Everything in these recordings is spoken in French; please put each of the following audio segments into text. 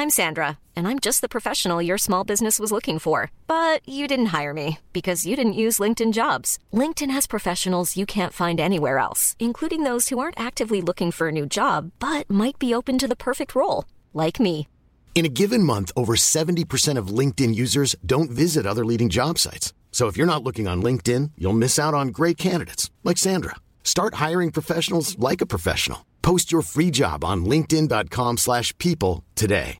I'm Sandra, and I'm just the professional your small business was looking for. But you didn't hire me because you didn't use LinkedIn Jobs. LinkedIn has professionals you can't find anywhere else, including those who aren't actively looking for a new job, but might be open to the perfect role, like me. In a given month, over 70% of LinkedIn users don't visit other leading job sites. So if you're not looking on LinkedIn, you'll miss out on great candidates like Sandra. Start hiring professionals like a professional. Post your free job on linkedin.com/people today.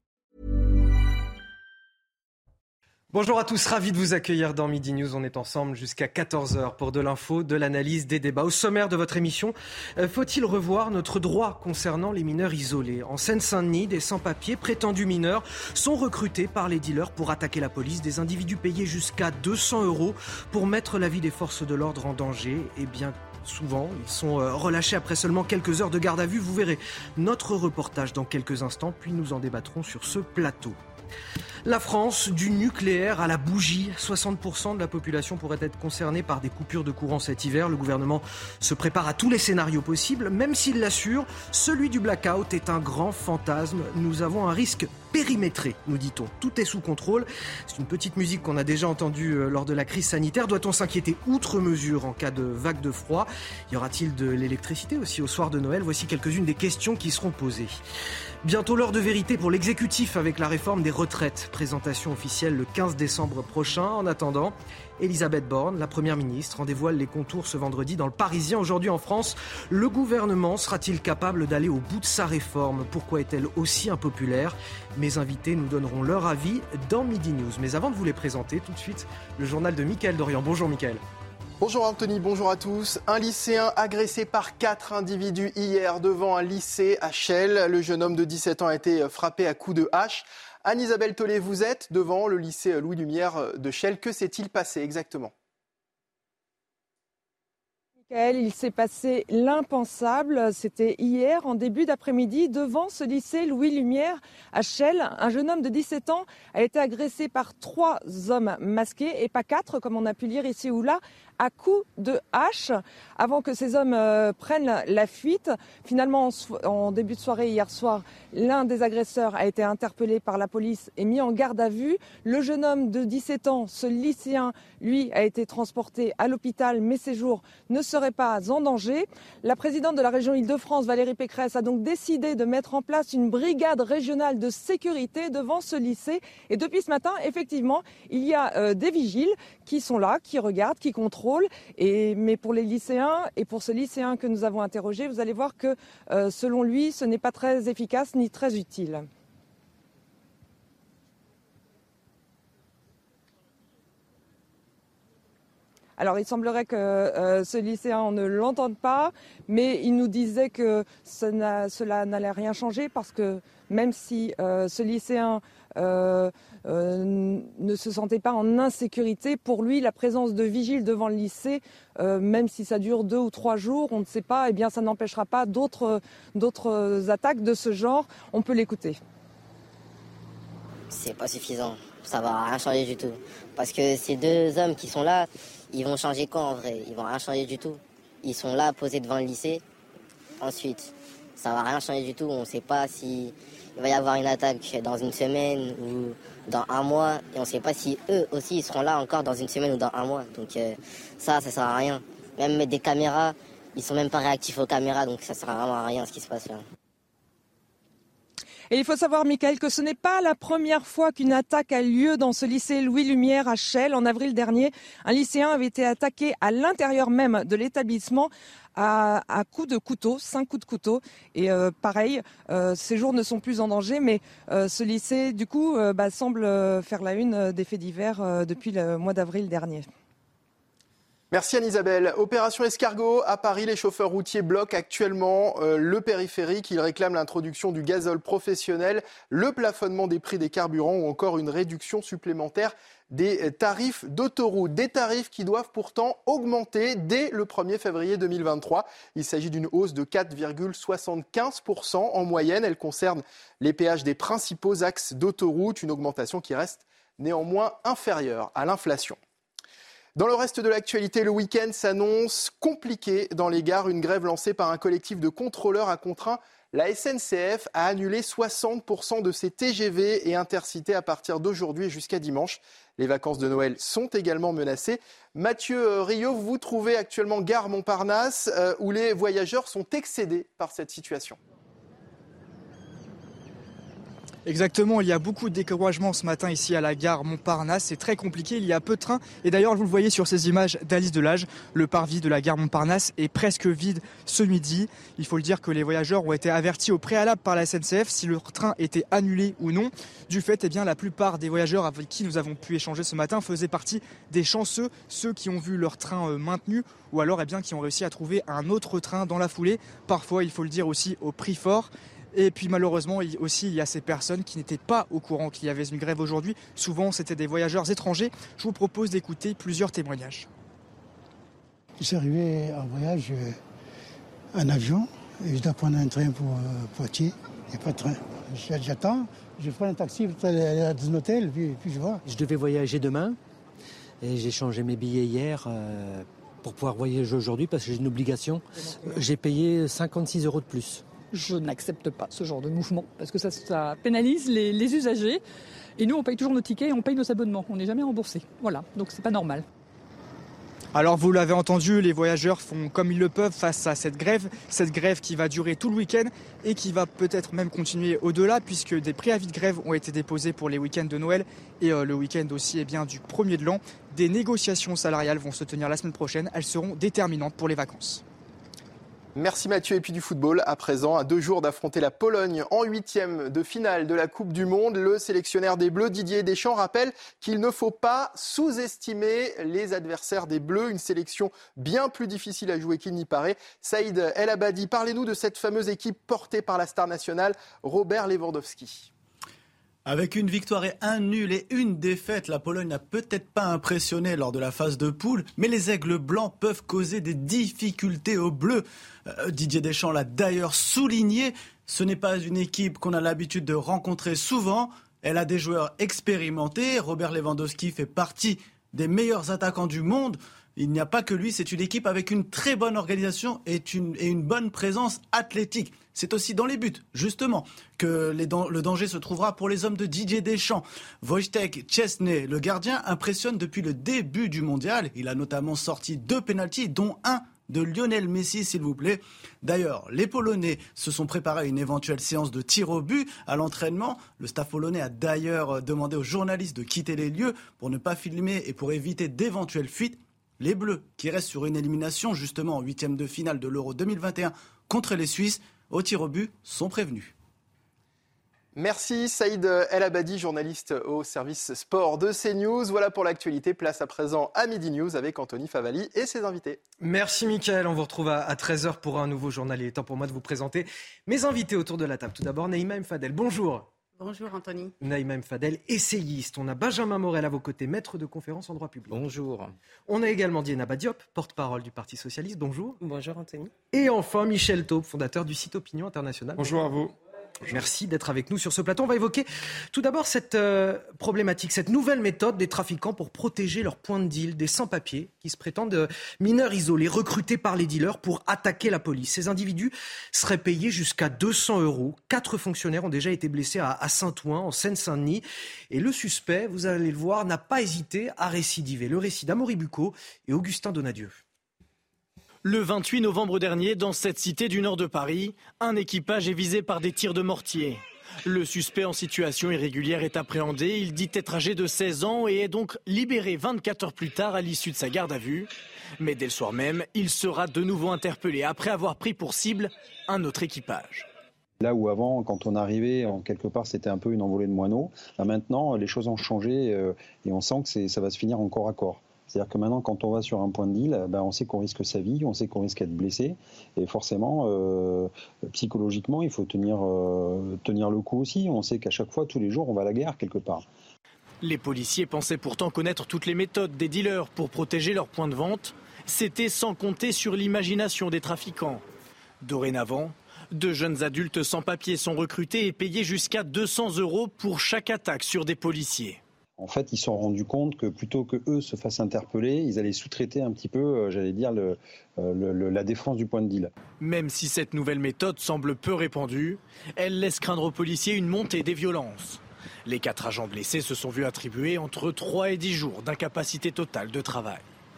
Bonjour à tous, ravi de vous accueillir dans Midi News. On est ensemble jusqu'à 14h pour de l'info, de l'analyse, des débats. Au sommaire de votre émission, faut-il revoir notre droit concernant les mineurs isolés ? En Seine-Saint-Denis, des sans-papiers prétendus mineurs sont recrutés par les dealers pour attaquer la police. Des individus payés jusqu'à 200 € pour mettre la vie des forces de l'ordre en danger. Et bien souvent, ils sont relâchés après seulement quelques heures de garde à vue. Vous verrez notre reportage dans quelques instants, puis nous en débattrons sur ce plateau. La France, du nucléaire à la bougie, 60% de la population pourrait être concernée par des coupures de courant cet hiver. Le gouvernement se prépare à tous les scénarios possibles, même s'il l'assure, celui du blackout est un grand fantasme. Nous avons un risque périmétré, nous dit-on. Tout est sous contrôle. C'est une petite musique qu'on a déjà entendue lors de la crise sanitaire. Doit-on s'inquiéter outre mesure en cas de vague de froid ? Y aura-t-il de l'électricité aussi au soir de Noël ? Voici quelques-unes des questions qui seront posées. Bientôt l'heure de vérité pour l'exécutif avec la réforme des retraites. Présentation officielle le 15 décembre prochain. En attendant, Elisabeth Borne, la Première ministre, en dévoile les contours ce vendredi dans le Parisien. Aujourd'hui en France, le gouvernement sera-t-il capable d'aller au bout de sa réforme ? Pourquoi est-elle aussi impopulaire ? Mes invités nous donneront leur avis dans Midi News. Mais avant de vous les présenter, tout de suite, le journal de Mickaël Dorian. Bonjour Mickaël. Bonjour Anthony, bonjour à tous. Un lycéen agressé par 4 individus hier devant un lycée à Chelles. Le jeune homme de 17 ans a été frappé à coups de hache. Anne-Isabelle Tollet, vous êtes devant le lycée Louis Lumière de Chelles. Que s'est-il passé exactement ? Il s'est passé l'impensable, c'était hier en début d'après-midi devant ce lycée Louis Lumière à Chelles. Un jeune homme de 17 ans a été agressé par 3 hommes masqués et pas 4 comme on a pu lire ici ou là, à coups de hache avant que ces hommes prennent la fuite. Finalement, en début de soirée hier soir, l'un des agresseurs a été interpellé par la police et mis en garde à vue. Le jeune homme de 17 ans, ce lycéen, lui, a été transporté à l'hôpital, mais ses jours ne seraient pas en danger. La présidente de la région Île-de-France, Valérie Pécresse, a donc décidé de mettre en place une brigade régionale de sécurité devant ce lycée. Et depuis ce matin, effectivement, il y a des vigiles qui sont là, qui regardent, qui contrôlent. Mais pour les lycéens et pour ce lycéen que nous avons interrogé, vous allez voir que selon lui, ce n'est pas très efficace ni très utile. Alors il semblerait que ce lycéen on ne l'entende pas, mais il nous disait que cela n'allait rien changer parce que même si ce lycéen ne se sentait pas en insécurité, pour lui la présence de vigiles devant le lycée, même si ça dure 2 ou 3 jours, on ne sait pas, eh bien ça n'empêchera pas d'autres attaques de ce genre. On peut l'écouter. C'est pas suffisant, ça va rien changer du tout. Parce que ces 2 hommes qui sont là, ils vont changer quoi en vrai ? Ils vont rien changer du tout. Ils sont là posés devant le lycée. Ensuite, ça va rien changer du tout. On ne sait pas si il va y avoir une attaque dans une semaine ou dans 1 mois. Et on ne sait pas si eux aussi ils seront là encore dans une semaine ou dans 1 mois. Donc ça sert à rien. Même mettre des caméras, ils sont même pas réactifs aux caméras. Donc ça sert vraiment à rien ce qui se passe là. Et il faut savoir, Mickaël, que ce n'est pas la première fois qu'une attaque a lieu dans ce lycée Louis Lumière à Chelles. En avril dernier, un lycéen avait été attaqué à l'intérieur même de l'établissement à coups de couteau, 5 coups de couteau. Et pareil, ces jours ne sont plus en danger, mais ce lycée, du coup, semble faire la une des faits divers depuis le mois d'avril dernier. Merci Anne-Isabelle. Opération Escargot, à Paris, les chauffeurs routiers bloquent actuellement le périphérique. Ils réclament l'introduction du gazole professionnel, le plafonnement des prix des carburants ou encore une réduction supplémentaire des tarifs d'autoroute. Des tarifs qui doivent pourtant augmenter dès le 1er février 2023. Il s'agit d'une hausse de 4,75% en moyenne. Elle concerne les péages des principaux axes d'autoroute, une augmentation qui reste néanmoins inférieure à l'inflation. Dans le reste de l'actualité, le week-end s'annonce compliqué dans les gares. Une grève lancée par un collectif de contrôleurs a contraint La SNCF a annulé 60% de ses TGV et Intercités à partir d'aujourd'hui et jusqu'à dimanche. Les vacances de Noël sont également menacées. Mathieu Rio, vous vous trouvez actuellement gare Montparnasse où les voyageurs sont excédés par cette situation. Exactement, il y a beaucoup de découragement ce matin ici à la gare Montparnasse, c'est très compliqué, il y a peu de trains et d'ailleurs vous le voyez sur ces images d'Alice Delage, le parvis de la gare Montparnasse est presque vide ce midi. Il faut le dire que les voyageurs ont été avertis au préalable par la SNCF si leur train était annulé ou non. Du fait, la plupart des voyageurs avec qui nous avons pu échanger ce matin faisaient partie des chanceux, ceux qui ont vu leur train maintenu ou alors qui ont réussi à trouver un autre train dans la foulée, parfois il faut le dire aussi au prix fort. Et puis malheureusement aussi il y a ces personnes qui n'étaient pas au courant qu'il y avait une grève aujourd'hui. Souvent c'était des voyageurs étrangers. Je vous propose d'écouter plusieurs témoignages. Je suis arrivé en voyage en avion et je dois prendre un train pour Poitiers. Il n'y a pas de train. J'attends, je prends un taxi pour aller à un hôtel puis je vois. Je devais voyager demain et j'ai changé mes billets hier pour pouvoir voyager aujourd'hui parce que j'ai une obligation. J'ai payé 56 € de plus. Je n'accepte pas ce genre de mouvement parce que ça pénalise les usagers. Et nous, on paye toujours nos tickets et on paye nos abonnements. On n'est jamais remboursé. Voilà, donc c'est pas normal. Alors vous l'avez entendu, les voyageurs font comme ils le peuvent face à cette grève qui va durer tout le week-end et qui va peut-être même continuer au-delà puisque des préavis de grève ont été déposés pour les week-ends de Noël et le week-end aussi du 1er de l'an. Des négociations salariales vont se tenir la semaine prochaine, elles seront déterminantes pour les vacances. Merci Mathieu. Et puis du football, à présent, à 2 jours d'affronter la Pologne en 8e de finale de la Coupe du Monde. Le sélectionneur des Bleus, Didier Deschamps, rappelle qu'il ne faut pas sous-estimer les adversaires des Bleus. Une sélection bien plus difficile à jouer qu'il n'y paraît. Saïd El Abadi, parlez-nous de cette fameuse équipe portée par la star nationale Robert Lewandowski. Avec une victoire et un nul et une défaite, la Pologne n'a peut-être pas impressionné lors de la phase de poule, mais les aigles blancs peuvent causer des difficultés aux Bleus. Didier Deschamps l'a d'ailleurs souligné, ce n'est pas une équipe qu'on a l'habitude de rencontrer souvent. Elle a des joueurs expérimentés, Robert Lewandowski fait partie des meilleurs attaquants du monde. Il n'y a pas que lui, c'est une équipe avec une très bonne organisation et une bonne présence athlétique. C'est aussi dans les buts, justement, que le danger se trouvera pour les hommes de Didier Deschamps. Wojciech Szczesny, le gardien, impressionne depuis le début du mondial. Il a notamment sorti 2 pénaltys, dont un de Lionel Messi, s'il vous plaît. D'ailleurs, les Polonais se sont préparés à une éventuelle séance de tir au but à l'entraînement. Le staff polonais a d'ailleurs demandé aux journalistes de quitter les lieux pour ne pas filmer et pour éviter d'éventuelles fuites. Les Bleus, qui restent sur une élimination justement en 8e de finale de l'Euro 2021 contre les Suisses, au tir au but, sont prévenus. Merci Saïd El Abadi, journaliste au service sport de CNews. Voilà pour l'actualité. Place à présent à Midi News avec Anthony Favali et ses invités. Merci Mickaël, on vous retrouve à 13h pour un nouveau journal. Il est temps pour moi de vous présenter mes invités autour de la table. Tout d'abord, Naïma M. Fadel, bonjour. Bonjour Anthony. Naïma M. Fadel, essayiste. On a Benjamin Morel à vos côtés, maître de conférences en droit public. Bonjour. On a également Dienaba Diop, porte-parole du Parti Socialiste. Bonjour. Bonjour Anthony. Et enfin Michel Taube, fondateur du site Opinion Internationale. Bonjour à vous. Merci d'être avec nous sur ce plateau. On va évoquer tout d'abord cette problématique, cette nouvelle méthode des trafiquants pour protéger leurs points de deal, des sans-papiers qui se prétendent mineurs isolés, recrutés par les dealers pour attaquer la police. Ces individus seraient payés jusqu'à 200 €. 4 fonctionnaires ont déjà été blessés à Saint-Ouen, en Seine-Saint-Denis. Et le suspect, vous allez le voir, n'a pas hésité à récidiver. Le récit d'Amaury Bucco et Augustin Donadieu. Le 28 novembre dernier, dans cette cité du nord de Paris, un équipage est visé par des tirs de mortier. Le suspect en situation irrégulière est appréhendé. Il dit être âgé de 16 ans et est donc libéré 24 heures plus tard à l'issue de sa garde à vue. Mais dès le soir même, il sera de nouveau interpellé après avoir pris pour cible un autre équipage. Là où avant, quand on arrivait, quelque part, c'était un peu une envolée de moineaux. Maintenant, les choses ont changé et on sent que ça va se finir en corps à corps. C'est-à-dire que maintenant, quand on va sur un point de deal, on sait qu'on risque sa vie, on sait qu'on risque d'être blessé. Et forcément, psychologiquement, il faut tenir le coup aussi. On sait qu'à chaque fois, tous les jours, on va à la guerre quelque part. Les policiers pensaient pourtant connaître toutes les méthodes des dealers pour protéger leurs points de vente. C'était sans compter sur l'imagination des trafiquants. Dorénavant, 2 jeunes adultes sans papier sont recrutés et payés jusqu'à 200 € pour chaque attaque sur des policiers. En fait, ils se sont rendus compte que plutôt que eux se fassent interpeller, ils allaient sous-traiter un petit peu, la défense du point de deal. Même si cette nouvelle méthode semble peu répandue, elle laisse craindre aux policiers une montée des violences. Les 4 agents blessés se sont vus attribuer entre 3 et 10 jours d'incapacité totale de travail.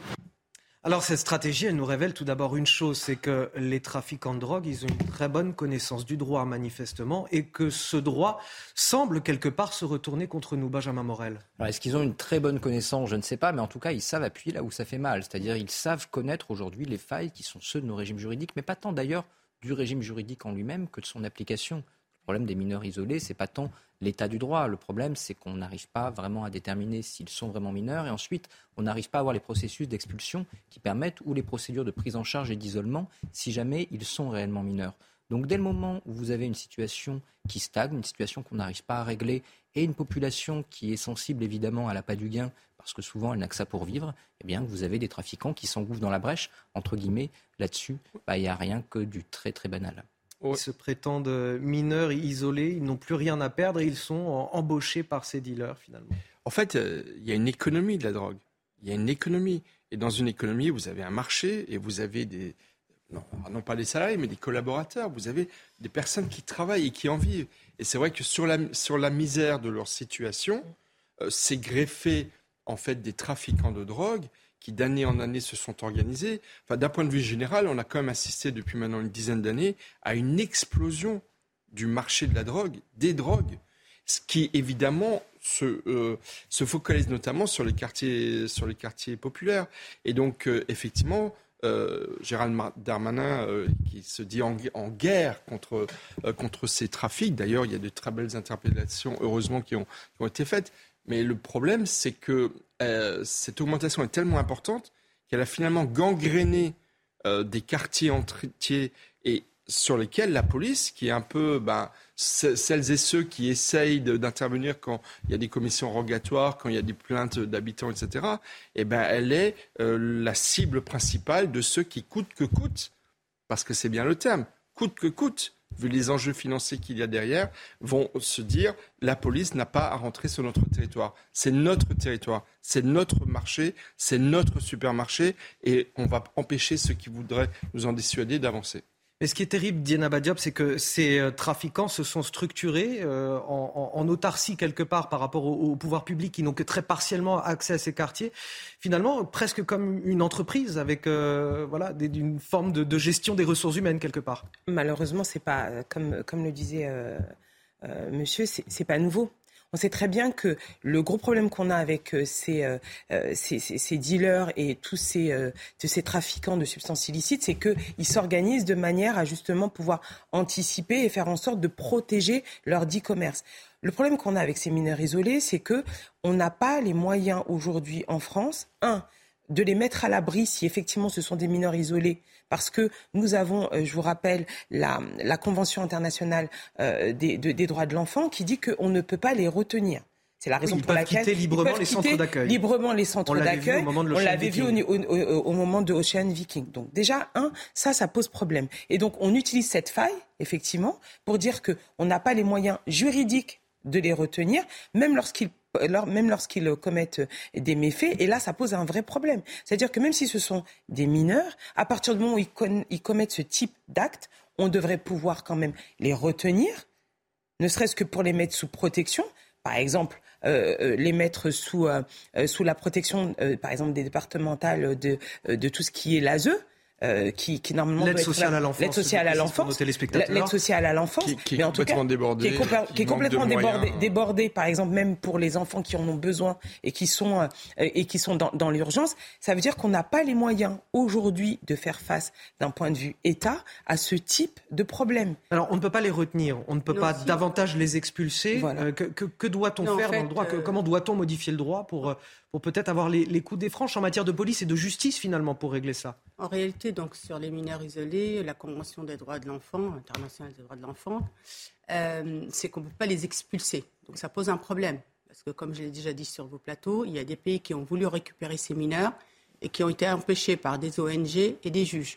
Alors cette stratégie, elle nous révèle tout d'abord une chose, c'est que les trafiquants de drogue, ils ont une très bonne connaissance du droit manifestement et que ce droit semble quelque part se retourner contre nous. Benjamin Morel. Alors est-ce qu'ils ont une très bonne connaissance ? Je ne sais pas, mais en tout cas ils savent appuyer là où ça fait mal. C'est-à-dire ils savent connaître aujourd'hui les failles qui sont ceux de nos régimes juridiques, mais pas tant d'ailleurs du régime juridique en lui-même que de son application. Le problème des mineurs isolés, c'est pas tant l'état du droit. Le problème, c'est qu'on n'arrive pas vraiment à déterminer s'ils sont vraiment mineurs. Et ensuite, on n'arrive pas à avoir les processus d'expulsion qui permettent, ou les procédures de prise en charge et d'isolement, si jamais ils sont réellement mineurs. Donc dès le moment où vous avez une situation qui stagne, une situation qu'on n'arrive pas à régler, et une population qui est sensible évidemment à l'appât du gain, parce que souvent elle n'a que ça pour vivre, eh bien vous avez des trafiquants qui s'engouffrent dans la brèche, entre guillemets, là-dessus, il n'y a rien que du très très banal. Ils se prétendent mineurs isolés, ils n'ont plus rien à perdre et ils sont embauchés par ces dealers finalement. En fait, il y a une économie de la drogue. Il y a une économie. Et dans une économie, vous avez un marché et vous avez non pas des salariés, mais des collaborateurs. Vous avez des personnes qui travaillent et qui en vivent. Et c'est vrai que sur la misère de leur situation, c'est greffé en fait des trafiquants de drogue qui d'année en année se sont organisés. Enfin, d'un point de vue général, on a quand même assisté depuis maintenant une dizaine d'années à une explosion du marché de la drogue, des drogues, ce qui évidemment se focalise notamment sur les quartiers populaires. Et donc, effectivement, Gérald Darmanin, qui se dit en guerre contre ces trafics, d'ailleurs, il y a de très belles interpellations, heureusement, qui ont été faites. Mais le problème, c'est que cette augmentation est tellement importante qu'elle a finalement gangréné des quartiers entiers et sur lesquels la police, qui est un peu celles et ceux qui essayent d'intervenir quand il y a des commissions rogatoires, quand il y a des plaintes d'habitants, etc., elle est la cible principale de ceux qui, coûte que coûte, parce que c'est bien le terme, coûte que coûte, vu les enjeux financiers qu'il y a derrière, vont se dire la police n'a pas à rentrer sur notre territoire. C'est notre territoire, c'est notre marché, c'est notre supermarché et on va empêcher ceux qui voudraient nous en dissuader d'avancer. Mais ce qui est terrible, Dieynaba Diop, c'est que ces trafiquants se sont structurés en autarcie quelque part par rapport au pouvoir public qui n'ont que très partiellement accès à ces quartiers. Finalement, presque comme une entreprise avec une forme de gestion des ressources humaines quelque part. Malheureusement, c'est pas comme le disait monsieur, c'est pas nouveau. On sait très bien que le gros problème qu'on a avec ces dealers et tous ces trafiquants de substances illicites, c'est qu'ils s'organisent de manière à justement pouvoir anticiper et faire en sorte de protéger leur dit commerce. Le problème qu'on a avec ces mineurs isolés, c'est qu'on n'a pas les moyens aujourd'hui en France, de les mettre à l'abri si effectivement ce sont des mineurs isolés, parce que nous avons, je vous rappelle, la Convention internationale des droits de l'enfant qui dit qu'on ne peut pas les retenir. C'est la raison pour laquelle ils peuvent quitter librement les centres d'accueil. On l'avait vu au moment de Ocean Viking. Donc déjà, ça pose problème. Et donc on utilise cette faille, effectivement, pour dire qu'on n'a pas les moyens juridiques de les retenir, même lorsqu'ils commettent des méfaits, et là, ça pose un vrai problème. C'est-à-dire que même si ce sont des mineurs, à partir du moment où ils commettent ce type d'acte, on devrait pouvoir quand même les retenir, ne serait-ce que pour les mettre sous protection. Par exemple, les mettre sous la protection, par exemple, des départementales de tout ce qui est l'ASE, qui normalement l'aide sociale à l'enfance, l'aide sociale à l'enfance, qui est complètement débordée, qui est complètement débordée, par exemple même pour les enfants qui en ont besoin et qui sont dans l'urgence. Ça veut dire qu'on n'a pas les moyens aujourd'hui de faire face d'un point de vue État à ce type de problème. Alors on ne peut pas les retenir, on ne peut pas davantage les expulser. Voilà. Que doit-on faire dans le droit comment doit-on modifier le droit pour peut-être avoir les coups des franches en matière de police et de justice finalement pour régler ça? En réalité, donc sur les mineurs isolés, la Convention des droits de l'enfant, internationale des droits de l'enfant, c'est qu'on ne peut pas les expulser. Donc ça pose un problème. Parce que comme je l'ai déjà dit sur vos plateaux, il y a des pays qui ont voulu récupérer ces mineurs et qui ont été empêchés par des ONG et des juges.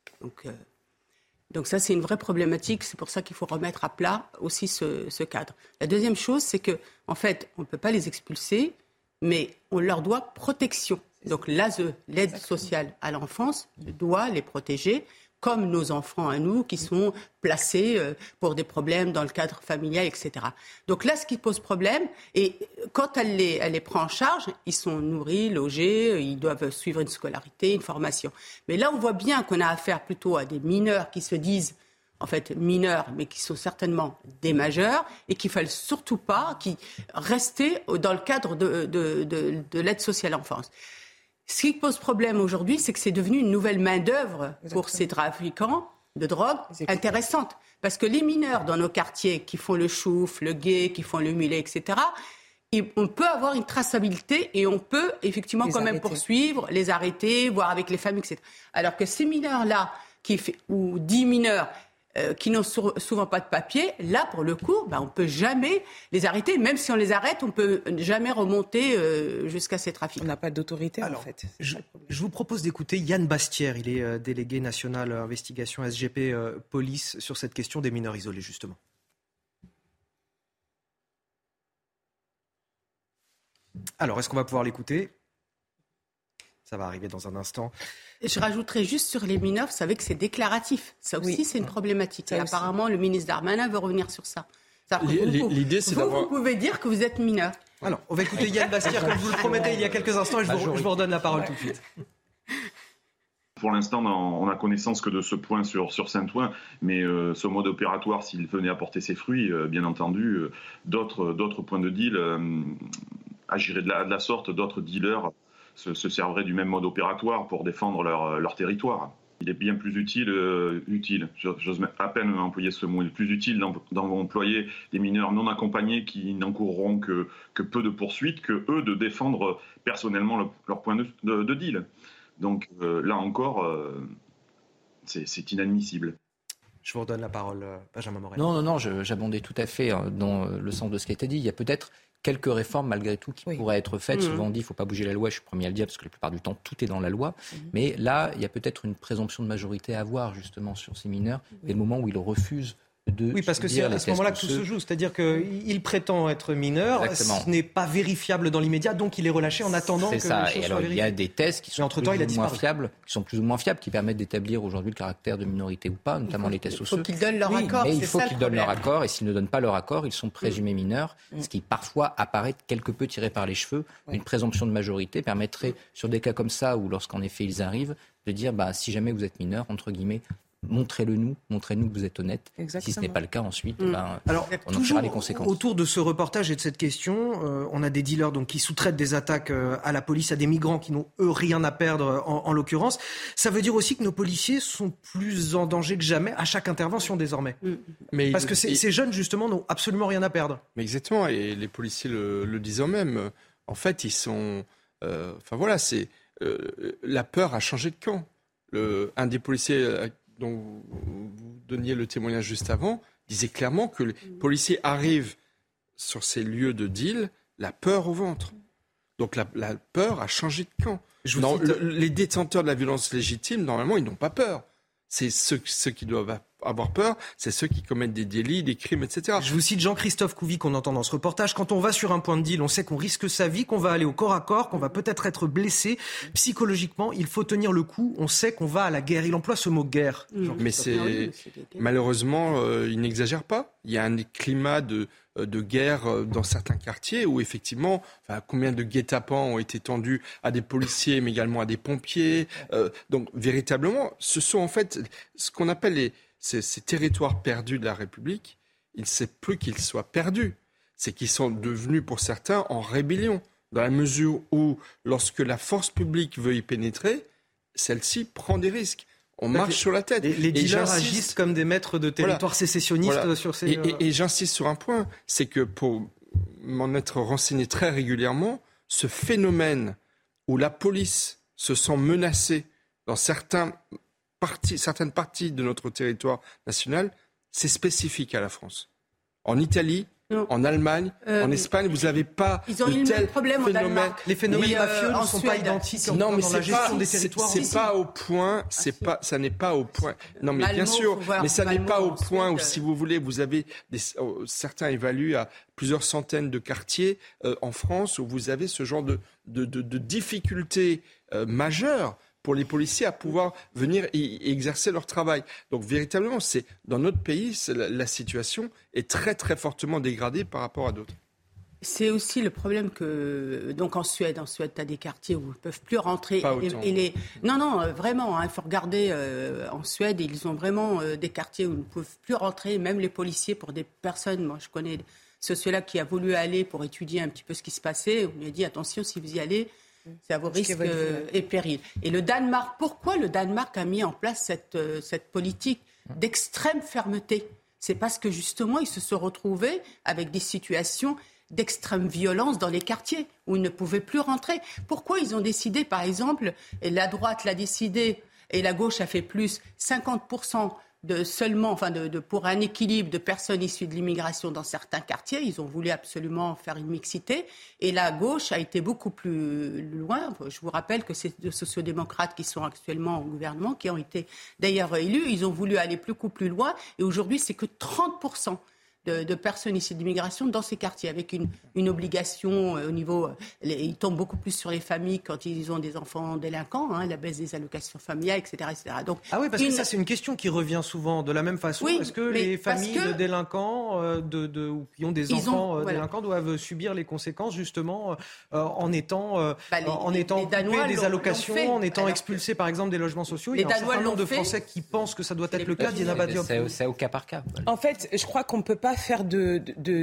Donc ça, c'est une vraie problématique. C'est pour ça qu'il faut remettre à plat aussi ce cadre. La deuxième chose, c'est qu'en fait, on ne peut pas les expulser mais on leur doit protection. Donc l'ASE, l'aide sociale à l'enfance, doit les protéger, comme nos enfants à nous qui sont placés pour des problèmes dans le cadre familial, etc. Donc là, ce qui pose problème, et quand elle les prend en charge, ils sont nourris, logés, ils doivent suivre une scolarité, une formation. Mais là, on voit bien qu'on a affaire plutôt à des mineurs qui se disent, en fait, mineurs, mais qui sont certainement des majeurs, et qu'il ne fallait surtout pas rester dans le cadre de l'aide sociale à l'enfance. Ce qui pose problème aujourd'hui, c'est que c'est devenu une nouvelle main-d'œuvre pour ces trafiquants de drogue intéressante. Parce que les mineurs dans nos quartiers qui font le chouf, le guet, qui font le mulet, etc., on peut avoir une traçabilité et on peut effectivement quand même poursuivre, les arrêter, voir avec les familles, etc. Alors que ces mineurs-là, ou 10 mineurs, qui n'ont souvent pas de papier, là, pour le coup, on ne peut jamais les arrêter. Même si on les arrête, on ne peut jamais remonter jusqu'à ces trafics. On n'a pas d'autorité, en fait. Je vous propose d'écouter Yann Bastière. Il est délégué national investigation SGP Police sur cette question des mineurs isolés, justement. Alors, est-ce qu'on va pouvoir l'écouter ? Ça va arriver dans un instant. Je rajouterais juste sur les mineurs, vous savez que c'est déclaratif. Ça aussi, c'est une problématique. Et apparemment, le ministre Darmanin veut revenir sur ça. L'idée, c'est d'avoir... Vous pouvez dire que vous êtes mineur. Alors, on va écouter Yann Bastière, comme je vous le promettais il y a quelques instants, et je vous redonne la parole tout de suite. Pour l'instant, on n'a connaissance que de ce point sur Saint-Ouen, mais ce mode opératoire, s'il venait à porter ses fruits, bien entendu, d'autres points de deal agiraient de la sorte, d'autres dealers se serveraient du même mode opératoire pour défendre leur territoire. Il est bien plus utile, j'ose à peine employer ce mot, il est plus utile d'employer des mineurs non accompagnés qui n'encourront que peu de poursuites que eux de défendre personnellement leur point de deal. Donc là encore, c'est inadmissible. Je vous redonne la parole, Benjamin Morel. Non, j'abondais tout à fait dans le sens de ce qui a été dit. Il y a peut-être quelques réformes malgré tout qui pourraient être faites. Souvent on dit qu'il ne faut pas bouger la loi, je suis le premier à le dire parce que la plupart du temps tout est dans la loi. Mais là, il y a peut-être une présomption de majorité à avoir justement sur ces mineurs dès le moment où ils refusent de... Oui, parce que c'est à ce moment-là que tout se joue. C'est-à-dire qu'il prétend être mineur, ce n'est pas vérifiable dans l'immédiat, donc il est relâché en attendant que les choses soient vérifiées. Et alors il y a des tests qui sont plus ou moins fiables, qui permettent d'établir aujourd'hui le caractère de minorité ou pas, notamment les tests osseux. Il faut qu'ils donnent leur accord. Mais il faut qu'ils donnent leur accord, et s'ils ne donnent pas leur accord, ils sont présumés mineurs, ce qui parfois apparaît quelque peu tiré par les cheveux. Une présomption de majorité permettrait, sur des cas comme ça, où lorsqu'en effet ils arrivent, de dire si jamais vous êtes mineur, entre guillemets, montrez-nous que vous êtes honnête. Exactement. Si ce n'est pas le cas ensuite, alors, on en tirera les conséquences. Autour de ce reportage et de cette question, on a des dealers qui sous-traitent des attaques à la police, à des migrants qui n'ont eux rien à perdre en l'occurrence. Ça veut dire aussi que nos policiers sont plus en danger que jamais à chaque intervention désormais. Parce que ces jeunes justement n'ont absolument rien à perdre. Mais exactement, et les policiers le disent eux-mêmes. En fait, ils sont... la peur a changé de camp. Un des policiers... dont vous donniez le témoignage juste avant, disait clairement que les policiers arrivent sur ces lieux de deal, la peur au ventre. Donc la peur a changé de camp. Les détenteurs de la violence légitime, normalement, ils n'ont pas peur. C'est ceux qui doivent avoir peur, c'est ceux qui commettent des délits, des crimes, etc. Je vous cite Jean-Christophe Couvi qu'on entend dans ce reportage. Quand on va sur un point de deal, on sait qu'on risque sa vie, qu'on va aller au corps à corps, qu'on va peut-être être blessé. Psychologiquement, il faut tenir le coup. On sait qu'on va à la guerre. Il emploie ce mot guerre. Mais malheureusement, il n'exagère pas. Il y a un climat de guerre dans certains quartiers où effectivement, combien de guet-apens ont été tendus à des policiers, mais également à des pompiers. Donc véritablement, ce sont en fait ce qu'on appelle ces territoires perdus de la République. Il ne sait plus qu'ils soient perdus. C'est qu'ils sont devenus pour certains en rébellion, dans la mesure où lorsque la force publique veut y pénétrer, celle-ci prend des risques. On marche sur la tête. Les dealers agissent comme des maîtres de territoire sécessionnistes sur ces... Et j'insiste sur un point, c'est que pour m'en être renseigné très régulièrement, ce phénomène où la police se sent menacée dans certaines parties de notre territoire national, c'est spécifique à la France. En Italie, En Allemagne, en Espagne, vous n'avez pas ils ont eu le même problème au Danemark. Les phénomènes mafieux ne sont pas identiques dans la gestion des territoires. C'est pas au point. Ça n'est pas au point. Non, mais bien sûr, mais ça n'est pas au point où, si vous voulez, vous avez certains évaluent à plusieurs centaines de quartiers en France où vous avez ce genre de difficultés majeures pour les policiers à pouvoir venir y exercer leur travail. Donc véritablement, dans notre pays, la situation est très très fortement dégradée par rapport à d'autres. C'est aussi le problème que, donc en Suède, tu as des quartiers où ils ne peuvent plus rentrer. Pas autant. Non, vraiment, il faut regarder en Suède, ils ont vraiment des quartiers où ils ne peuvent plus rentrer, même les policiers, pour des personnes, moi je connais ceux-là qui a voulu aller pour étudier un petit peu ce qui se passait, on lui a dit attention, si vous y allez, c'est à vos risques et périls. Et le Danemark, pourquoi le Danemark a mis en place cette politique d'extrême fermeté ? C'est parce que justement, ils se sont retrouvés avec des situations d'extrême violence dans les quartiers où ils ne pouvaient plus rentrer. Pourquoi ils ont décidé, par exemple, et la droite l'a décidé et la gauche a fait plus, 50% pour un équilibre de personnes issues de l'immigration dans certains quartiers. Ils ont voulu absolument faire une mixité. Et la gauche a été beaucoup plus loin. Je vous rappelle que c'est des sociodémocrates qui sont actuellement au gouvernement, qui ont été d'ailleurs élus. Ils ont voulu aller beaucoup plus loin. Et aujourd'hui, c'est que 30% de personnes issues d'immigration dans ces quartiers, avec une obligation au niveau... Ils tombent beaucoup plus sur les familles quand ils ont des enfants délinquants, la baisse des allocations familiales, etc. Donc, oui, parce que ça, c'est une question qui revient souvent de la même façon. Oui, est-ce que les familles de délinquants ou qui ont des enfants délinquants doivent subir les conséquences, justement, en étant coupés des allocations, en étant expulsés, par exemple, des logements sociaux? Il y a un certain nombre de Français qui pensent que ça doit être le cas. Diana Badiop. C'est au cas par cas. En fait, je crois qu'on ne peut pas faire de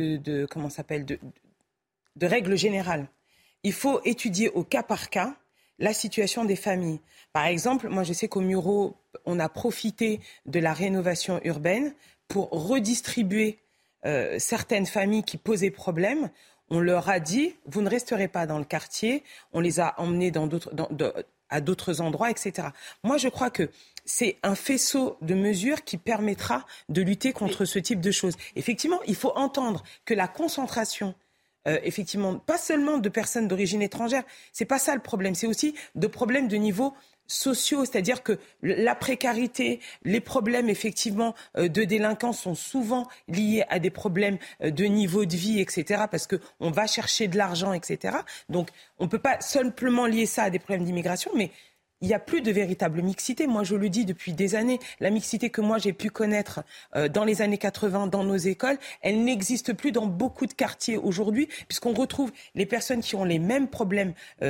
règles générales. Il faut étudier au cas par cas la situation des familles. Par exemple, moi je sais qu'au Muro, on a profité de la rénovation urbaine pour redistribuer certaines familles qui posaient problème. On leur a dit, vous ne resterez pas dans le quartier, on les a emmenés à d'autres endroits, etc. Moi je crois que c'est un faisceau de mesures qui permettra de lutter contre ce type de choses. Effectivement, il faut entendre que la concentration, effectivement, pas seulement de personnes d'origine étrangère, c'est pas ça le problème, c'est aussi de problèmes de niveau sociaux, c'est-à-dire que la précarité, les problèmes effectivement de délinquance sont souvent liés à des problèmes de niveau de vie, etc., parce qu'on va chercher de l'argent, etc. Donc on ne peut pas simplement lier ça à des problèmes d'immigration, mais il n'y a plus de véritable mixité. Moi, je le dis depuis des années. La mixité que moi, j'ai pu connaître dans les années 80 dans nos écoles, elle n'existe plus dans beaucoup de quartiers aujourd'hui, puisqu'on retrouve les personnes qui ont les mêmes problèmes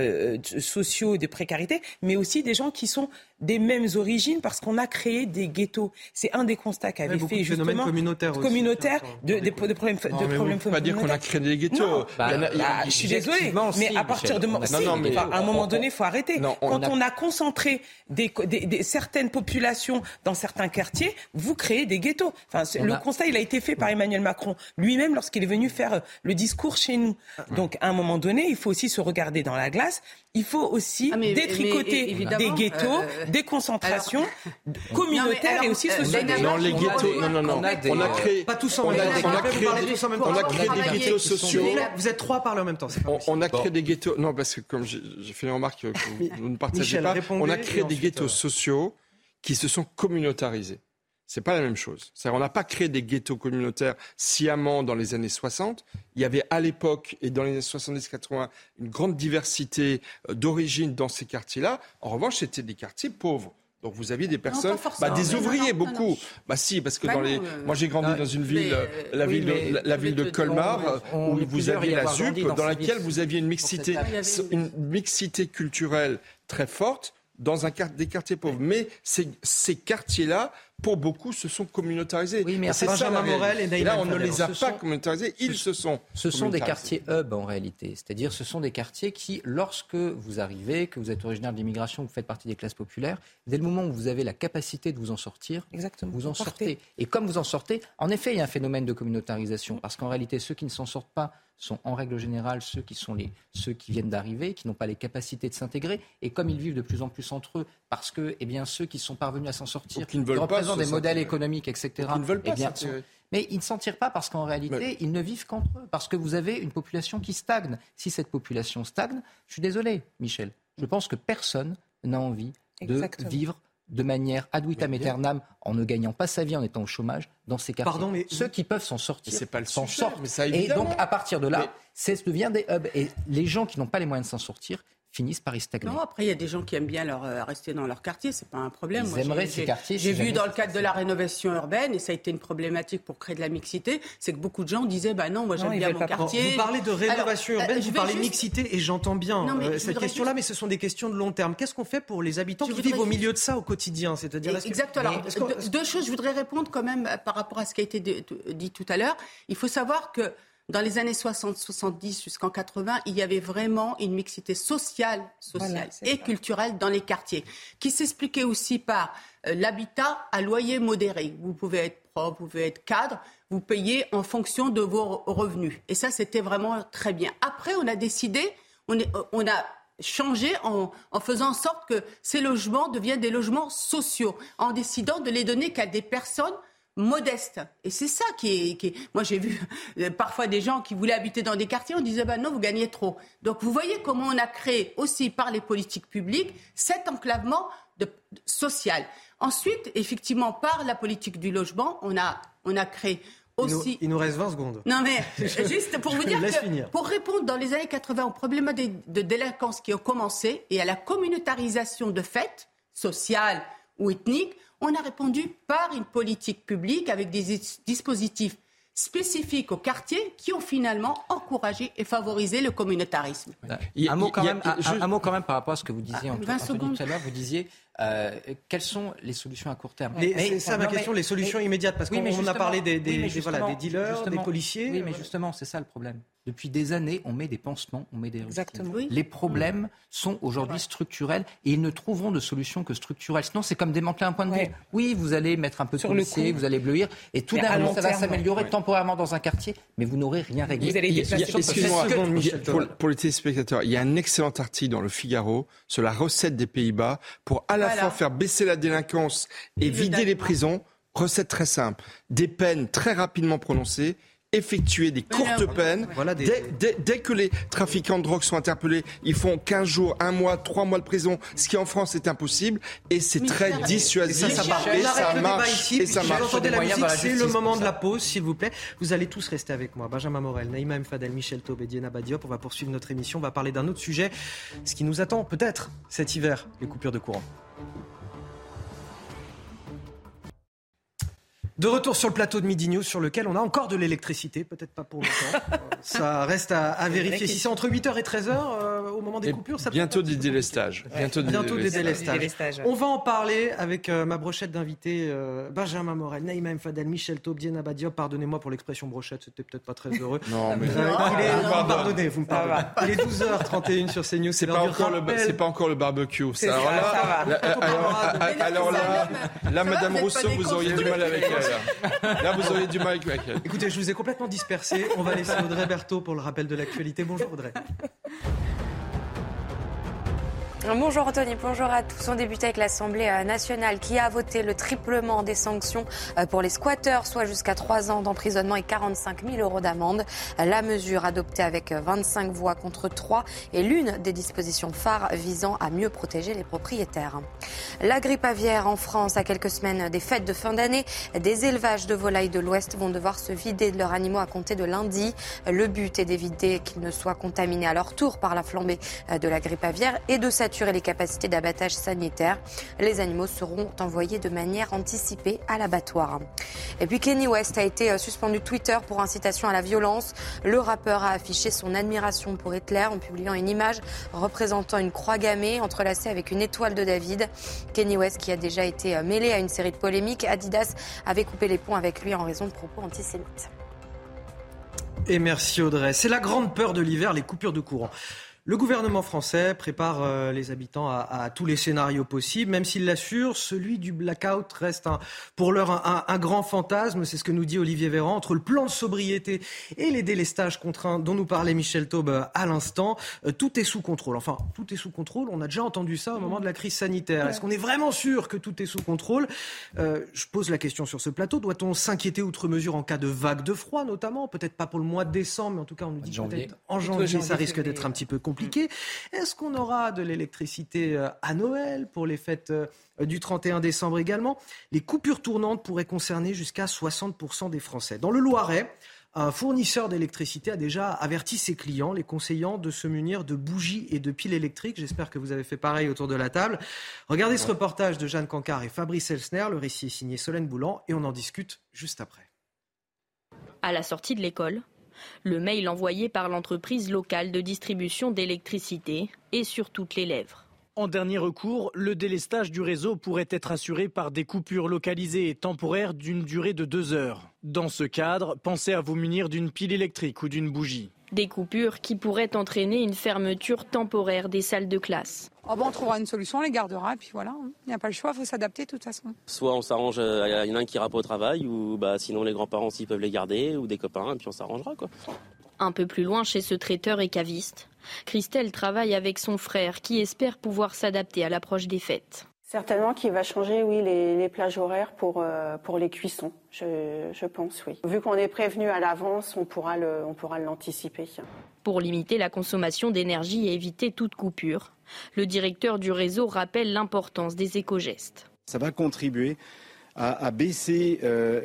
sociaux de précarité, mais aussi des gens qui sont des mêmes origines, parce qu'on a créé des ghettos. C'est un des constats qu'avait fait justement... phénomènes communautaires de problèmes communautaires. Pas dire qu'on a créé des ghettos. Je suis désolé, mais à partir de... à un moment donné, il faut arrêter. Quand on a concentré certaines populations dans certains quartiers, vous créez des ghettos. Le constat, il a été fait par Emmanuel Macron lui-même lorsqu'il est venu faire le discours chez nous. Donc, à un moment donné, il faut aussi se regarder dans la glace. Il faut aussi détricoter des ghettos, des concentrations communautaires et aussi sociales. Non, les ghettos, non. On a créé... Pas tous en même temps. On a créé des ghettos sociaux. Vous êtes trois à parler en même temps. On a créé des ghettos... Non, parce que comme j'ai fait une remarque que vous ne partagez pas, on a créé des ghettos sociaux qui se sont communautarisés. C'est pas la même chose. C'est-à-dire, on n'a pas créé des ghettos communautaires sciemment dans les années 60. Il y avait à l'époque et dans les années 70-80 une grande diversité d'origine dans ces quartiers-là. En revanche, c'était des quartiers pauvres. Donc vous aviez des personnes, des ouvriers beaucoup. Si, parce que moi j'ai grandi dans une ville, la ville de Colmar, où vous aviez la ZUP, dans laquelle vous aviez une mixité culturelle très forte dans des quartiers pauvres. Mais ces quartiers-là, pour beaucoup, se sont communautarisés. Oui, mais c'est Benjamin Morel et là, on ne les a pas communautarisés, ils se sont Ce sont des quartiers hub, en réalité. C'est-à-dire, ce sont des quartiers qui, lorsque vous arrivez, que vous êtes originaire de l'immigration, vous faites partie des classes populaires, dès le moment où vous avez la capacité de vous en sortir, vous en sortez. Et comme vous en sortez, en effet, il y a un phénomène de communautarisation. Parce qu'en réalité, ceux qui ne s'en sortent pas sont en règle générale ceux qui viennent d'arriver, qui n'ont pas les capacités de s'intégrer. Et comme ils vivent de plus en plus entre eux, parce que ceux qui sont parvenus à s'en sortir, qui représentent des modèles économiques, etc. Qui ne veulent pas s'intégrer. Mais ils ne s'en tirent pas parce qu'en réalité, ils ne vivent qu'entre eux. Parce que vous avez une population qui stagne. Si cette population stagne, je suis désolé, Michel, je pense que personne n'a envie de vivre de manière ad vitam aeternam en ne gagnant pas sa vie, en étant au chômage dans ces quartiers. Pardon, mais ceux qui peuvent s'en sortir s'en sortent. Mais ça, et donc, à partir de là, ça devient des hubs. Et les gens qui n'ont pas les moyens de s'en sortir finissent par y stagner. Non, après, il y a des gens qui aiment bien rester dans leur quartier, c'est pas un problème. Ils aimeraient ces quartiers. J'ai vu dans le cadre de la rénovation urbaine, et ça a été une problématique pour créer de la mixité, c'est que beaucoup de gens disaient, non, moi j'aime bien mon quartier. Vous parlez de rénovation urbaine, vous parlez de mixité, et j'entends bien cette question-là, mais ce sont des questions de long terme. Qu'est-ce qu'on fait pour les habitants qui vivent au milieu de ça au quotidien ? C'est-à-dire, exactement. Deux choses, je voudrais répondre quand même par rapport à ce qui a été dit tout à l'heure. Il faut savoir que dans les années 60, 70 jusqu'en 80, il y avait vraiment une mixité sociale et culturelle dans les quartiers, qui s'expliquait aussi par l'habitat à loyer modéré. Vous pouvez être propre, vous pouvez être cadre, vous payez en fonction de vos revenus. Et ça, c'était vraiment très bien. Après, on a décidé, on a changé en faisant en sorte que ces logements deviennent des logements sociaux, en décidant de les donner qu'à des personnes modeste. Et c'est ça qui est... Moi, j'ai vu parfois des gens qui voulaient habiter dans des quartiers, on disait, non, vous gagnez trop. Donc, vous voyez comment on a créé aussi par les politiques publiques cet enclavement social. Ensuite, effectivement, par la politique du logement, on a créé aussi... Il nous reste 20 secondes. Non, mais juste pour vous dire que pour répondre dans les années 80 au problème de délinquance qui ont commencé et à la communautarisation de faits sociales ou ethniques, on a répondu par une politique publique avec des dispositifs spécifiques au quartier qui ont finalement encouragé et favorisé le communautarisme. Un mot quand même par rapport à ce que vous disiez tout à l'heure. Vous disiez quelles sont les solutions à court terme. C'est ça ma question, les solutions immédiates, parce qu'on a parlé des dealers, des policiers. Oui, mais justement, c'est ça le problème. Depuis des années, on met des pansements, on met des Exactement. Oui. Les problèmes sont aujourd'hui structurels et ils ne trouveront de solution que structurelle. Sinon, c'est comme démanteler un point de vue. Oui, vous allez mettre un peu de policiers, vous allez bleuir et tout d'un coup, ça va s'améliorer temporairement dans un quartier, mais vous n'aurez rien réglé. Excusez-moi, pour les téléspectateurs, il y a un excellent article dans Le Figaro sur la recette des Pays-Bas pour à la fois faire baisser la délinquance et vider les prisons. Recette très simple. Des peines très rapidement prononcées, effectuer des courtes peines. Dès que les trafiquants de drogue sont interpellés, ils font 15 jours, 1 mois, 3 mois de prison, ce qui en France est impossible. Et c'est très dissuasif. Ça marche. J'entendais la musique, c'est le moment de la pause, s'il vous plaît. Vous allez tous rester avec moi. Benjamin Morel, Naïma M. Fadel, Michel Taube et Diana Badiop. On va poursuivre notre émission. On va parler d'un autre sujet. Ce qui nous attend peut-être cet hiver, les coupures de courant. De retour sur le plateau de Midi News, sur lequel on a encore de l'électricité, peut-être pas pour longtemps. Ça reste à vérifier. Si c'est entre 8h et 13h, au moment des coupures, ça peut bientôt des délestages. Bientôt des délestages. On va en parler avec ma brochette d'invités, Benjamin Morel, Naïma M. Fadel, Michel Taube, Diana Badiop. Pardonnez-moi pour l'expression brochette, c'était peut-être pas très heureux. Non, mais... vous me pardonnez. Il est 12h31 sur CNews. C'est pas encore le barbecue. Alors là, Madame Rousseau, vous auriez du mal avec elle. Là, vous auriez du mal avec elle. Écoutez, je vous ai complètement dispersé. On va laisser Audrey Berthaud pour le rappel de l'actualité. Bonjour Audrey. Bonjour Anthony, bonjour à tous. On débute avec l'Assemblée nationale qui a voté le triplement des sanctions pour les squatteurs, soit jusqu'à 3 ans d'emprisonnement et 45 000 € d'amende. La mesure adoptée avec 25 voix contre 3 est l'une des dispositions phares visant à mieux protéger les propriétaires. La grippe aviaire en France, à quelques semaines des fêtes de fin d'année, des élevages de volailles de l'Ouest vont devoir se vider de leurs animaux à compter de lundi. Le but est d'éviter qu'ils ne soient contaminés à leur tour par la flambée de la grippe aviaire et de saturer les capacités d'abattage sanitaire. Les animaux seront envoyés de manière anticipée à l'abattoir. Et puis Kanye West a été suspendu de Twitter pour incitation à la violence. Le rappeur a affiché son admiration pour Hitler en publiant une image représentant une croix gammée entrelacée avec une étoile de David. Kanye West, qui a déjà été mêlé à une série de polémiques, Adidas avait coupé les ponts avec lui en raison de propos antisémites. Et merci Audrey. C'est la grande peur de l'hiver, les coupures de courant. Le gouvernement français prépare les habitants à tous les scénarios possibles, même s'il l'assure, celui du blackout reste pour l'heure un grand fantasme. C'est ce que nous dit Olivier Véran. Entre le plan de sobriété et les délestages contraints dont nous parlait Michel Taube à l'instant, tout est sous contrôle. Enfin, tout est sous contrôle. On a déjà entendu ça au moment de la crise sanitaire. Est-ce qu'on est vraiment sûr que tout est sous contrôle ? Je pose la question sur ce plateau. Doit-on s'inquiéter outre mesure en cas de vague de froid, notamment ? Peut-être pas pour le mois de décembre, mais en tout cas, on nous dit peut-être en janvier, ça risque d'être un petit peu compliqué. Est-ce qu'on aura de l'électricité à Noël, pour les fêtes du 31 décembre également ? Les coupures tournantes pourraient concerner jusqu'à 60% des Français. Dans le Loiret, un fournisseur d'électricité a déjà averti ses clients, les conseillant de se munir de bougies et de piles électriques. J'espère que vous avez fait pareil autour de la table. Regardez ce reportage de Jeanne Cancard et Fabrice Elsner. Le récit est signé Solène Boulan et on en discute juste après. À la sortie de l'école, le mail envoyé par l'entreprise locale de distribution d'électricité est sur toutes les lèvres. En dernier recours, le délestage du réseau pourrait être assuré par des coupures localisées et temporaires d'une durée de 2 heures. Dans ce cadre, pensez à vous munir d'une pile électrique ou d'une bougie. Des coupures qui pourraient entraîner une fermeture temporaire des salles de classe. On trouvera une solution, on les gardera, et puis voilà, il n'y a pas le choix, il faut s'adapter de toute façon. Soit on s'arrange, il y en a un qui ira pas au travail, ou sinon les grands-parents s'ils peuvent les garder, ou des copains, et puis on s'arrangera quoi. Un peu plus loin, chez ce traiteur et caviste, Christelle travaille avec son frère qui espère pouvoir s'adapter à l'approche des fêtes. Certainement qu'il va changer, oui, les plages horaires pour les cuissons, je pense, oui. Vu qu'on est prévenu à l'avance, on pourra l'anticiper. Pour limiter la consommation d'énergie et éviter toute coupure, le directeur du réseau rappelle l'importance des éco-gestes. Ça va contribuer à baisser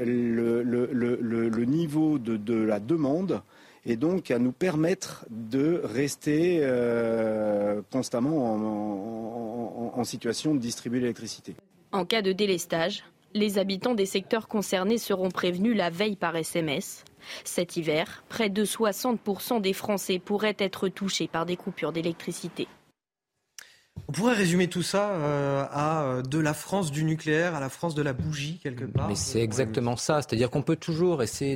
le niveau de la demande et donc à nous permettre de rester constamment en situation de distribuer l'électricité. En cas de délestage, les habitants des secteurs concernés seront prévenus la veille par SMS. Cet hiver, près de 60% des Français pourraient être touchés par des coupures d'électricité. On pourrait résumer tout ça à de la France du nucléaire, à la France de la bougie, quelque part. Mais c'est exactement ça. C'est-à-dire qu'on peut toujours essayer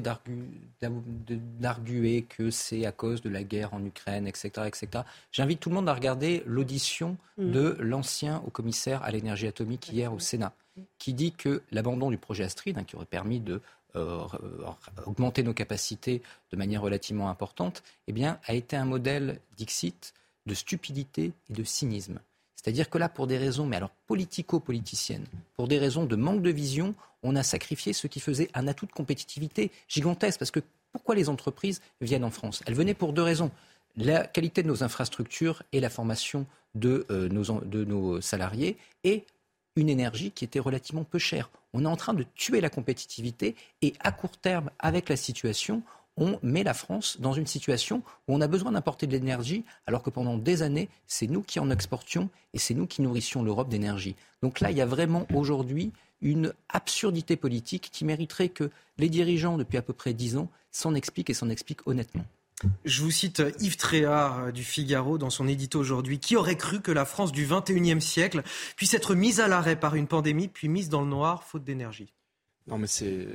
d'arguer que c'est à cause de la guerre en Ukraine, etc., etc. J'invite tout le monde à regarder l'audition de l'ancien haut-commissaire à l'énergie atomique hier au Sénat, qui dit que l'abandon du projet Astrid, qui aurait permis de augmenter nos capacités de manière relativement importante, a été un modèle, dixit, de stupidité et de cynisme. C'est-à-dire que là, pour des raisons, mais alors politico-politiciennes, pour des raisons de manque de vision, on a sacrifié ce qui faisait un atout de compétitivité gigantesque. Parce que pourquoi les entreprises viennent en France ? Elles venaient pour 2 raisons. La qualité de nos infrastructures et la formation de nos salariés et une énergie qui était relativement peu chère. On est en train de tuer la compétitivité et à court terme, avec la situation, on met la France dans une situation où on a besoin d'importer de l'énergie, alors que pendant des années, c'est nous qui en exportions et c'est nous qui nourrissions l'Europe d'énergie. Donc là, il y a vraiment aujourd'hui une absurdité politique qui mériterait que les dirigeants, depuis à peu près 10 ans, s'en expliquent et s'en expliquent honnêtement. Je vous cite Yves Tréhard du Figaro dans son édito aujourd'hui. Qui aurait cru que la France du XXIe siècle puisse être mise à l'arrêt par une pandémie, puis mise dans le noir, faute d'énergie ? Non, mais c'est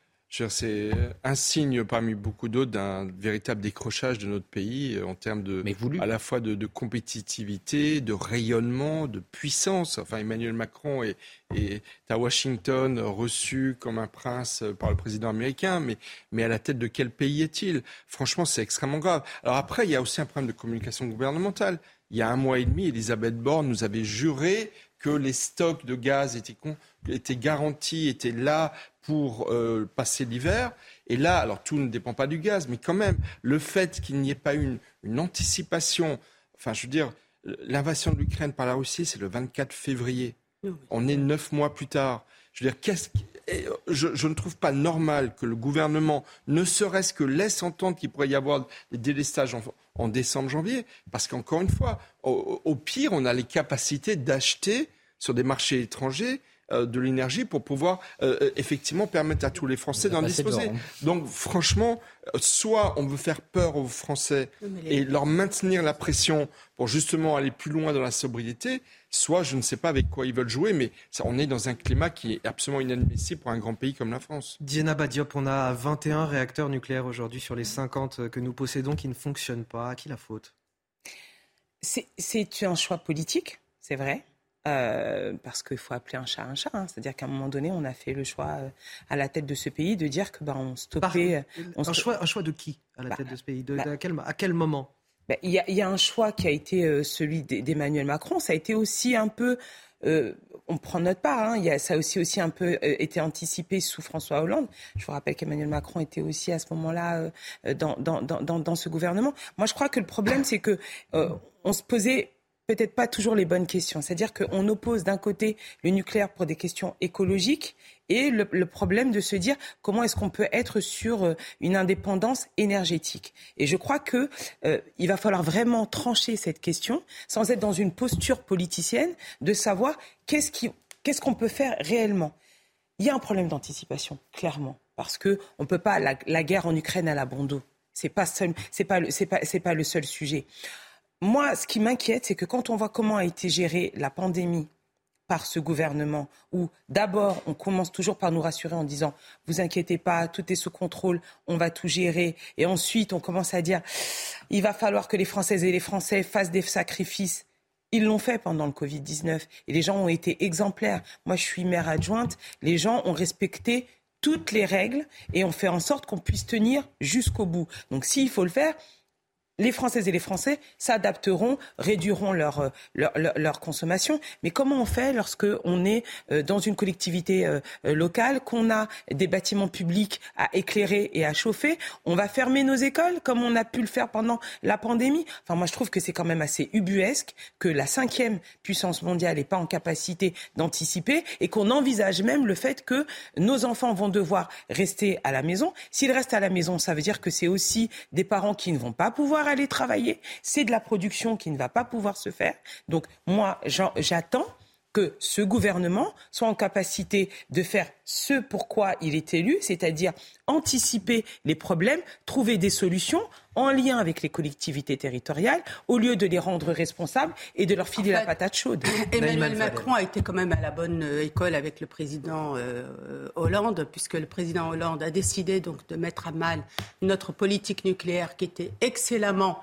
un signe parmi beaucoup d'autres d'un véritable décrochage de notre pays en termes à la fois de compétitivité, de rayonnement, de puissance. Enfin, Emmanuel Macron est à Washington reçu comme un prince par le président américain, mais à la tête de quel pays est-il ? Franchement, c'est extrêmement grave. Alors après, il y a aussi un problème de communication gouvernementale. Il y a 1 mois et demi, Elisabeth Borne nous avait juré que les stocks de gaz étaient garantis, étaient là pour passer l'hiver. Et là, alors tout ne dépend pas du gaz, mais quand même, le fait qu'il n'y ait pas eu une anticipation, enfin je veux dire, l'invasion de l'Ukraine par la Russie, c'est le 24 février. On est 9 mois plus tard. Je veux dire, je ne trouve pas normal que le gouvernement, ne serait-ce que laisse entendre qu'il pourrait y avoir des délestages en décembre, janvier, parce qu'encore une fois, au pire, on a les capacités d'acheter sur des marchés étrangers de l'énergie pour pouvoir effectivement permettre à tous les Français d'en disposer. Donc franchement, soit on veut faire peur aux Français et leur maintenir la pression pour justement aller plus loin dans la sobriété, soit je ne sais pas avec quoi ils veulent jouer, mais on est dans un climat qui est absolument inadmissible pour un grand pays comme la France. Diana Badiop, on a 21 réacteurs nucléaires aujourd'hui sur les 50 que nous possédons qui ne fonctionnent pas. À qui la faute ? C'est un choix politique, c'est vrai. Parce qu'il faut appeler un chat. C'est-à-dire qu'à un moment donné, on a fait le choix à la tête de ce pays de dire que on stoppait. Un choix de qui à la tête de ce pays à quel moment? Il y a un choix qui a été celui d'Emmanuel Macron. Ça a été aussi un peu. On prend notre part. Ça a aussi un peu été anticipé sous François Hollande. Je vous rappelle qu'Emmanuel Macron était aussi à ce moment-là dans ce gouvernement. Moi, je crois que le problème, c'est que on se posait peut-être pas toujours les bonnes questions. C'est-à-dire qu'on oppose d'un côté le nucléaire pour des questions écologiques et le problème de se dire comment est-ce qu'on peut être sur une indépendance énergétique. Et je crois que il va falloir vraiment trancher cette question sans être dans une posture politicienne de savoir qu'est-ce qu'on peut faire réellement. Il y a un problème d'anticipation, clairement, parce que on peut pas la guerre en Ukraine à la Bondo. C'est pas le seul sujet. Moi, ce qui m'inquiète, c'est que quand on voit comment a été gérée la pandémie par ce gouvernement, où d'abord, on commence toujours par nous rassurer en disant « vous inquiétez pas, tout est sous contrôle, on va tout gérer ». Et ensuite, on commence à dire « il va falloir que les Françaises et les Français fassent des sacrifices ». Ils l'ont fait pendant le Covid-19 et les gens ont été exemplaires. Moi, je suis maire adjointe, les gens ont respecté toutes les règles et ont fait en sorte qu'on puisse tenir jusqu'au bout. Donc, s'il faut le faire, les Françaises et les Français s'adapteront, réduiront leur consommation. Mais comment on fait lorsque on est dans une collectivité locale, qu'on a des bâtiments publics à éclairer et à chauffer? On va fermer nos écoles comme on a pu le faire pendant la pandémie. Enfin, moi, je trouve que c'est quand même assez ubuesque que la 5e puissance mondiale n'est pas en capacité d'anticiper et qu'on envisage même le fait que nos enfants vont devoir rester à la maison. S'ils restent à la maison, ça veut dire que c'est aussi des parents qui ne vont pas pouvoir aller travailler, c'est de la production qui ne va pas pouvoir se faire. Donc moi, j'attends que ce gouvernement soit en capacité de faire ce pourquoi il est élu, c'est-à-dire anticiper les problèmes, trouver des solutions en lien avec les collectivités territoriales, au lieu de les rendre responsables et de leur filer la patate chaude. Emmanuel Macron a été quand même à la bonne école avec le président Hollande, puisque le président Hollande a décidé donc de mettre à mal notre politique nucléaire qui était excellemment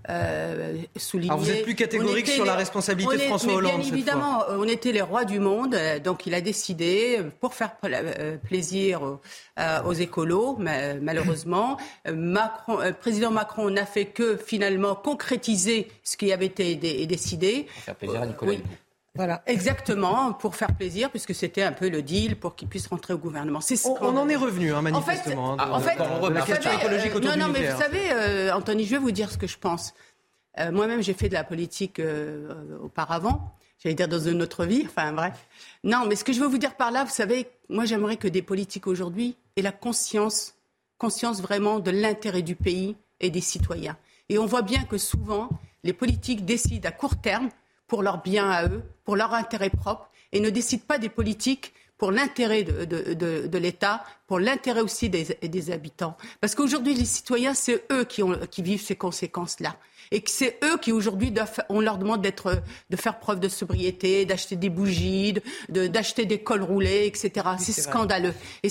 soulignée. Alors vous êtes plus catégorique sur la responsabilité de François Hollande. Bien évidemment, on était les rois du monde, donc il a décidé, pour faire plaisir aux écolos, malheureusement, président Macron n'a fait que finalement concrétiser ce qui avait été décidé. Pour faire plaisir à Nicolas Hulot. Voilà, exactement, pour faire plaisir, puisque c'était un peu le deal pour qu'il puisse rentrer au gouvernement. On en est revenu, manifestement. En fait, la question écologique autour du nucléaire. Vous savez, Anthony, je vais vous dire ce que je pense. Moi-même, j'ai fait de la politique auparavant. J'allais dire dans une autre vie, enfin bref. Non, mais ce que je veux vous dire par là, vous savez, moi j'aimerais que des politiques aujourd'hui aient la conscience vraiment de l'intérêt du pays et des citoyens. Et on voit bien que souvent, les politiques décident à court terme pour leur bien à eux, pour leur intérêt propre, et ne décident pas des politiques pour l'intérêt de l'État, pour l'intérêt aussi des habitants. Parce qu'aujourd'hui, les citoyens, c'est eux qui vivent ces conséquences-là. Et que c'est eux qui, aujourd'hui, on leur demande de faire preuve de sobriété, d'acheter des bougies, d'acheter des cols roulés, etc. Oui, c'est scandaleux.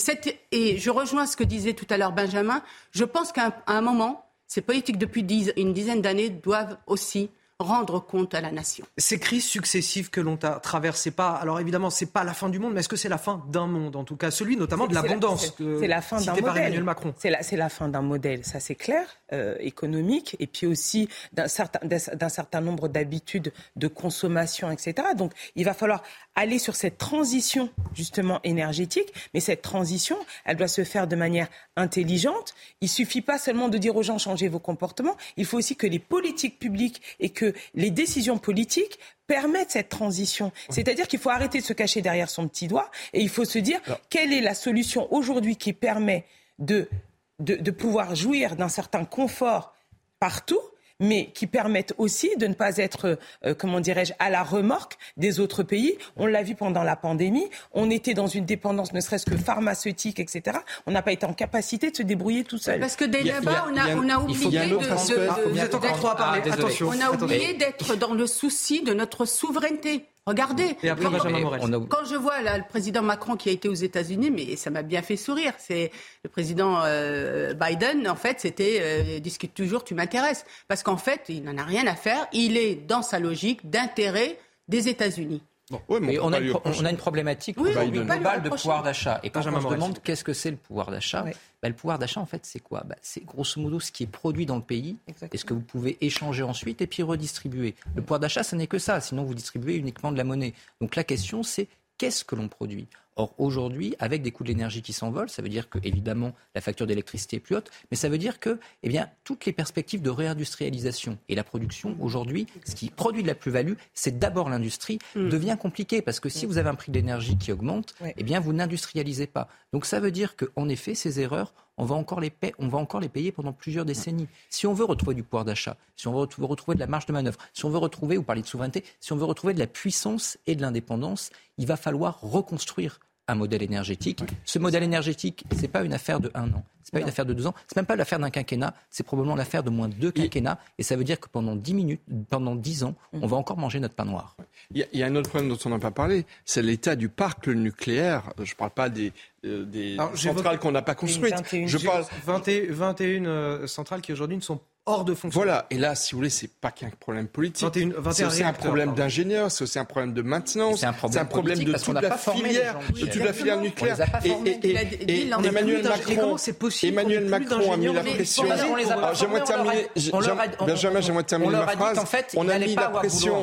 Et je rejoins ce que disait tout à l'heure Benjamin. Je pense qu'à un moment, ces politiques, depuis une dizaine d'années, doivent aussi rendre compte à la nation. Ces crises successives que l'on a traversées, alors évidemment, c'est pas la fin du monde, mais est-ce que c'est la fin d'un monde, en tout cas, celui notamment de l'abondance c'est la fin d'un modèle. Par Emmanuel Macron. C'est la fin d'un modèle, ça c'est clair, économique, et puis aussi d'un certain nombre d'habitudes de consommation, etc. Donc, il va falloir aller sur cette transition, justement, énergétique, mais cette transition, elle doit se faire de manière intelligente. Il suffit pas seulement de dire aux gens, changez vos comportements, il faut aussi que les politiques publiques et que les décisions politiques permettent cette transition. C'est-à-dire qu'il faut arrêter de se cacher derrière son petit doigt et il faut se dire quelle est la solution aujourd'hui qui permet de pouvoir jouir d'un certain confort partout, mais qui permettent aussi de ne pas être, à la remorque des autres pays. On l'a vu pendant la pandémie, on était dans une dépendance ne serait-ce que pharmaceutique, etc. On n'a pas été en capacité de se débrouiller tout seul. Parce que dès là-bas, on a oublié Vous êtes encore trop à parler, attention. On a oublié d'être dans le souci de notre souveraineté. Regardez, Et après, Benjamin Morel. Quand je vois là, le président Macron qui a été aux États-Unis, mais ça m'a bien fait sourire. C'est le président Biden, en fait, c'était discute toujours, tu m'intéresses. Parce qu'en fait, il n'en a rien à faire. Il est dans sa logique d'intérêt des États-Unis. Bon. Oui, mais on a une problématique globale de pouvoir d'achat. Et quand on se demande qu'est-ce que c'est le pouvoir d'achat, le pouvoir d'achat, en fait, c'est quoi ? C'est grosso modo ce qui est produit dans le pays et ce que vous pouvez échanger ensuite et puis redistribuer. Le pouvoir d'achat, ce n'est que ça. Sinon, vous distribuez uniquement de la monnaie. Donc la question, c'est qu'est-ce que l'on produit ? Or, aujourd'hui, avec des coûts de l'énergie qui s'envolent, ça veut dire que, évidemment, la facture d'électricité est plus haute, mais ça veut dire que, toutes les perspectives de réindustrialisation et la production, aujourd'hui, ce qui produit de la plus-value, c'est d'abord l'industrie, devient compliqué, parce que si vous avez un prix de l'énergie qui augmente, vous n'industrialisez pas. Donc, ça veut dire qu'en effet, ces erreurs, on va encore les payer pendant plusieurs décennies. Si on veut retrouver du pouvoir d'achat, si on veut retrouver de la marge de manœuvre, si on veut retrouver, vous parlez de souveraineté, si on veut retrouver de la puissance et de l'indépendance, il va falloir reconstruire un modèle énergétique. Ce modèle énergétique, c'est pas une affaire de 1 an, c'est pas une affaire de 2 ans, c'est même pas l'affaire d'un quinquennat, c'est probablement l'affaire de moins de 2 quinquennats, et ça veut dire que pendant 10 ans, on va encore manger notre pain noir. Il y a un autre problème dont on n'a pas parlé, c'est l'état du parc nucléaire. Je ne parle pas des centrales qu'on n'a pas construites. 21 centrales qui aujourd'hui ne sont hors de fonction. Voilà, et là, si vous voulez, c'est pas qu'un problème politique. C'est aussi un problème d'ingénieurs, c'est aussi un problème de maintenance, c'est un problème de toute la filière, nucléaire. Et Emmanuel Macron a mis la pression. J'aimerais terminer ma phrase. On a mis la pression.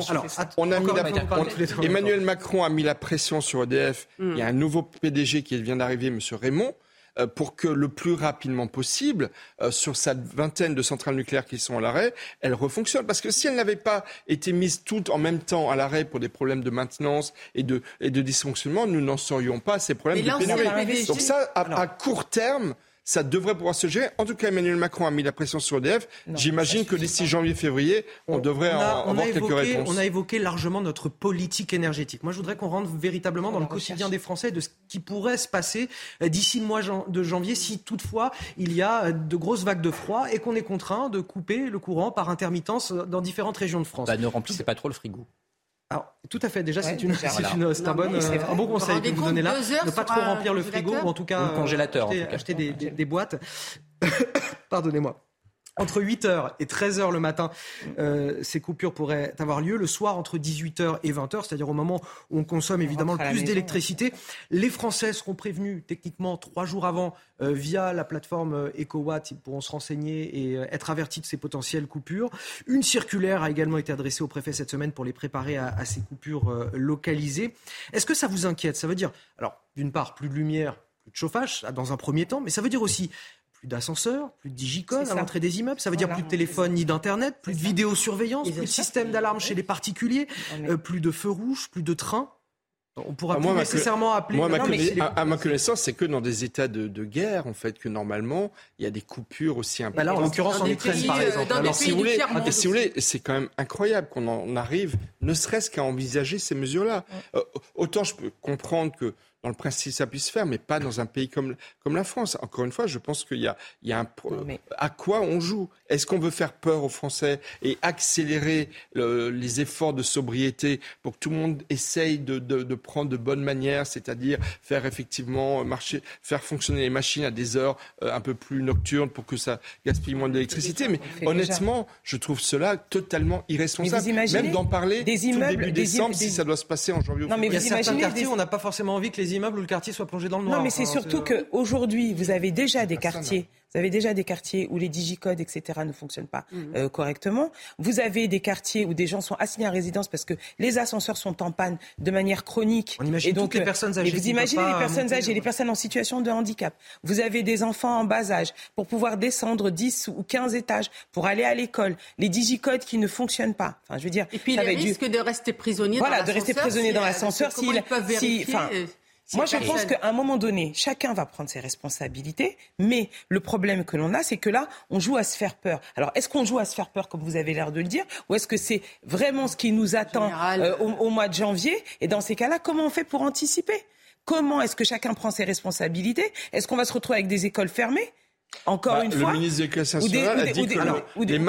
Emmanuel Macron a mis la pression sur EDF. Il y a un nouveau PDG qui vient d'arriver, M. Raymond, pour que le plus rapidement possible, sur cette vingtaine de centrales nucléaires qui sont à l'arrêt, elles refonctionnent. Parce que si elles n'avaient pas été mises toutes en même temps à l'arrêt pour des problèmes de maintenance et de dysfonctionnement, nous n'en serions pas à ces problèmes de pénurie. Donc ça, à court terme, ça devrait pouvoir se gérer. En tout cas, Emmanuel Macron a mis la pression sur EDF. J'imagine que d'ici janvier-février, on devrait avoir quelques réponses. On a évoqué largement notre politique énergétique. Moi, je voudrais qu'on rentre véritablement dans le quotidien des Français, de ce qui pourrait se passer d'ici le mois de janvier, si toutefois il y a de grosses vagues de froid et qu'on est contraint de couper le courant par intermittence dans différentes régions de France. Ne remplissez pas trop le frigo. Alors, tout à fait. Déjà, c'est un bon conseil que vous donnez là. Ne pas trop remplir le frigo, ou en tout cas, le congélateur, acheter des boîtes. Pardonnez-moi. Entre 8h et 13h le matin, ces coupures pourraient avoir lieu. Le soir, entre 18h et 20h, c'est-à-dire au moment où on consomme évidemment le plus d'électricité. Les Français seront prévenus techniquement 3 jours avant via la plateforme EcoWatt. Ils pourront se renseigner et être avertis de ces potentielles coupures. Une circulaire a également été adressée au préfet cette semaine pour les préparer à ces coupures localisées. Est-ce que ça vous inquiète ? Ça veut dire, alors, d'une part, plus de lumière, plus de chauffage, dans un premier temps, mais ça veut dire aussi plus d'ascenseurs, plus de digicodes à l'entrée des immeubles. Ça veut dire plus de téléphone ni d'internet, plus de vidéosurveillance, plus de système d'alarme chez les particuliers, plus de feux rouges, plus de trains. On pourra plus nécessairement appeler... à ma connaissance, c'est que dans des états de guerre, en fait, que normalement, il y a des coupures aussi importantes. Là, en l'occurrence, en Ukraine, par exemple. Alors, si vous voulez, c'est quand même incroyable qu'on en arrive, ne serait-ce qu'à envisager ces mesures-là. Autant je peux comprendre que dans le principe, ça puisse se faire, mais pas dans un pays comme la France. Encore une fois, je pense qu'il y a à quoi on joue. Est-ce qu'on veut faire peur aux Français et accélérer les efforts de sobriété pour que tout le monde essaye de prendre de bonnes manières, c'est-à-dire faire effectivement faire fonctionner les machines à des heures un peu plus nocturnes pour que ça gaspille moins d'électricité. Mais honnêtement, je trouve cela totalement irresponsable. Même d'en parler tout début décembre, si ça doit se passer en janvier ou février. Il y a certains quartiers où on n'a pas forcément envie que les immeubles ou le quartier soit plongé dans le noir. Non, mais c'est surtout qu'aujourd'hui, vous avez déjà des quartiers. Vous avez déjà des quartiers où les digicodes, etc., ne fonctionnent pas correctement. Vous avez des quartiers où des gens sont assignés à résidence parce que les ascenseurs sont en panne de manière chronique. On imagine toutes les personnes âgées. Et vous imaginez les personnes âgées, les personnes en situation de handicap. Vous avez des enfants en bas âge pour pouvoir descendre 10 ou 15 étages pour aller à l'école. Les digicodes qui ne fonctionnent pas. Enfin, je veux dire. Et puis les risques de rester prisonnier dans l'ascenseur. Voilà, de rester prisonnier dans l'ascenseur moi, je pense qu'à un moment donné, chacun va prendre ses responsabilités, mais le problème que l'on a, c'est que là, on joue à se faire peur. Alors, est-ce qu'on joue à se faire peur, comme vous avez l'air de le dire, ou est-ce que c'est vraiment ce qui nous attend au mois de janvier ? Et dans ces cas-là, comment on fait pour anticiper ? Comment est-ce que chacun prend ses responsabilités ? Est-ce qu'on va se retrouver avec des écoles fermées ? Encore une fois. Le ministre de l'Éducation nationale a dit que les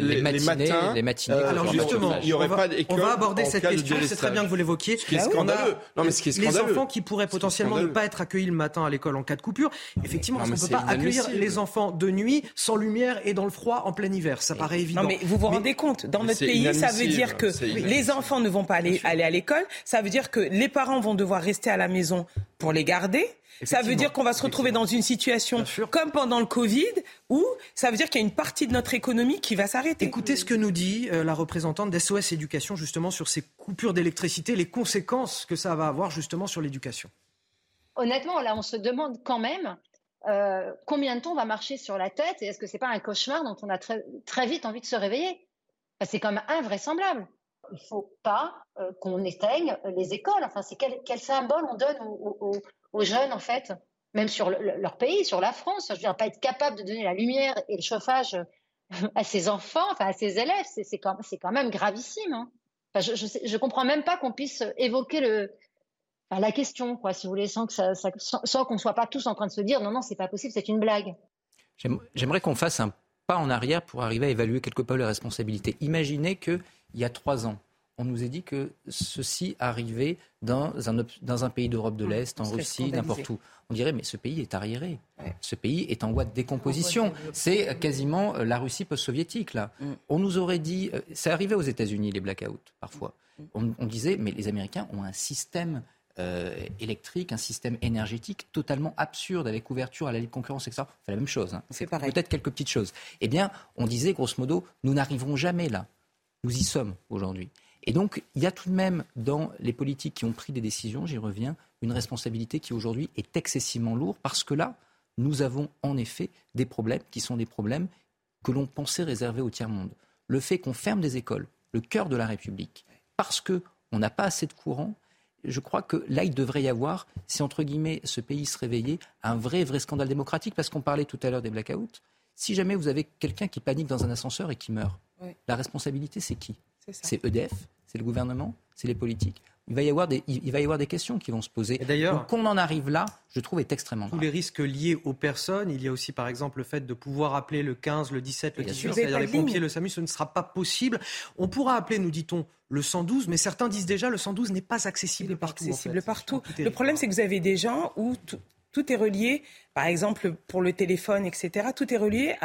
matinées. Alors justement, il n'y aurait pas d'école. On va aborder cette question. C'est très bien que vous l'évoquiez. Ce qui est scandaleux. Non, mais ce qui est scandaleux. Les enfants qui pourraient potentiellement ne pas être accueillis le matin à l'école en cas de coupure. Effectivement, parce qu'on ne peut pas accueillir les enfants de nuit, sans lumière et dans le froid en plein hiver. Ça paraît évident. Non, mais vous vous rendez compte, dans notre pays, ça veut dire que les enfants ne vont pas aller à l'école. Ça veut dire que les parents vont devoir rester à la maison pour les garder. Ça veut dire qu'on va se retrouver dans une situation comme pendant le Covid, où ça veut dire qu'il y a une partie de notre économie qui va s'arrêter. Écoutez ce que nous dit la représentante d'SOS Éducation justement sur ces coupures d'électricité, les conséquences que ça va avoir justement sur l'éducation. Honnêtement, là, on se demande quand même combien de temps on va marcher sur la tête et est-ce que c'est pas un cauchemar dont on a très, très vite envie de se réveiller ? C'est quand même invraisemblable. Il ne faut pas qu'on éteigne les écoles. Enfin, c'est quel symbole on donne aux jeunes, en fait, même sur leur pays, sur la France. Je veux dire, pas être capable de donner la lumière et le chauffage à ses enfants, enfin à ses élèves, c'est quand même gravissime. Hein. Enfin, je comprends même pas qu'on puisse évoquer la question, quoi, si vous voulez, sans qu'on ne soit pas tous en train de se dire non, c'est pas possible, c'est une blague. J'aimerais qu'on fasse un pas en arrière pour arriver à évaluer quelque peu les responsabilités. Imaginez qu'il y a 3 ans, on nous a dit que ceci arrivait dans un pays d'Europe de l'Est, en Russie, n'importe où. On dirait, mais ce pays est arriéré. Ouais. Ce pays est en voie de décomposition. C'est quasiment la Russie post-soviétique, là. On nous aurait dit... C'est arrivé aux États-Unis, les blackouts, parfois. On disait, mais les Américains ont un système électrique, un système énergétique totalement absurde, avec ouverture à la libre concurrence, etc. On fait la même chose. Hein. C'est pareil. Peut-être quelques petites choses. Eh bien, on disait, grosso modo, nous n'arriverons jamais là. Nous y sommes aujourd'hui. Et donc, il y a tout de même, dans les politiques qui ont pris des décisions, j'y reviens, une responsabilité qui aujourd'hui est excessivement lourde, parce que là, nous avons en effet des problèmes qui sont des problèmes que l'on pensait réservés au tiers-monde. Le fait qu'on ferme des écoles, le cœur de la République, parce qu'on n'a pas assez de courant, je crois que là, il devrait y avoir, si entre guillemets ce pays se réveillait, un vrai scandale démocratique, parce qu'on parlait tout à l'heure des blackouts. Si jamais vous avez quelqu'un qui panique dans un ascenseur et qui meurt, la responsabilité, c'est qui ? C'est EDF, c'est le gouvernement, c'est les politiques. Il va y avoir des questions qui vont se poser. Et d'ailleurs, donc qu'on en arrive là, je trouve, est extrêmement grave. Tous les risques liés aux personnes, il y a aussi par exemple le fait de pouvoir appeler le 15, le 17, le 18, c'est-à-dire les pompiers, le SAMU, ce ne sera pas possible. On pourra appeler, nous dit-on, le 112, mais certains disent déjà le 112 n'est pas accessible partout. Le problème, c'est que vous avez des gens où tout est relié, par exemple pour le téléphone, etc., tout est relié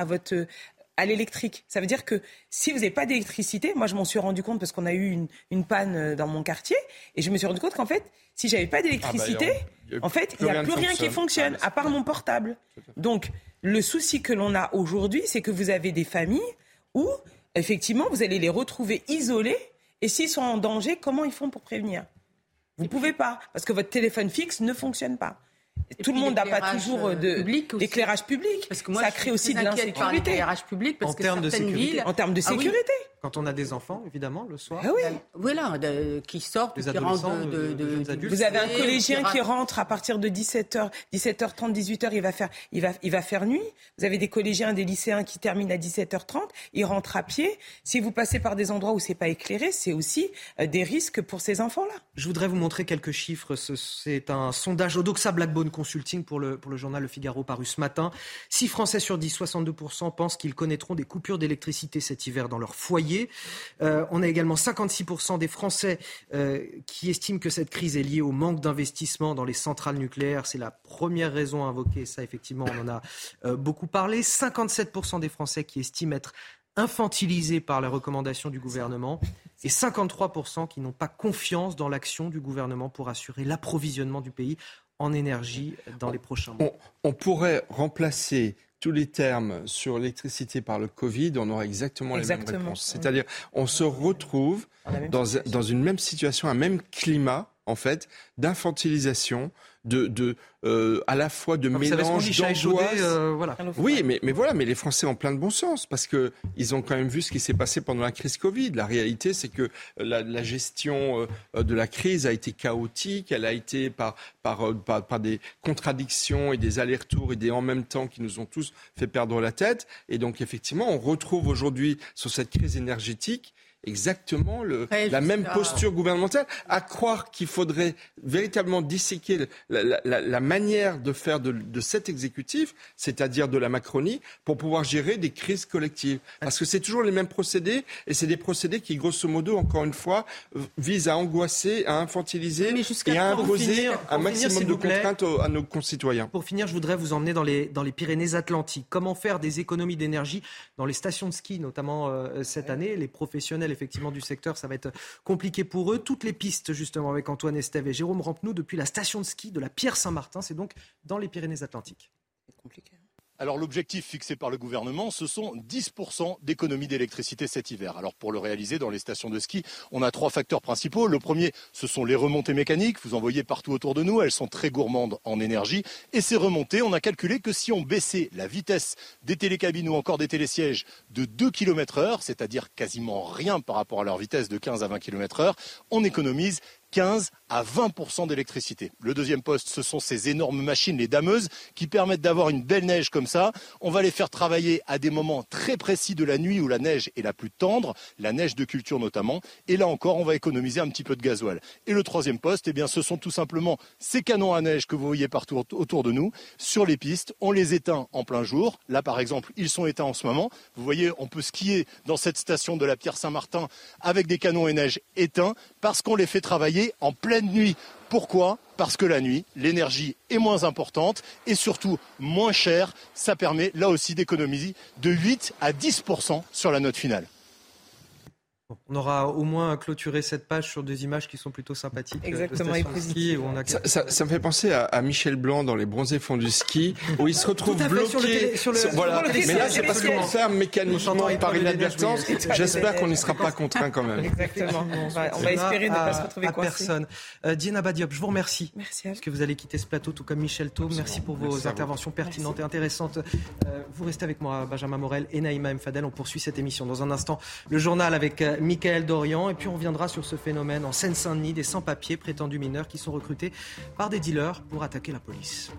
à l'électrique. Ça veut dire que si vous n'avez pas d'électricité, moi je m'en suis rendu compte parce qu'on a eu une panne dans mon quartier, et je me suis rendu compte qu'en fait, si j'avais pas d'électricité, en fait, il n'y a plus rien qui fonctionne, à part mon portable. Donc, le souci que l'on a aujourd'hui, c'est que vous avez des familles où, effectivement, vous allez les retrouver isolés, et s'ils sont en danger, comment ils font pour prévenir ? Vous ne pouvez pas, parce que votre téléphone fixe ne fonctionne pas. Tout le monde n'a pas toujours d'éclairage public. Parce que moi, ça crée aussi de l'insécurité. L'éclairage public, parce que certaines villes... En termes de sécurité. Quand on a des enfants, évidemment, le soir. Ah oui. Voilà, qui sortent, des qui adolescents, rentrent de adultes. Vous avez un collégien qui rentre à partir de 17h30, 18h, il va faire nuit. Vous avez des collégiens, des lycéens qui terminent à 17h30, ils rentrent à pied. Si vous passez par des endroits où c'est pas éclairé, c'est aussi des risques pour ces enfants-là. Je voudrais vous montrer quelques chiffres. C'est un sondage Odoxa Blackbone Consulting pour le journal Le Figaro paru ce matin. 6 Français sur 10, 62% pensent qu'ils connaîtront des coupures d'électricité cet hiver dans leur foyer. On a également 56% des Français qui estiment que cette crise est liée au manque d'investissement dans les centrales nucléaires. C'est la première raison invoquée. Ça, effectivement, on en a beaucoup parlé. 57% des Français qui estiment être infantilisés par les recommandations du gouvernement et 53% qui n'ont pas confiance dans l'action du gouvernement pour assurer l'approvisionnement du pays en énergie dans les prochains mois. On pourrait remplacer tous les termes sur l'électricité par le Covid, on aura exactement les mêmes réponses. C'est-à-dire, on se retrouve dans une même situation, un même climat, en fait, d'infantilisation, à la fois de mélange d'angoisse. Voilà. Oui, mais les Français ont plein de bon sens, parce que ils ont quand même vu ce qui s'est passé pendant la crise Covid. La réalité, c'est que la gestion de la crise a été chaotique, elle a été par des contradictions et des allers-retours et des en même temps qui nous ont tous fait perdre la tête. Et donc, effectivement, on retrouve aujourd'hui sur cette crise énergétique exactement la même posture gouvernementale, à croire qu'il faudrait véritablement disséquer la manière de faire de cet exécutif, c'est-à-dire de la Macronie, pour pouvoir gérer des crises collectives. Parce que c'est toujours les mêmes procédés, et c'est des procédés qui, grosso modo, encore une fois, visent à angoisser, à infantiliser et à imposer un maximum de contraintes à nos concitoyens. Pour finir, je voudrais vous emmener dans les Pyrénées-Atlantiques. Comment faire des économies d'énergie dans les stations de ski, notamment cette année. Les professionnels effectivement du secteur, ça va être compliqué pour eux. Toutes les pistes justement avec Antoine Estève et Jérôme Rampenou depuis la station de ski de la Pierre-Saint-Martin. C'est donc dans les Pyrénées-Atlantiques. C'est compliqué. Alors l'objectif fixé par le gouvernement, ce sont 10% d'économie d'électricité cet hiver. Alors pour le réaliser dans les stations de ski, on a 3 facteurs principaux. Le premier, ce sont les remontées mécaniques. Vous en voyez partout autour de nous, elles sont très gourmandes en énergie. Et ces remontées, on a calculé que si on baissait la vitesse des télécabines ou encore des télésièges de 2 km/h, c'est-à-dire quasiment rien par rapport à leur vitesse de 15 à 20 km/h, on économise 15 à 20% d'électricité. Le deuxième poste, ce sont ces énormes machines, les dameuses, qui permettent d'avoir une belle neige comme ça. On va les faire travailler à des moments très précis de la nuit où la neige est la plus tendre, la neige de culture notamment. Et là encore, on va économiser un petit peu de gasoil. Et le troisième poste, eh bien, ce sont tout simplement ces canons à neige que vous voyez partout autour de nous. Sur les pistes, on les éteint en plein jour. Là, par exemple, ils sont éteints en ce moment. Vous voyez, on peut skier dans cette station de la Pierre-Saint-Martin avec des canons à neige éteints parce qu'on les fait travailler en pleine nuit. Pourquoi ? Parce que la nuit, l'énergie est moins importante et surtout moins chère. Ça permet là aussi d'économiser de 8 à 10% sur la note finale. On aura au moins clôturé cette page sur des images qui sont plutôt sympathiques. Exactement, et positives. Ça me fait penser à Michel Blanc dans Les Bronzés fonds du ski, où il se retrouve bloqué. Voilà. Mais là, c'est parce qu'on ferme mécaniquement par inadvertance. J'espère qu'on n'y sera pas contraint quand même. Exactement. On va espérer ne pas se retrouver coincé. Personne. Diana Badiop, je vous remercie. Merci. Parce que vous allez quitter ce plateau, tout comme Michel Taube. Merci pour vos interventions pertinentes et intéressantes. Vous restez avec moi, Benjamin Morel et Naïma M. Fadel. On poursuit cette émission. Dans un instant, le journal avec Mickaël Dorian, et puis on reviendra sur ce phénomène en Seine-Saint-Denis des sans-papiers prétendus mineurs qui sont recrutés par des dealers pour attaquer la police.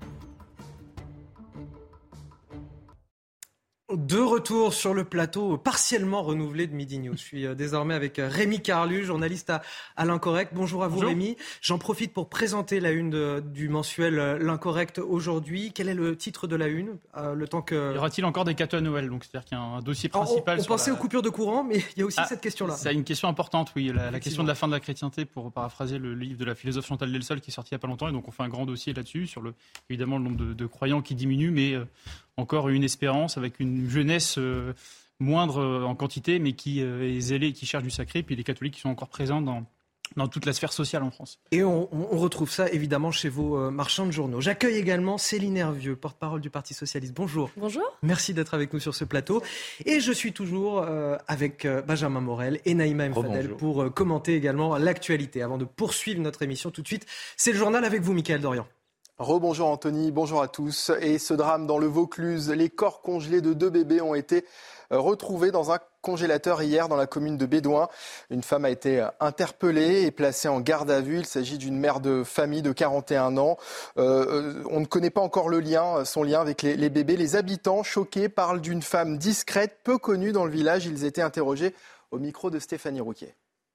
De retour sur le plateau partiellement renouvelé de Midi News. Je suis désormais avec Rémi Carlu, journaliste à L'Incorrect. Bonjour à vous. Bonjour. Rémi. J'en profite pour présenter la une du mensuel L'Incorrect aujourd'hui. Quel est le titre de la une le temps que... Y aura-t-il encore des cadeaux à Noël ? Donc, c'est-à-dire qu'il y a un dossier principal. On pensait aux coupures de courant, mais il y a aussi cette question-là. C'est une question importante, oui. La question de la fin de la chrétienté, pour paraphraser le livre de la philosophe Chantal Delsol qui est sorti il n'y a pas longtemps. Et donc on fait un grand dossier là-dessus, sur évidemment le nombre de croyants qui diminue, mais encore une espérance avec une jeunesse moindre en quantité, mais qui est zélée et qui cherche du sacré. Puis les catholiques qui sont encore présents dans toute la sphère sociale en France. Et on retrouve ça évidemment chez vos marchands de journaux. J'accueille également Céline Hervieux, porte-parole du Parti Socialiste. Bonjour. Bonjour. Merci d'être avec nous sur ce plateau. Et je suis toujours avec Benjamin Morel et Naïma M. Fadel pour commenter également l'actualité. Avant de poursuivre notre émission tout de suite, c'est le journal avec vous, Mickaël Dorian. Rebonjour Anthony, bonjour à tous. Et ce drame dans le Vaucluse, les corps congelés de 2 bébés ont été retrouvés dans un congélateur hier dans la commune de Bédouin. Une femme a été interpellée et placée en garde à vue. Il s'agit d'une mère de famille de 41 ans. On ne connaît pas encore son lien avec les bébés. Les habitants choqués parlent d'une femme discrète, peu connue dans le village. Ils étaient interrogés au micro de Stéphanie Rouquier.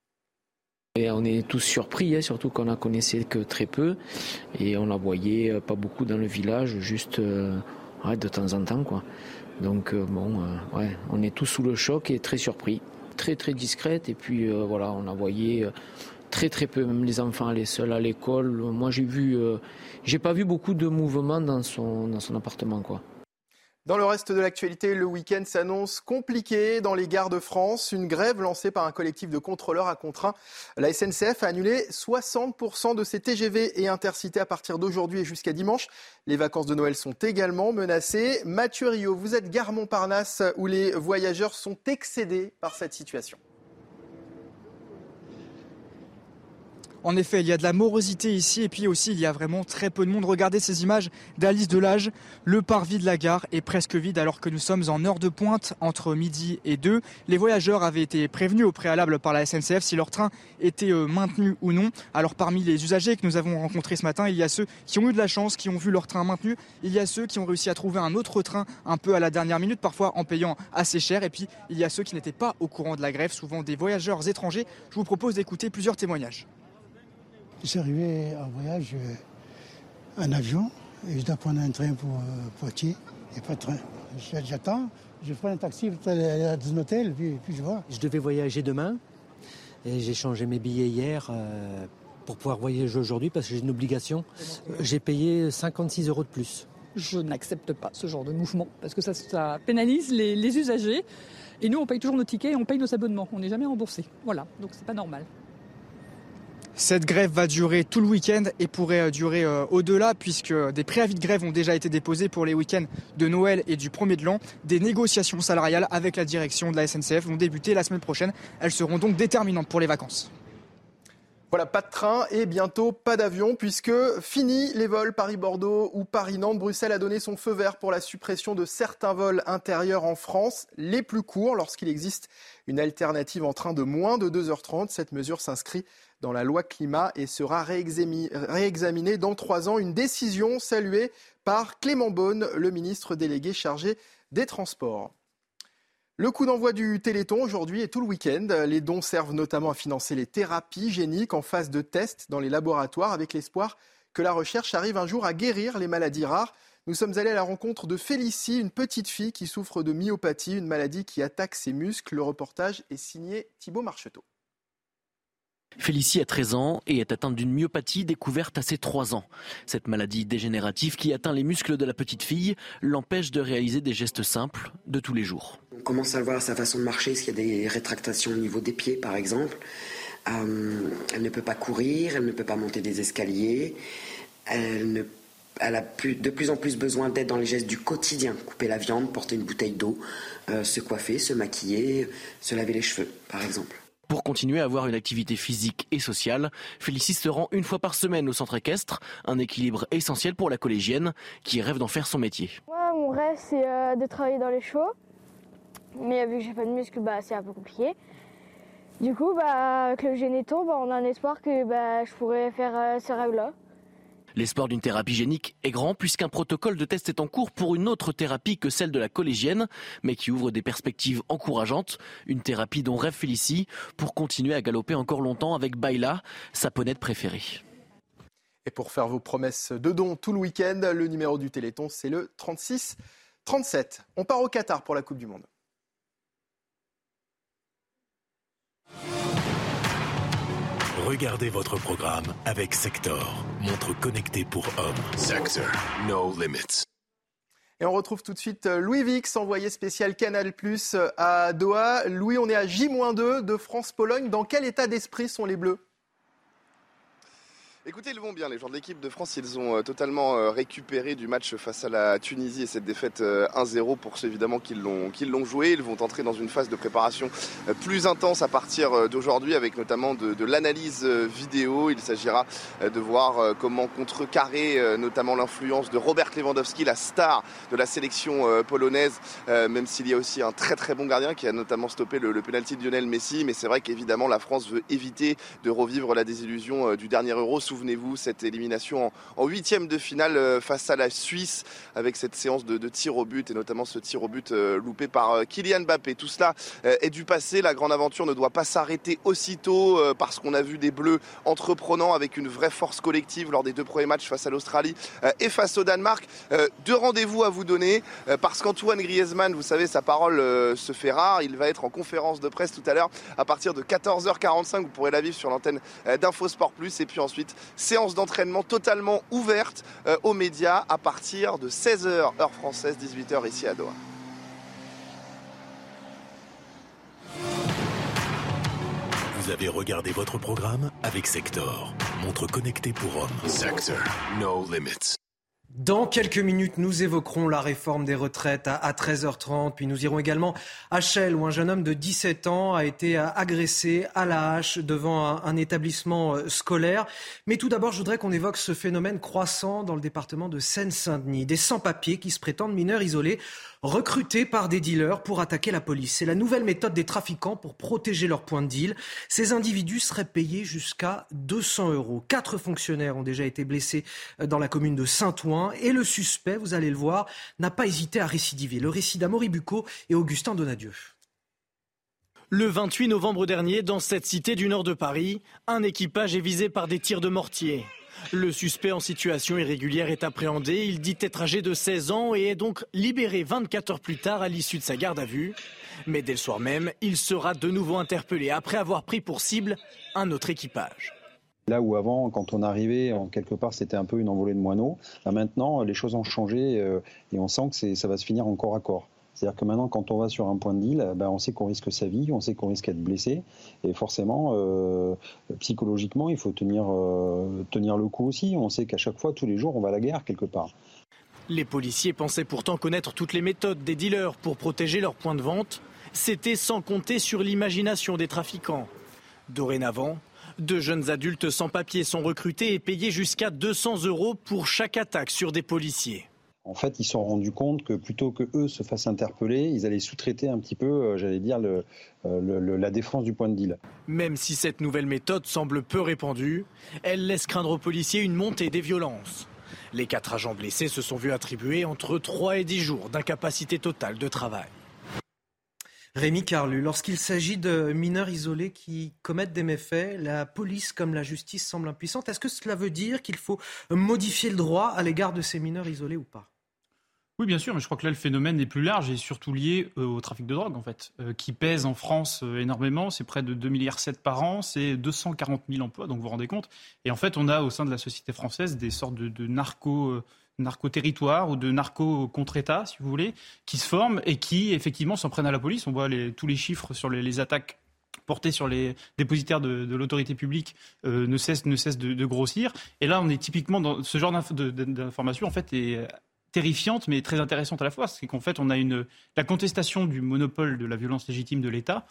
Et on est tous surpris, surtout qu'on la connaissait que très peu et on la voyait pas beaucoup dans le village, juste de temps en temps, quoi. Donc on est tous sous le choc et très surpris, très très discrète, et puis on la voyait très très peu, même les enfants allaient seuls à l'école. Moi j'ai pas vu beaucoup de mouvement dans son appartement, quoi. Dans le reste de l'actualité, le week-end s'annonce compliqué dans les gares de France. Une grève lancée par un collectif de contrôleurs a contraint la SNCF à annuler 60% de ses TGV et Intercités à partir d'aujourd'hui et jusqu'à dimanche. Les vacances de Noël sont également menacées. Mathieu Rio, vous êtes gare Montparnasse où les voyageurs sont excédés par cette situation. En effet, il y a de la morosité ici et puis aussi il y a vraiment très peu de monde. Regardez ces images d'Alice Delage. Le parvis de la gare est presque vide alors que nous sommes en heure de pointe entre midi et 2. Les voyageurs avaient été prévenus au préalable par la SNCF si leur train était maintenu ou non. Alors parmi les usagers que nous avons rencontrés ce matin, il y a ceux qui ont eu de la chance, qui ont vu leur train maintenu. Il y a ceux qui ont réussi à trouver un autre train un peu à la dernière minute, parfois en payant assez cher. Et puis il y a ceux qui n'étaient pas au courant de la grève, souvent des voyageurs étrangers. Je vous propose d'écouter plusieurs témoignages. Je suis arrivé en voyage en avion et je dois prendre un train pour Poitiers. Il n'y a pas de train. J'attends, je prends un taxi pour aller à un hôtel, puis je vois. Je devais voyager demain et j'ai changé mes billets hier pour pouvoir voyager aujourd'hui parce que j'ai une obligation. J'ai payé 56 € de plus. Je n'accepte pas ce genre de mouvement parce que ça pénalise les usagers. Et nous, on paye toujours nos tickets et on paye nos abonnements. On n'est jamais remboursé. Voilà, donc c'est pas normal. Cette grève va durer tout le week-end et pourrait durer au-delà puisque des préavis de grève ont déjà été déposés pour les week-ends de Noël et du 1er de l'an. Des négociations salariales avec la direction de la SNCF vont débuter la semaine prochaine. Elles seront donc déterminantes pour les vacances. Voilà, pas de train et bientôt pas d'avion puisque fini les vols Paris-Bordeaux ou Paris-Nantes. Bruxelles a donné son feu vert pour la suppression de certains vols intérieurs en France, les plus courts lorsqu'il existe une alternative en train de moins de 2h30. Cette mesure s'inscrit dans la loi climat et sera réexaminée dans 3 ans. Une décision saluée par Clément Beaune, le ministre délégué chargé des Transports. Le coup d'envoi du Téléthon aujourd'hui et tout le week-end. Les dons servent notamment à financer les thérapies géniques en phase de test dans les laboratoires avec l'espoir que la recherche arrive un jour à guérir les maladies rares. Nous sommes allés à la rencontre de Félicie, une petite fille qui souffre de myopathie, une maladie qui attaque ses muscles. Le reportage est signé Thibaut Marcheteau. Félicie a 13 ans et est atteinte d'une myopathie découverte à ses 3 ans. Cette maladie dégénérative qui atteint les muscles de la petite fille l'empêche de réaliser des gestes simples de tous les jours. On commence à le voir à sa façon de marcher, est-ce qu'il y a des rétractations au niveau des pieds par exemple. Elle ne peut pas courir, elle ne peut pas monter des escaliers, elle a de plus en plus besoin d'aide dans les gestes du quotidien. Couper la viande, porter une bouteille d'eau, se coiffer, se maquiller, se laver les cheveux par exemple. Pour continuer à avoir une activité physique et sociale, Félicie se rend 1 fois par semaine au centre équestre, un équilibre essentiel pour la collégienne qui rêve d'en faire son métier. Moi, mon rêve, c'est de travailler dans les chevaux, mais vu que j'ai pas de muscles, c'est un peu compliqué. Du coup, avec le Généton, on a un espoir que je pourrais faire ce rêve-là. L'espoir d'une thérapie génique est grand puisqu'un protocole de test est en cours pour une autre thérapie que celle de la collégienne, mais qui ouvre des perspectives encourageantes. Une thérapie dont rêve Félicie pour continuer à galoper encore longtemps avec Baila, sa ponette préférée. Et pour faire vos promesses de dons tout le week-end, le numéro du Téléthon, c'est le 36 37. On part au Qatar pour la Coupe du Monde. Regardez votre programme avec Sector, montre connectée pour hommes. Sector, no limits. Et on retrouve tout de suite Louis Vix, envoyé spécial Canal+ à Doha. Louis, on est à J-2 de France-Pologne. Dans quel état d'esprit sont les Bleus ? Écoutez, ils vont bien, les joueurs de l'équipe de France, ils ont totalement récupéré du match face à la Tunisie et cette défaite 1-0 pour ceux évidemment qui l'ont joué. Ils vont entrer dans une phase de préparation plus intense à partir d'aujourd'hui avec notamment de l'analyse vidéo. Il s'agira de voir comment contrecarrer notamment l'influence de Robert Lewandowski, la star de la sélection polonaise, même s'il y a aussi un très très bon gardien qui a notamment stoppé le pénalty de Lionel Messi. Mais c'est vrai qu'évidemment la France veut éviter de revivre la désillusion du dernier Euro. Souvenez-vous, cette élimination en 8e de finale face à la Suisse avec cette séance de tirs au but et notamment ce tir au but loupé par Kylian Mbappé. Tout cela est du passé. La grande aventure ne doit pas s'arrêter aussitôt parce qu'on a vu des Bleus entreprenants avec une vraie force collective lors des 2 premiers matchs face à l'Australie et face au Danemark. 2 rendez-vous à vous donner parce qu'Antoine Griezmann, vous savez, sa parole se fait rare. Il va être en conférence de presse tout à l'heure à partir de 14h45. Vous pourrez la vivre sur l'antenne d'Infosport Plus et puis ensuite séance d'entraînement totalement ouverte aux médias à partir de 16h heure française, 18h ici à Doha. Vous avez regardé votre programme avec Sector, montre connectée pour hommes. Sector, no limits. Dans quelques minutes, nous évoquerons la réforme des retraites à 13h30. Puis nous irons également à Chelles, où un jeune homme de 17 ans a été agressé à la hache devant un établissement scolaire. Mais tout d'abord, je voudrais qu'on évoque ce phénomène croissant dans le département de Seine-Saint-Denis. Des sans-papiers qui se prétendent mineurs isolés, recrutés par des dealers pour attaquer la police. C'est la nouvelle méthode des trafiquants pour protéger leurs points de deal. Ces individus seraient payés jusqu'à 200 €. 4 fonctionnaires ont déjà été blessés dans la commune de Saint-Ouen. Et le suspect, vous allez le voir, n'a pas hésité à récidiver. Le récit d'Amaury Bucco et Augustin Donadieu. Le 28 novembre dernier, dans cette cité du nord de Paris, un équipage est visé par des tirs de mortier. Le suspect en situation irrégulière est appréhendé. Il dit être âgé de 16 ans et est donc libéré 24 heures plus tard à l'issue de sa garde à vue. Mais dès le soir même, il sera de nouveau interpellé après avoir pris pour cible un autre équipage. Là où avant, quand on arrivait, quelque part, c'était un peu une envolée de moineaux. Là, maintenant, les choses ont changé et on sent que ça va se finir en corps à corps. C'est-à-dire que maintenant, quand on va sur un point de deal, on sait qu'on risque sa vie, on sait qu'on risque d'être blessé. Et forcément, psychologiquement, il faut tenir le coup aussi. On sait qu'à chaque fois, tous les jours, on va à la guerre quelque part. Les policiers pensaient pourtant connaître toutes les méthodes des dealers pour protéger leurs points de vente. C'était sans compter sur l'imagination des trafiquants. Dorénavant, 2 jeunes adultes sans papier sont recrutés et payés jusqu'à 200 € pour chaque attaque sur des policiers. En fait, ils se sont rendus compte que plutôt que eux se fassent interpeller, ils allaient sous-traiter un petit peu, la défense du point de deal. Même si cette nouvelle méthode semble peu répandue, elle laisse craindre aux policiers une montée des violences. Les 4 agents blessés se sont vus attribuer entre 3 et 10 jours d'incapacité totale de travail. Rémi Carlu, lorsqu'il s'agit de mineurs isolés qui commettent des méfaits, la police comme la justice semblent impuissantes. Est-ce que cela veut dire qu'il faut modifier le droit à l'égard de ces mineurs isolés ou pas ? Oui, bien sûr, mais je crois que là, le phénomène est plus large et surtout lié au trafic de drogue, en fait, qui pèse en France énormément. C'est près de 2,7 milliards par an, c'est 240 000 emplois, donc vous vous rendez compte. Et en fait, on a au sein de la société française des sortes de narco-territoires ou de narco-contre-État, si vous voulez, qui se forment et qui, effectivement, s'en prennent à la police. On voit tous les chiffres sur les attaques portées sur les dépositaires de l'autorité publique ne cessent de grossir. Et là, on est typiquement dans ce genre d'information, en fait, est terrifiante, mais très intéressante à la fois. C'est qu'en fait, on a la contestation du monopole de la violence légitime de l'État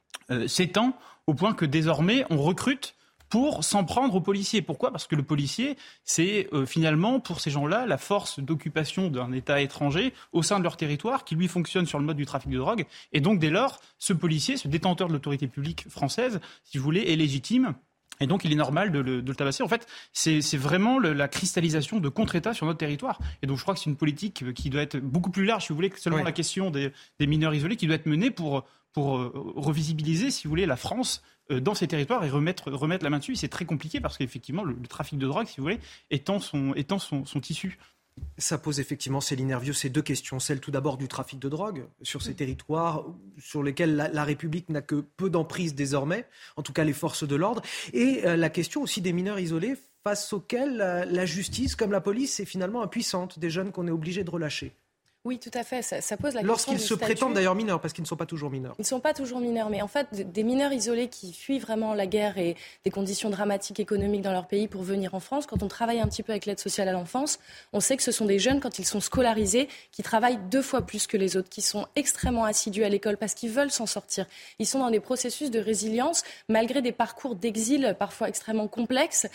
s'étend au point que désormais, on recrute pour s'en prendre aux policiers. Pourquoi ? Parce que le policier, c'est finalement, pour ces gens-là, la force d'occupation d'un État étranger au sein de leur territoire qui, lui, fonctionne sur le mode du trafic de drogue. Et donc, dès lors, ce policier, ce détenteur de l'autorité publique française, si vous voulez, est légitime. Et donc, il est normal de le tabasser. En fait, c'est vraiment la cristallisation de contre-État sur notre territoire. Et donc, je crois que c'est une politique qui doit être beaucoup plus large, si vous voulez, que seulement la question des mineurs isolés, qui doit être menée pour revisibiliser, si vous voulez, la France dans ces territoires et remettre la main dessus. C'est très compliqué parce qu'effectivement, le trafic de drogue, si vous voulez, étend son tissu. Ça pose effectivement, Céline Hervieux, ces 2 questions. Celle tout d'abord du trafic de drogue sur ces territoires sur lesquels la République n'a que peu d'emprise désormais, en tout cas les forces de l'ordre. Et la question aussi des mineurs isolés face auxquels la justice, comme la police, est finalement impuissante, des jeunes qu'on est obligé de relâcher. Oui, tout à fait. Ça pose la question. Lorsqu'ils se prétendent d'ailleurs mineurs, parce qu'ils ne sont pas toujours mineurs. Ils ne sont pas toujours mineurs, mais en fait, des mineurs isolés qui fuient vraiment la guerre et des conditions dramatiques économiques dans leur pays pour venir en France, quand on travaille un petit peu avec l'aide sociale à l'enfance, on sait que ce sont des jeunes, quand ils sont scolarisés, qui travaillent 2 fois plus que les autres, qui sont extrêmement assidus à l'école parce qu'ils veulent s'en sortir. Ils sont dans des processus de résilience, malgré des parcours d'exil parfois extrêmement complexes.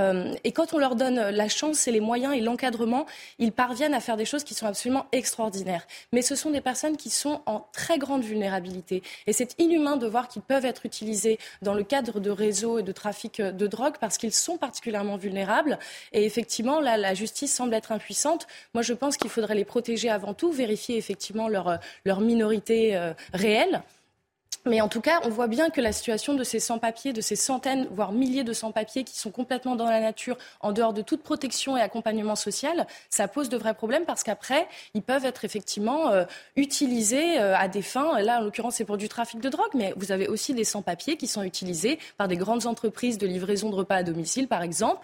Et quand on leur donne la chance et les moyens et l'encadrement, ils parviennent à faire des choses qui sont absolument extraordinaires. Mais ce sont des personnes qui sont en très grande vulnérabilité. Et c'est inhumain de voir qu'ils peuvent être utilisés dans le cadre de réseaux et de trafic de drogue parce qu'ils sont particulièrement vulnérables. Et effectivement, là, la justice semble être impuissante. Moi, je pense qu'il faudrait les protéger avant tout, vérifier effectivement leur minorité réelle. Mais en tout cas, on voit bien que la situation de ces sans-papiers, de ces centaines, voire milliers de sans-papiers qui sont complètement dans la nature, en dehors de toute protection et accompagnement social, ça pose de vrais problèmes parce qu'après, ils peuvent être effectivement utilisés à des fins. Là, en l'occurrence, c'est pour du trafic de drogue, mais vous avez aussi des sans-papiers qui sont utilisés par des grandes entreprises de livraison de repas à domicile, par exemple,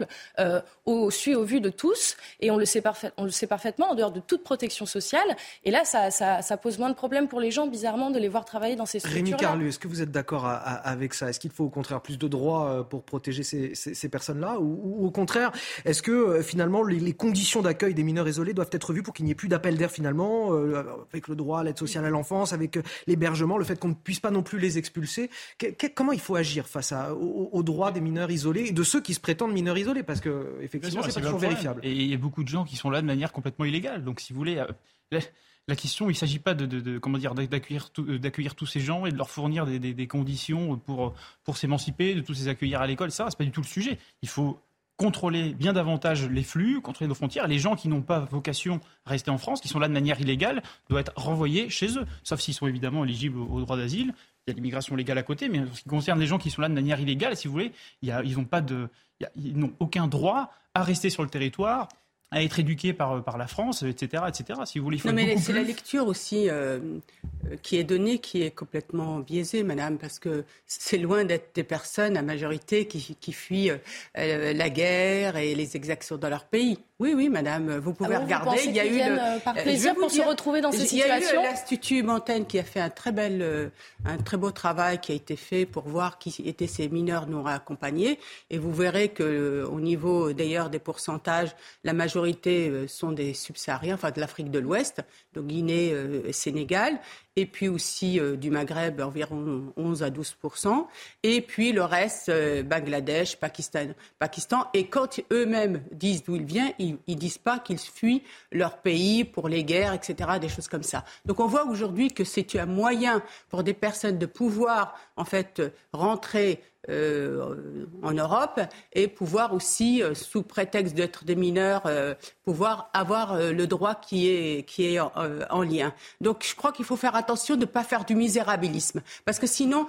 au vu de tous. Et on le sait parfaitement, en dehors de toute protection sociale. Et là, ça pose moins de problèmes pour les gens, bizarrement, de les voir travailler dans ces structures. Carlu, est-ce que vous êtes d'accord avec ça? Est-ce qu'il faut au contraire plus de droits pour protéger ces personnes-là, ou au contraire, est-ce que finalement les conditions d'accueil des mineurs isolés doivent être revues pour qu'il n'y ait plus d'appel d'air finalement, avec le droit à l'aide sociale à l'enfance, avec l'hébergement, le fait qu'on ne puisse pas non plus les expulser? Comment il faut agir face aux droits des mineurs isolés et de ceux qui se prétendent mineurs isolés? Parce que effectivement, c'est pas toujours vérifiable. Et il y a beaucoup de gens qui sont là de manière complètement illégale. Donc, si vous voulez, la question, il ne s'agit pas d'accueillir tous ces gens et de leur fournir des conditions pour s'émanciper, de tous les accueillir à l'école. Ça, c'est pas du tout le sujet. Il faut contrôler bien davantage les flux, contrôler nos frontières. Les gens qui n'ont pas vocation à rester en France, qui sont là de manière illégale, doivent être renvoyés chez eux, sauf s'ils sont évidemment éligibles au droit d'asile. Il y a l'immigration légale à côté, mais en ce qui concerne les gens qui sont là de manière illégale, si vous voulez, ils n'ont aucun droit à rester sur le territoire, à être éduqués par la France, etc., etc. Si vous voulez, il faut c'est la lecture aussi qui est donnée, qui est complètement biaisée, madame, parce que c'est loin d'être des personnes, à majorité, qui fuient la guerre et les exactions dans leur pays. Oui, madame, vous pouvez regarder. Il y a eu par plaisir pour se retrouver dans ces situations. Il y a eu l'Institut Montaigne qui a fait un très beau travail qui a été fait pour voir qui étaient ces mineurs non accompagnés. Et vous verrez que au niveau d'ailleurs des pourcentages, la majorité sont des subsahariens, enfin de l'Afrique de l'Ouest, donc Guinée, Sénégal. Et puis aussi du Maghreb, environ 11 à 12%. Et puis le reste, Bangladesh, Pakistan. Et quand eux-mêmes disent d'où ils viennent, ils disent pas qu'ils fuient leur pays pour les guerres, etc., des choses comme ça. Donc on voit aujourd'hui que c'est un moyen pour des personnes de pouvoir, en fait, rentrer en Europe et pouvoir aussi, sous prétexte d'être des mineurs, pouvoir avoir le droit qui est en lien. Donc je crois qu'il faut faire attention de ne pas faire du misérabilisme, parce que sinon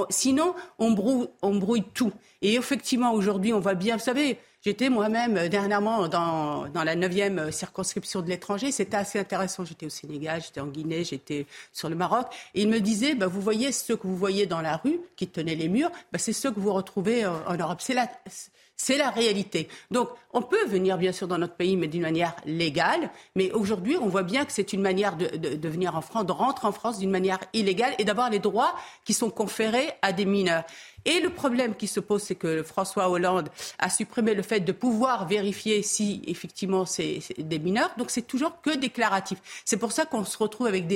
on brouille tout. Et effectivement, aujourd'hui, on voit bien, vous savez, j'étais moi-même dernièrement dans la 9e circonscription de l'étranger. C'était assez intéressant. J'étais au Sénégal, j'étais en Guinée, j'étais sur le Maroc. Et il me disait, vous voyez ceux que vous voyez dans la rue, qui tenaient les murs, c'est ceux que vous retrouvez en Europe. C'est la réalité. Donc, on peut venir, bien sûr, dans notre pays, mais d'une manière légale. Mais aujourd'hui, on voit bien que c'est une manière de venir en France, de rentrer en France d'une manière illégale et d'avoir les droits qui sont conférés à des mineurs. Et le problème qui se pose, c'est que François Hollande a supprimé le fait de pouvoir vérifier si, effectivement, c'est des mineurs. Donc, c'est toujours que déclaratif. C'est pour ça qu'on se retrouve avec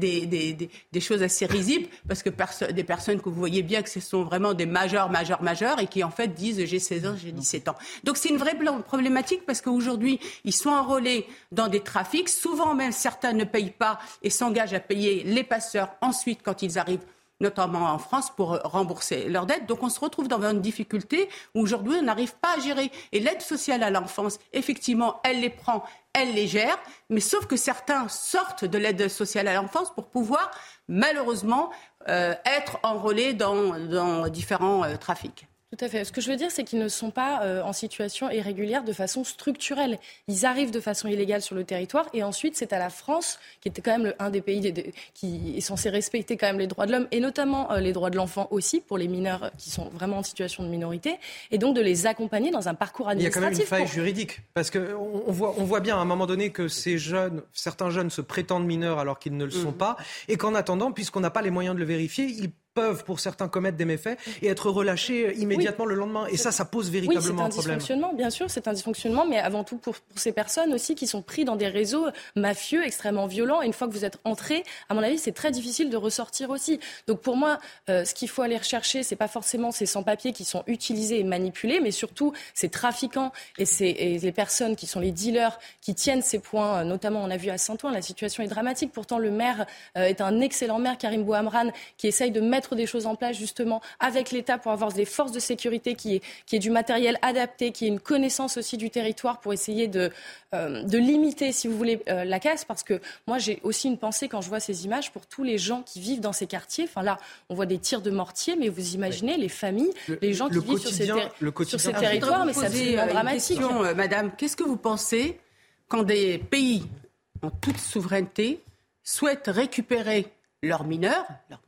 des choses assez risibles, parce que des personnes que vous voyez bien que ce sont vraiment des majeurs, et qui, en fait, disent « j'ai 16 ans, j'ai 17 ans ». Donc, c'est une vraie problématique, parce qu'aujourd'hui, ils sont enrôlés dans des trafics. Souvent, même, certains ne payent pas et s'engagent à payer les passeurs ensuite quand ils arrivent, notamment en France, pour rembourser leurs dettes. Donc on se retrouve dans une difficulté où aujourd'hui on n'arrive pas à gérer. Et l'aide sociale à l'enfance, effectivement, elle les prend, elle les gère, mais sauf que certains sortent de l'aide sociale à l'enfance pour pouvoir, malheureusement, être enrôlés dans différents trafics. Tout à fait. Ce que je veux dire, c'est qu'ils ne sont pas en situation irrégulière de façon structurelle. Ils arrivent de façon illégale sur le territoire et ensuite c'est à la France, qui était quand même un des pays qui est censé respecter quand même les droits de l'homme et notamment les droits de l'enfant aussi pour les mineurs qui sont vraiment en situation de minorité, et donc de les accompagner dans un parcours administratif. Il y a quand même une faille juridique, parce qu'on voit bien à un moment donné que certains jeunes se prétendent mineurs alors qu'ils ne le sont pas, et qu'en attendant, puisqu'on n'a pas les moyens de le vérifier, ils peuvent, pour certains, commettre des méfaits et être relâchés immédiatement le lendemain. Et ça pose véritablement un problème. Oui, c'est un dysfonctionnement, bien sûr, c'est un dysfonctionnement, mais avant tout pour ces personnes aussi qui sont pris dans des réseaux mafieux extrêmement violents. Et une fois que vous êtes entrés, à mon avis, c'est très difficile de ressortir aussi. Donc pour moi, ce qu'il faut aller rechercher, c'est pas forcément ces sans-papiers qui sont utilisés et manipulés, mais surtout ces trafiquants et les personnes qui sont les dealers qui tiennent ces points. Notamment, on a vu à Saint-Ouen, la situation est dramatique. Pourtant, le maire est un excellent maire, Karim Bouhamrane, qui essaye de mettre des choses en place justement avec l'État pour avoir des forces de sécurité qui est du matériel adapté, qui ait une connaissance aussi du territoire pour essayer de limiter, si vous voulez, la casse. Parce que moi, j'ai aussi une pensée quand je vois ces images pour tous les gens qui vivent dans ces quartiers. Enfin là, on voit des tirs de mortier, mais vous imaginez les familles, les gens qui vivent sur ces territoires, mais c'est absolument dramatique. Madame, qu'est-ce que vous pensez quand des pays en toute souveraineté souhaitent récupérer leurs mineurs,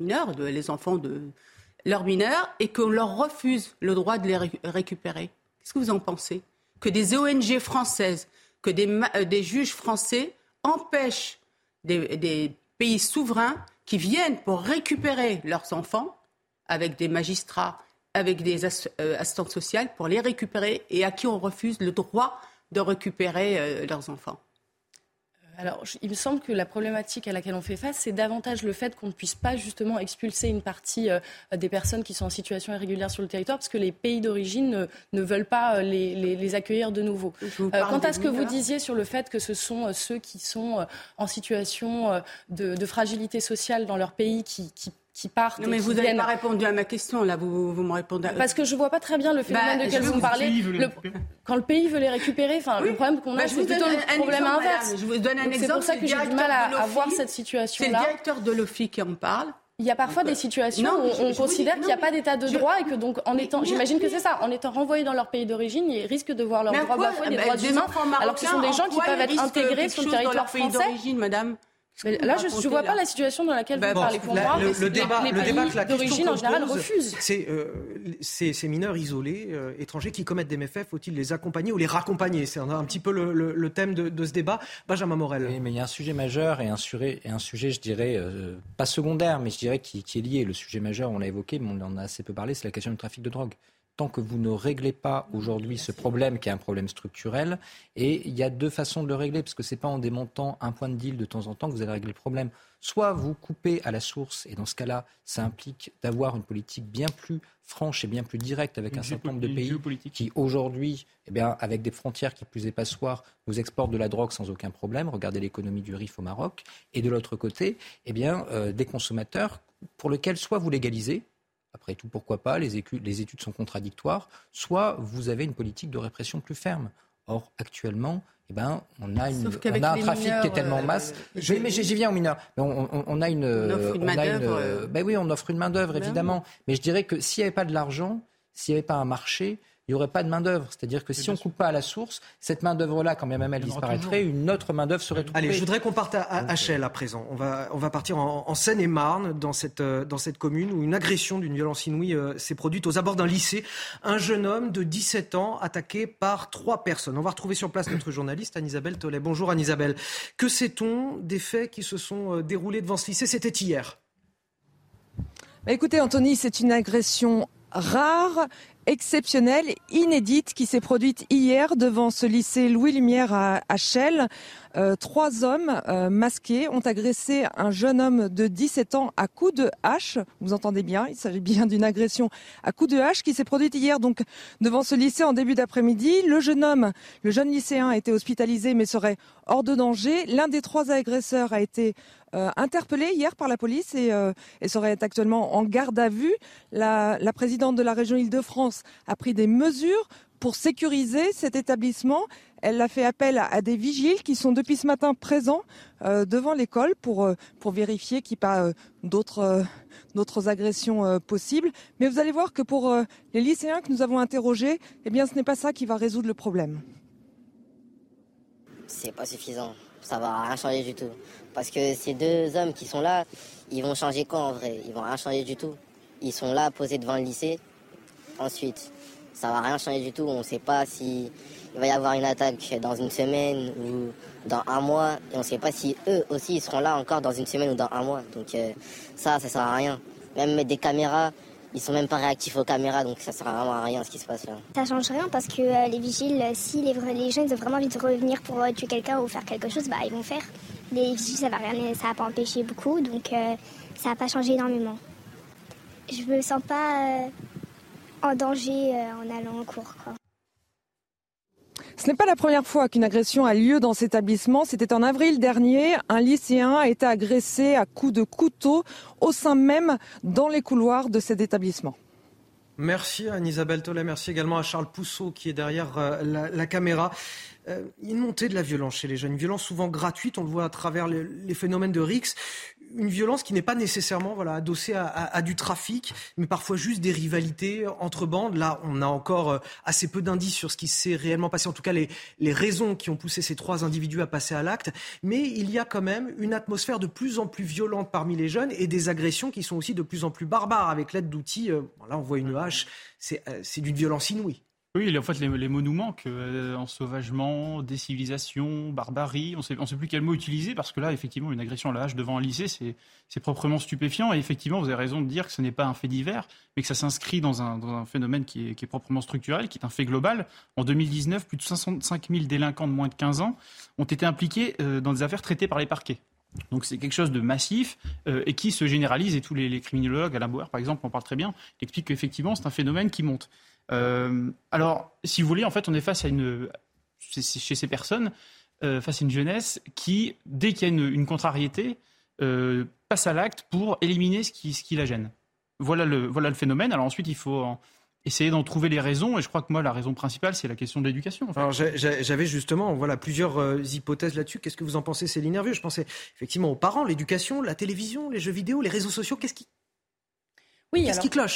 les enfants de leurs mineurs, et qu'on leur refuse le droit de les récupérer? Qu'est-ce que vous en pensez? Que des ONG françaises, que des juges français empêchent des pays souverains qui viennent pour récupérer leurs enfants avec des magistrats, avec des assistantes sociales pour les récupérer et à qui on refuse le droit de récupérer leurs enfants. Alors, il me semble que la problématique à laquelle on fait face, c'est davantage le fait qu'on ne puisse pas justement expulser une partie des personnes qui sont en situation irrégulière sur le territoire, parce que les pays d'origine ne veulent pas les accueillir de nouveau. Quant à ce que vous disiez sur le fait que ce sont ceux qui sont en situation de fragilité sociale dans leur pays qui partent. Non, mais vous n'avez pas répondu à ma question, là, vous me répondez. Parce que je ne vois pas très bien le phénomène de vous me parlez. Quand le pays veut les récupérer, le problème qu'on a, c'est plutôt le problème inverse. Je vous donne un exemple. C'est pour ça que j'ai du mal à voir cette situation-là. C'est le directeur de l'OFI qui en parle. Il y a parfois des situations où on considère qu'il n'y a pas d'état de droit et que donc, j'imagine que c'est ça, en étant renvoyés dans leur pays d'origine, ils risquent de voir leurs droits bafoués, des droits humains, alors que ce sont des gens qui peuvent être intégrés sur le territoire français. Madame. Mais là, je ne vois pas la situation dans laquelle vous parlez. Pour moi, le débat que la d'origine en général refusent. C'est ces mineurs isolés, étrangers, qui commettent des méfaits, faut-il les accompagner ou les raccompagner ? C'est un petit peu le thème de ce débat. Benjamin Morel. Oui, mais il y a un sujet majeur et un sujet, je dirais, pas secondaire, mais je dirais qui est lié. Le sujet majeur, on l'a évoqué, mais on en a assez peu parlé, c'est la question du trafic de drogue. Tant que vous ne réglez pas aujourd'hui ce problème qui est un problème structurel, et il y a deux façons de le régler, parce que ce n'est pas en démontant un point de deal de temps en temps que vous allez régler le problème. Soit vous coupez à la source, et dans ce cas-là, ça implique d'avoir une politique bien plus franche et bien plus directe avec un certain nombre de pays qui aujourd'hui, avec des frontières qui plus est passoires, nous exportent de la drogue sans aucun problème. Regardez l'économie du RIF au Maroc. Et de l'autre côté, des consommateurs pour lesquels soit vous légalisez, après tout, pourquoi pas, les études sont contradictoires, soit vous avez une politique de répression plus ferme. Or, actuellement, on a un trafic qui est tellement en masse. Mais j'y viens aux mineurs. On offre une main-d'œuvre, évidemment. Mais je dirais que s'il n'y avait pas de l'argent, s'il n'y avait pas un marché, il n'y aurait pas de main-d'œuvre. C'est-à-dire que si on ne coupe pas à la source, cette main-d'œuvre-là, quand bien même elle disparaîtrait, une autre main-d'œuvre serait trouvée. Allez, je voudrais qu'on parte à Chelles à présent. On va partir en Seine-et-Marne, dans cette commune où une agression d'une violence inouïe s'est produite aux abords d'un lycée. Un jeune homme de 17 ans attaqué par 3 personnes. On va retrouver sur place notre journaliste Anne-Isabelle Tollet. Bonjour Anne-Isabelle. Que sait-on des faits qui se sont déroulés devant ce lycée ? C'était hier. Écoutez Anthony, c'est une agression rare, exceptionnelle, inédite, qui s'est produite hier devant ce lycée Louis Lumière à Chelles. 3 hommes masqués ont agressé un jeune homme de 17 ans à coups de hache. Vous entendez bien, il s'agit bien d'une agression à coups de hache qui s'est produite hier donc devant ce lycée en début d'après-midi. Le jeune lycéen a été hospitalisé mais serait hors de danger. L'un des 3 agresseurs a été interpellé hier par la police et serait actuellement en garde à vue. La présidente de la région Île-de-France a pris des mesures pour sécuriser cet établissement. Elle a fait appel à des vigiles qui sont depuis ce matin présents devant l'école pour vérifier qu'il n'y a pas d'autres agressions possibles. Mais vous allez voir que pour les lycéens que nous avons interrogés, ce n'est pas ça qui va résoudre le problème. C'est pas suffisant. Ça va rien changer du tout. Parce que ces 2 hommes qui sont là, ils vont changer quoi en vrai ? Ils vont rien changer du tout. Ils sont là posés devant le lycée. Ensuite, ça va rien changer du tout. On ne sait pas si il va y avoir une attaque dans une semaine ou dans un mois. Et on ne sait pas si eux aussi ils seront là encore dans une semaine ou dans un mois. Donc ça sert à rien. Même mettre des caméras, ils sont même pas réactifs aux caméras. Donc ça sert vraiment à rien ce qui se passe là. Ça change rien parce que les vigiles, si les jeunes ont vraiment envie de revenir pour tuer quelqu'un ou faire quelque chose, ils vont faire. Les vigiles, ça va pas empêcher beaucoup. Donc ça va pas changer énormément. Je me sens pas en danger en allant en cours, quoi. Ce n'est pas la première fois qu'une agression a lieu dans cet établissement. C'était en avril dernier. Un lycéen a été agressé à coups de couteau au sein même dans les couloirs de cet établissement. Merci à Anne-Isabelle Tollet, merci également à Charles Pousseau qui est derrière la caméra. Une montée de la violence chez les jeunes, une violence souvent gratuite, on le voit à travers les phénomènes de rixes, une violence qui n'est pas nécessairement adossée à du trafic, mais parfois juste des rivalités entre bandes. Là, on a encore assez peu d'indices sur ce qui s'est réellement passé, en tout cas les raisons qui ont poussé ces 3 individus à passer à l'acte, mais il y a quand même une atmosphère de plus en plus violente parmi les jeunes et des agressions qui sont aussi de plus en plus barbares avec l'aide d'outils. Là, on voit une hache, c'est d'une violence inouïe. Oui, en fait, les mots nous manquent. Ensauvagement, décivilisation, barbarie. On ne sait plus quel mot utiliser parce que là, effectivement, une agression à la hache devant un lycée, c'est proprement stupéfiant. Et effectivement, vous avez raison de dire que ce n'est pas un fait divers, mais que ça s'inscrit dans un phénomène qui est proprement structurel, qui est un fait global. En 2019, plus de 65 000 délinquants de moins de 15 ans ont été impliqués dans des affaires traitées par les parquets. Donc c'est quelque chose de massif et qui se généralise. Et tous les criminologues, Alain Bauer par exemple, en parle très bien, expliquent qu'effectivement, c'est un phénomène qui monte. Alors, si vous voulez, en fait, on est face à chez ces personnes, face à une jeunesse qui, dès qu'il y a une contrariété, passe à l'acte pour éliminer ce qui la gêne. Voilà le phénomène. Alors ensuite, il faut essayer d'en trouver les raisons. Et je crois que moi, la raison principale, c'est la question de l'éducation. En fait. Alors j'avais justement plusieurs hypothèses là-dessus. Qu'est-ce que vous en pensez, Céline Hervieux ? Je pensais effectivement aux parents, l'éducation, la télévision, les jeux vidéo, les réseaux sociaux. Qu'est-ce qui cloche ?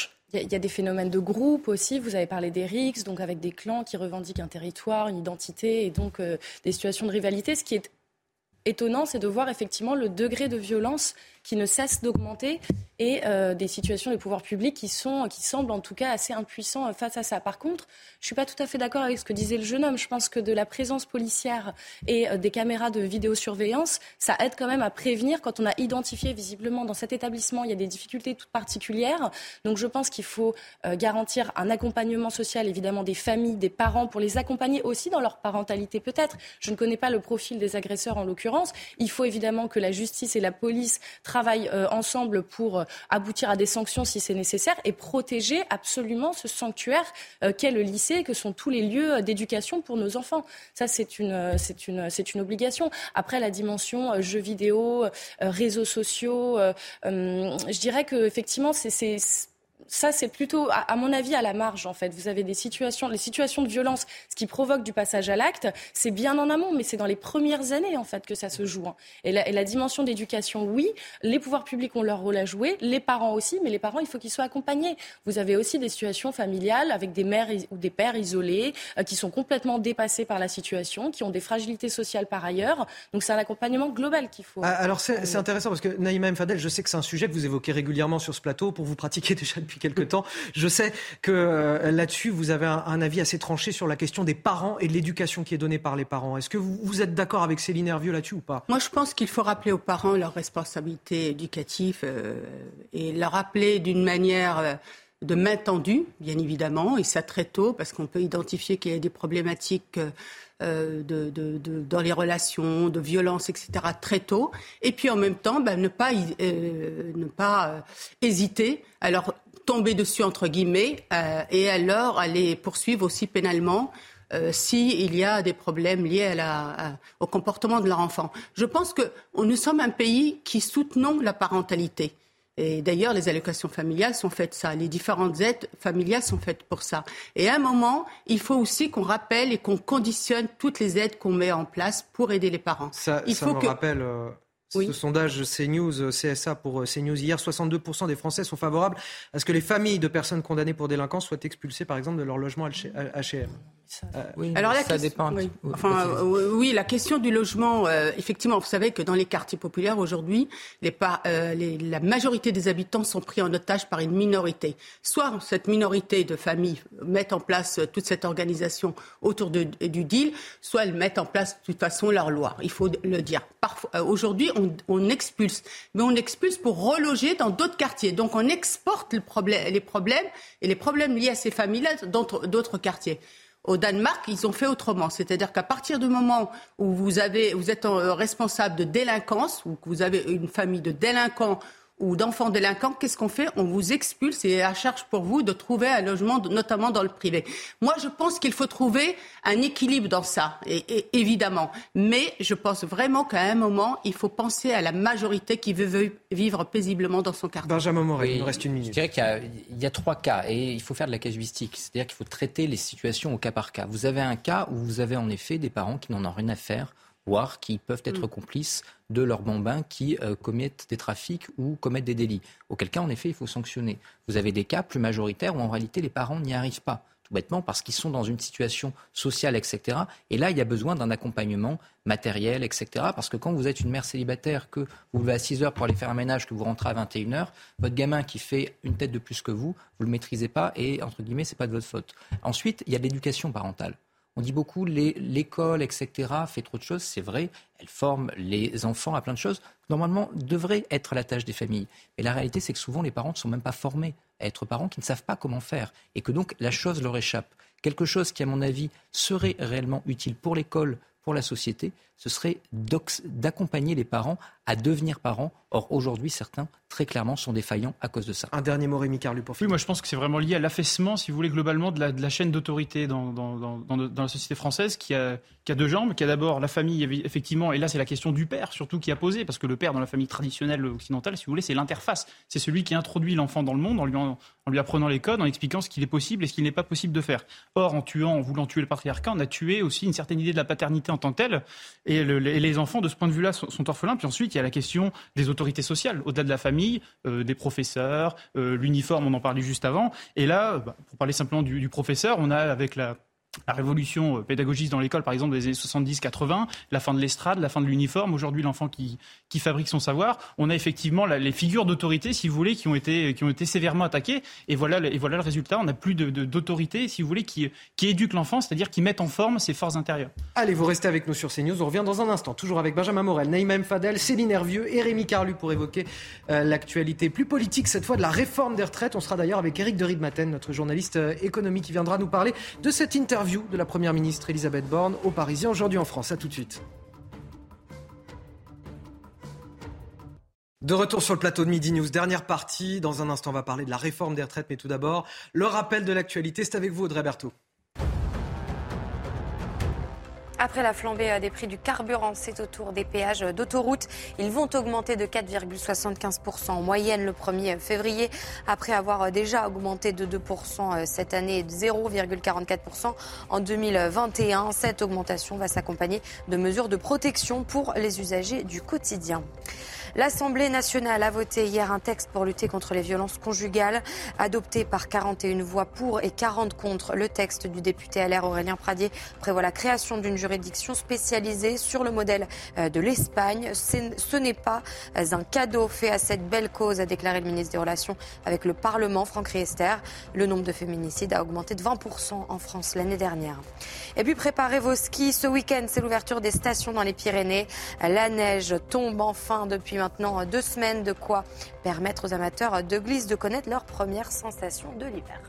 Il y a des phénomènes de groupe aussi. Vous avez parlé des rixes, donc avec des clans qui revendiquent un territoire, une identité et donc des situations de rivalité. Ce qui est étonnant, c'est de voir effectivement le degré de violence qui ne cesse d'augmenter et des situations des pouvoirs publics qui semblent en tout cas assez impuissants face à ça. Par contre, je ne suis pas tout à fait d'accord avec ce que disait le jeune homme. Je pense que de la présence policière et des caméras de vidéosurveillance, ça aide quand même à prévenir quand on a identifié visiblement dans cet établissement, il y a des difficultés toutes particulières. Donc je pense qu'il faut garantir un accompagnement social, évidemment, des familles, des parents, pour les accompagner aussi dans leur parentalité peut-être. Je ne connais pas le profil des agresseurs en l'occurrence. Il faut évidemment que la justice et la police travaillent ensemble pour aboutir à des sanctions si c'est nécessaire et protéger absolument ce sanctuaire qu'est le lycée, que sont tous les lieux d'éducation pour nos enfants. Ça, c'est une obligation. Après, la dimension jeux vidéo, réseaux sociaux, je dirais qu'effectivement, ça, c'est plutôt, à mon avis, à la marge, en fait. Vous avez les situations de violence, ce qui provoque du passage à l'acte, c'est bien en amont, mais c'est dans les premières années, en fait, que ça se joue. Et la dimension d'éducation, oui, les pouvoirs publics ont leur rôle à jouer, les parents aussi, mais les parents, il faut qu'ils soient accompagnés. Vous avez aussi des situations familiales avec des mères ou des pères isolés, qui sont complètement dépassés par la situation, qui ont des fragilités sociales par ailleurs. Donc, c'est un accompagnement global qu'il faut. Alors, c'est intéressant, parce que Naïma M. Fadel, je sais que c'est un sujet que vous évoquez régulièrement sur ce plateau, pour vous pratiquer déjà depuis quelque temps. Je sais que là-dessus, vous avez un avis assez tranché sur la question des parents et de l'éducation qui est donnée par les parents. Est-ce que vous êtes d'accord avec Céline Hervieux là-dessus ou pas ? Moi, je pense qu'il faut rappeler aux parents leurs responsabilités éducatives et leur rappeler d'une manière de main tendue, bien évidemment, et ça très tôt, parce qu'on peut identifier qu'il y a des problématiques dans les relations, de violence, etc., très tôt. Et puis en même temps, ne pas hésiter à leur tomber dessus, entre guillemets, et alors aller poursuivre aussi pénalement s'il y a des problèmes liés au comportement de leur enfant. Je pense que nous sommes un pays qui soutenons la parentalité. Et d'ailleurs, les allocations familiales sont faites ça. Les différentes aides familiales sont faites pour ça. Et à un moment, il faut aussi qu'on rappelle et qu'on conditionne toutes les aides qu'on met en place pour aider les parents. Ça me rappelle ce sondage CNews, CSA pour CNews hier, 62% des Français sont favorables à ce que les familles de personnes condamnées pour délinquance soient expulsées, par exemple, de leur logement HLM. Alors ça dépend. Oui, la question du logement, effectivement, vous savez que dans les quartiers populaires aujourd'hui, la majorité des habitants sont pris en otage par une minorité. Soit cette minorité de familles mettent en place toute cette organisation autour du deal, soit elles mettent en place de toute façon leur loi. Il faut le dire. Parfois, aujourd'hui, on expulse, mais on expulse pour reloger dans d'autres quartiers. Donc on exporte les problèmes liés à ces familles-là dans d'autres quartiers. Au Danemark, ils ont fait autrement. C'est-à-dire qu'à partir du moment où vous êtes responsable de délinquance, ou que vous avez une famille de délinquants ou d'enfants délinquants, qu'est-ce qu'on fait ? On vous expulse et à charge pour vous de trouver un logement, notamment dans le privé. Moi, je pense qu'il faut trouver un équilibre dans ça, et évidemment. Mais je pense vraiment qu'à un moment, il faut penser à la majorité qui veut vivre paisiblement dans son quartier. Benjamin Morel, il nous reste une minute. Je dirais qu'il y a 3 cas et il faut faire de la casuistique. C'est-à-dire qu'il faut traiter les situations au cas par cas. Vous avez un cas où vous avez en effet des parents qui n'en ont rien à faire voire qui peuvent être complices de leurs bambins qui commettent des trafics ou commettent des délits. Auquel cas, en effet, il faut sanctionner. Vous avez des cas plus majoritaires où en réalité les parents n'y arrivent pas. Tout bêtement parce qu'ils sont dans une situation sociale, etc. Et là, il y a besoin d'un accompagnement matériel, etc. Parce que quand vous êtes une mère célibataire, que vous levez à 6 heures pour aller faire un ménage, que vous rentrez à 21 heures, votre gamin qui fait une tête de plus que vous ne le maîtrisez pas et, entre guillemets, c'est pas de votre faute. Ensuite, il y a l'éducation parentale. On dit beaucoup l'école, etc., fait trop de choses. C'est vrai, elle forme les enfants à plein de choses. Normalement, devrait être la tâche des familles. Mais la réalité, c'est que souvent, les parents ne sont même pas formés à être parents, qui ne savent pas comment faire. Et que donc, la chose leur échappe. Quelque chose qui, à mon avis, serait réellement utile pour l'école, pour la société, ce serait d'accompagner les parents à devenir parents. Or, aujourd'hui, certains, très clairement, sont défaillants à cause de ça. Un dernier mot, Rémi Carlu, pour finir. Oui, moi, je pense que c'est vraiment lié à l'affaissement, si vous voulez, globalement, de la chaîne d'autorité dans la société française, qui a deux jambes, qui a d'abord la famille, effectivement, et là, c'est la question du père, surtout, qui a posé, parce que le père, dans la famille traditionnelle occidentale, si vous voulez, c'est l'interface. C'est celui qui introduit l'enfant dans le monde en lui apprenant les codes, en expliquant ce qu'il est possible et ce qu'il n'est pas possible de faire. Or, en voulant tuer le patriarcat, on a tué aussi une certaine idée de la paternité en tant que telle, et les enfants, de ce point de vue-là, sont orphelins. Puis ensuite, il y a la question des autorités sociales, au-delà de la famille, des professeurs, l'uniforme, on en parlait juste avant. Et là, pour parler simplement du professeur, on a avec la révolution pédagogique dans l'école, par exemple, des années 70-80, la fin de l'estrade, la fin de l'uniforme, aujourd'hui l'enfant qui fabrique son savoir, on a effectivement les figures d'autorité, si vous voulez, qui ont été sévèrement attaquées, et voilà le résultat, on n'a plus d'autorité, si vous voulez, qui éduque l'enfant, c'est-à-dire qui mettent en forme ses forces intérieures. Allez, vous restez avec nous sur CNews, on revient dans un instant, toujours avec Benjamin Morel, Naïma M. Fadel, Céline Hervieux et Rémi Carlu pour évoquer l'actualité plus politique, cette fois de la réforme des retraites. On sera d'ailleurs avec Éric de Ridmaten, notre journaliste économique, qui viendra nous parler de cette interview de la Première ministre Elisabeth Borne aux Parisiens aujourd'hui en France. A tout de suite. De retour sur le plateau de Midi News, dernière partie. Dans un instant, on va parler de la réforme des retraites, mais tout d'abord, le rappel de l'actualité. C'est avec vous, Audrey Berthaud. Après la flambée des prix du carburant, c'est au tour des péages d'autoroute. Ils vont augmenter de 4,75% en moyenne le 1er février, après avoir déjà augmenté de 2% cette année et de 0,44% en 2021. Cette augmentation va s'accompagner de mesures de protection pour les usagers du quotidien. L'Assemblée nationale a voté hier un texte pour lutter contre les violences conjugales. Adopté par 41 voix pour et 40 contre, le texte du député LR Aurélien Pradié prévoit la création d'une juridiction spécialisée sur le modèle de l'Espagne. Ce n'est pas un cadeau fait à cette belle cause, a déclaré le ministre des Relations avec le Parlement, Franck Riester. Le nombre de féminicides a augmenté de 20% en France l'année dernière. Et puis préparez vos skis. Ce week-end, c'est l'ouverture des stations dans les Pyrénées. La neige tombe enfin depuis maintenant 2 semaines, de quoi permettre aux amateurs de glisse de connaître leurs premières sensations de l'hiver.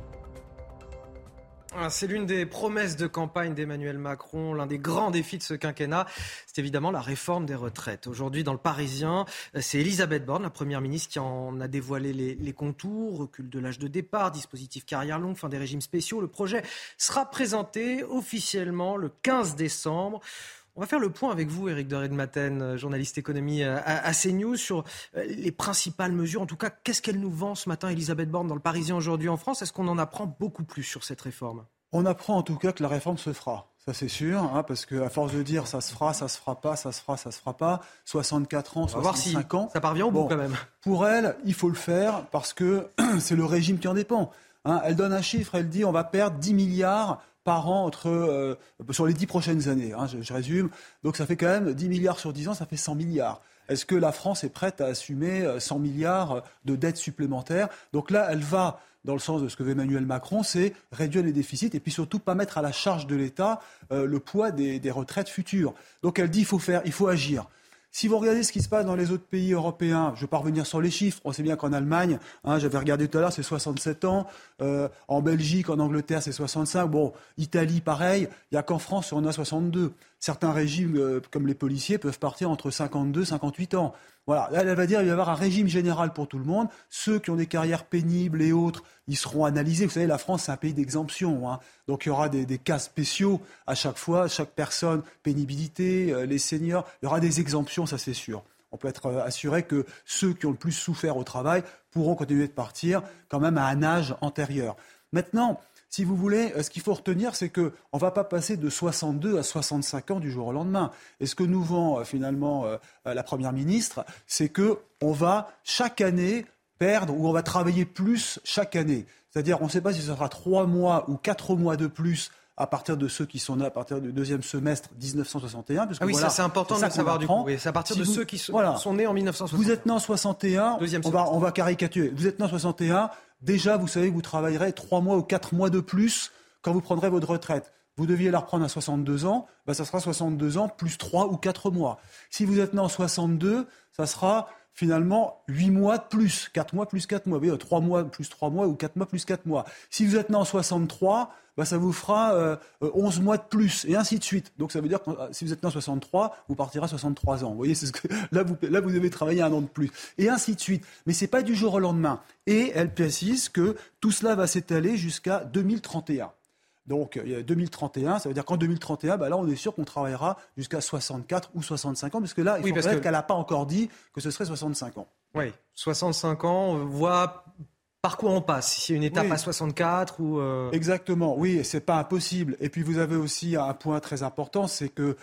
C'est l'une des promesses de campagne d'Emmanuel Macron, l'un des grands défis de ce quinquennat, c'est évidemment la réforme des retraites. Aujourd'hui, dans le Parisien, c'est Elisabeth Borne, la Première ministre, qui en a dévoilé les contours, recul de l'âge de départ, dispositif carrière longue, fin des régimes spéciaux. Le projet sera présenté officiellement le 15 décembre. On va faire le point avec vous, Éric de Ridmaten, journaliste économie à CNews, sur les principales mesures. En tout cas, qu'est-ce qu'elle nous vend ce matin, Elisabeth Borne, dans le Parisien aujourd'hui en France ? Est-ce qu'on en apprend beaucoup plus sur cette réforme ? On apprend en tout cas que la réforme se fera. Ça c'est sûr, parce qu'à force de dire ça se fera pas, ça se fera pas, 64 ans, 65 ans... Ça parvient au bout quand même. Pour elle, il faut le faire parce que c'est le régime qui en dépend. Elle donne un chiffre, elle dit on va perdre 10 milliards par an sur les 10 prochaines années. Je résume. Donc ça fait quand même 10 milliards sur 10 ans, ça fait 100 milliards. Est-ce que la France est prête à assumer 100 milliards de dettes supplémentaires ? Donc là, elle va dans le sens de ce que veut Emmanuel Macron, c'est réduire les déficits et puis surtout pas mettre à la charge de l'État le poids des retraites futures. Donc elle dit il faut agir. Si vous regardez ce qui se passe dans les autres pays européens, je ne vais pas revenir sur les chiffres, on sait bien qu'en Allemagne, j'avais regardé tout à l'heure, c'est 67 ans, en Belgique, en Angleterre, c'est 65, Italie, pareil, il n'y a qu'en France, on a 62. Certains régimes, comme les policiers, peuvent partir entre 52 et 58 ans. Voilà, là, elle va dire qu'il va y avoir un régime général pour tout le monde. Ceux qui ont des carrières pénibles et autres, ils seront analysés. Vous savez, la France, c'est un pays d'exemption. Donc, il y aura des cas spéciaux à chaque fois. Chaque personne, pénibilité, les seniors, il y aura des exemptions, ça c'est sûr. On peut être assuré que ceux qui ont le plus souffert au travail pourront continuer de partir quand même à un âge antérieur. Maintenant, si vous voulez, ce qu'il faut retenir, c'est qu'on ne va pas passer de 62 à 65 ans du jour au lendemain. Et ce que nous vend finalement la Première ministre, c'est qu'on va chaque année perdre ou on va travailler plus chaque année. C'est-à-dire, on ne sait pas si ce sera 3 mois ou 4 mois de plus à partir de ceux qui sont nés à partir du deuxième semestre 1961. Parce que ça c'est important de le savoir du coup. Oui, c'est à partir de ceux qui sont nés en 1961. Vous êtes né en 61, on va caricaturer. Vous êtes né en 61, déjà vous savez que vous travaillerez 3 mois ou 4 mois de plus quand vous prendrez votre retraite. Vous deviez la reprendre à 62 ans, ça sera 62 ans plus 3 ou 4 mois. Si vous êtes né en 62, ça sera finalement 8 mois de plus, 4 mois plus 4 mois. Vous voyez, 3 mois plus 3 mois ou 4 mois plus 4 mois. Si vous êtes né en 63, ça vous fera 11 mois de plus, et ainsi de suite. Donc ça veut dire que si vous êtes né en 63, vous partirez à 63 ans. Vous voyez, c'est là, vous devez travailler 1 an de plus, et ainsi de suite. Mais ce n'est pas du jour au lendemain. Et elle précise que tout cela va s'étaler jusqu'à 2031. Donc, 2031, ça veut dire qu'en 2031, là, on est sûr qu'on travaillera jusqu'à 64 ou 65 ans, parce que là, il faut reconnaître qu'elle n'a pas encore dit que ce serait 65 ans. Oui, 65 ans, on voit par quoi on passe, si c'est une étape à 64 ou... Exactement, oui, c'est pas impossible. Et puis, vous avez aussi un point très important, c'est que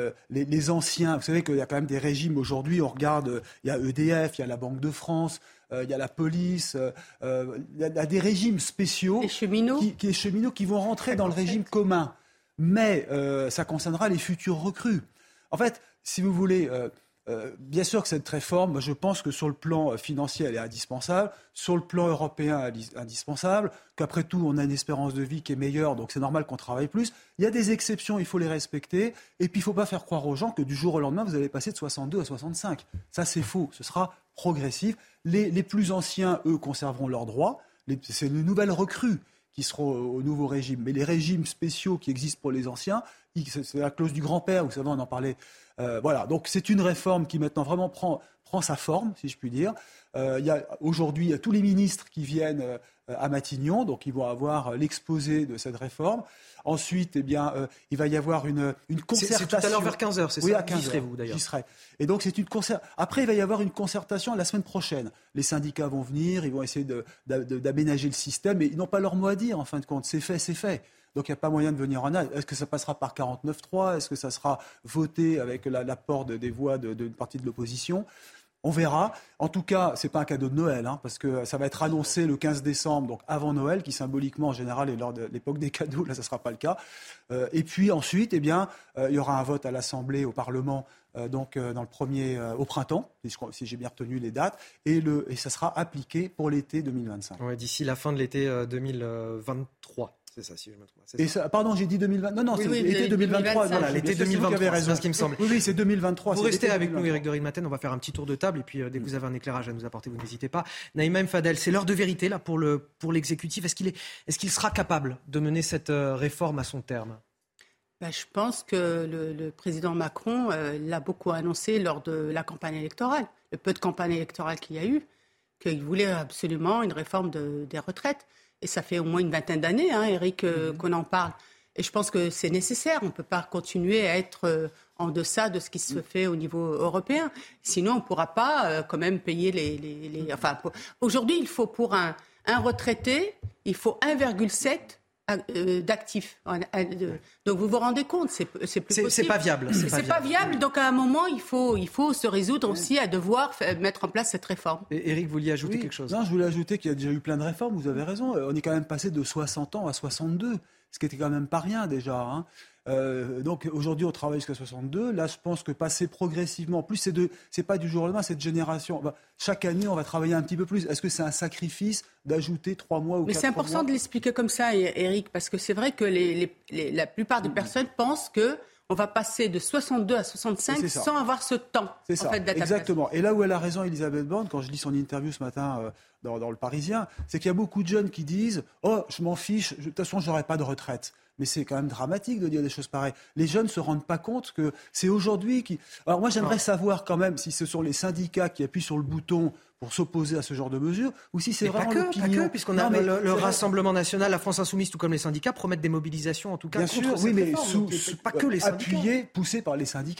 les anciens, vous savez qu'il y a quand même des régimes aujourd'hui, on regarde, il y a EDF, il y a la Banque de France, il y a la police, il y a des régimes spéciaux, les cheminots qui vont rentrer dans le régime commun. Mais ça concernera les futurs recrues. En fait, si vous voulez, bien sûr que cette réforme, je pense que sur le plan financier, elle est indispensable, sur le plan européen, elle est indispensable, qu'après tout, on a une espérance de vie qui est meilleure, donc c'est normal qu'on travaille plus. Il y a des exceptions, il faut les respecter, et puis il ne faut pas faire croire aux gens que du jour au lendemain, vous allez passer de 62 à 65. Ça, c'est faux, ce sera progressif. Les plus anciens, eux, conserveront leurs droits. C'est les nouvelles recrues qui seront au nouveau régime. Mais les régimes spéciaux qui existent pour les anciens, c'est la clause du grand-père, vous savez, on en parlait. Voilà, donc c'est une réforme qui maintenant vraiment prend sa forme, si je puis dire. Aujourd'hui, il y a tous les ministres qui viennent à Matignon, donc ils vont avoir l'exposé de cette réforme. Ensuite, il va y avoir une concertation. C'est tout à l'heure vers 15h, c'est ça? Oui, à 15h. J'y serai, vous, d'ailleurs. J'y serai. Et donc, après, il va y avoir une concertation la semaine prochaine. Les syndicats vont venir, ils vont essayer d'aménager le système, mais ils n'ont pas leur mot à dire, en fin de compte. C'est fait. Donc il n'y a pas moyen de venir en aide. Est-ce que ça passera par 49.3 ? Est-ce que ça sera voté avec l'apport des voix d'une partie de l'opposition ? On verra. En tout cas, ce n'est pas un cadeau de Noël, parce que ça va être annoncé le 15 décembre, donc avant Noël, qui symboliquement, en général, est lors de l'époque des cadeaux. Là, ça ne sera pas le cas. Et puis ensuite, il y aura un vote à l'Assemblée, au Parlement, dans le premier, au printemps, si j'ai bien retenu les dates, et ça sera appliqué pour l'été 2025. Ouais, d'ici la fin de l'été 2023. C'est ça, si je me trompe. Et ça, pardon, j'ai dit 2020. Non, oui, c'est l'été 2023. Voilà, l'été 2023, c'est ce qui me semble. Oui, c'est 2023. Vous restez avec nous, Éric de Ritmaten. On va faire un petit tour de table. Et puis, dès que vous avez un éclairage à nous apporter, vous n'hésitez pas. Naïma M. Fadel, c'est l'heure de vérité là, pour l'exécutif. Est-ce qu'il sera capable de mener cette réforme à son terme ? Je pense que le président Macron l'a beaucoup annoncé lors de la campagne électorale. Le peu de campagne électorale qu'il y a eu, qu'il voulait absolument une réforme des retraites. Et ça fait au moins une vingtaine d'années, Éric, qu'on en parle. Et je pense que c'est nécessaire. On ne peut pas continuer à être en deçà de ce qui se fait au niveau européen. Sinon, on ne pourra pas quand même payer Aujourd'hui, il faut pour un retraité, il faut 1,7 d'actifs. Donc vous vous rendez compte, c'est plus possible. C'est pas viable. C'est pas viable. Donc à un moment, il faut se résoudre aussi à devoir mettre en place cette réforme. Et Éric, vous vouliez ajouter quelque chose ? Non, je voulais ajouter qu'il y a déjà eu plein de réformes. Vous avez raison. On est quand même passé de 60 ans à 62, ce qui était quand même pas rien déjà. Donc aujourd'hui, on travaille jusqu'à 62. Là, je pense que passer progressivement, en plus, c'est pas du jour au lendemain, cette génération. Chaque année, on va travailler un petit peu plus. Est-ce que c'est un sacrifice d'ajouter 3 mois ou 4 mois ? Mais c'est important de l'expliquer comme ça, Éric, parce que c'est vrai que la plupart des personnes pensent que on va passer de 62 à 65 sans avoir ce temps d'adaptation. Exactement. Et là où elle a raison, Elisabeth Borne, quand je lis son interview ce matin dans Le Parisien, c'est qu'il y a beaucoup de jeunes qui disent « Oh, je m'en fiche, de toute façon, je n'aurai pas de retraite ». Mais c'est quand même dramatique de dire des choses pareilles. Les jeunes ne se rendent pas compte que c'est aujourd'hui qui... Alors moi, j'aimerais savoir quand même si ce sont les syndicats qui appuient sur le bouton pour s'opposer à ce genre de mesures, ou si c'est vraiment l'opinion. Pas que, puisqu'on a le Rassemblement National, la France Insoumise, tout comme les syndicats, promettent des mobilisations, en tout cas, bien contre sûr, cette mais réforme. Pas que les syndicats. Appuyés, poussés par les syndicats.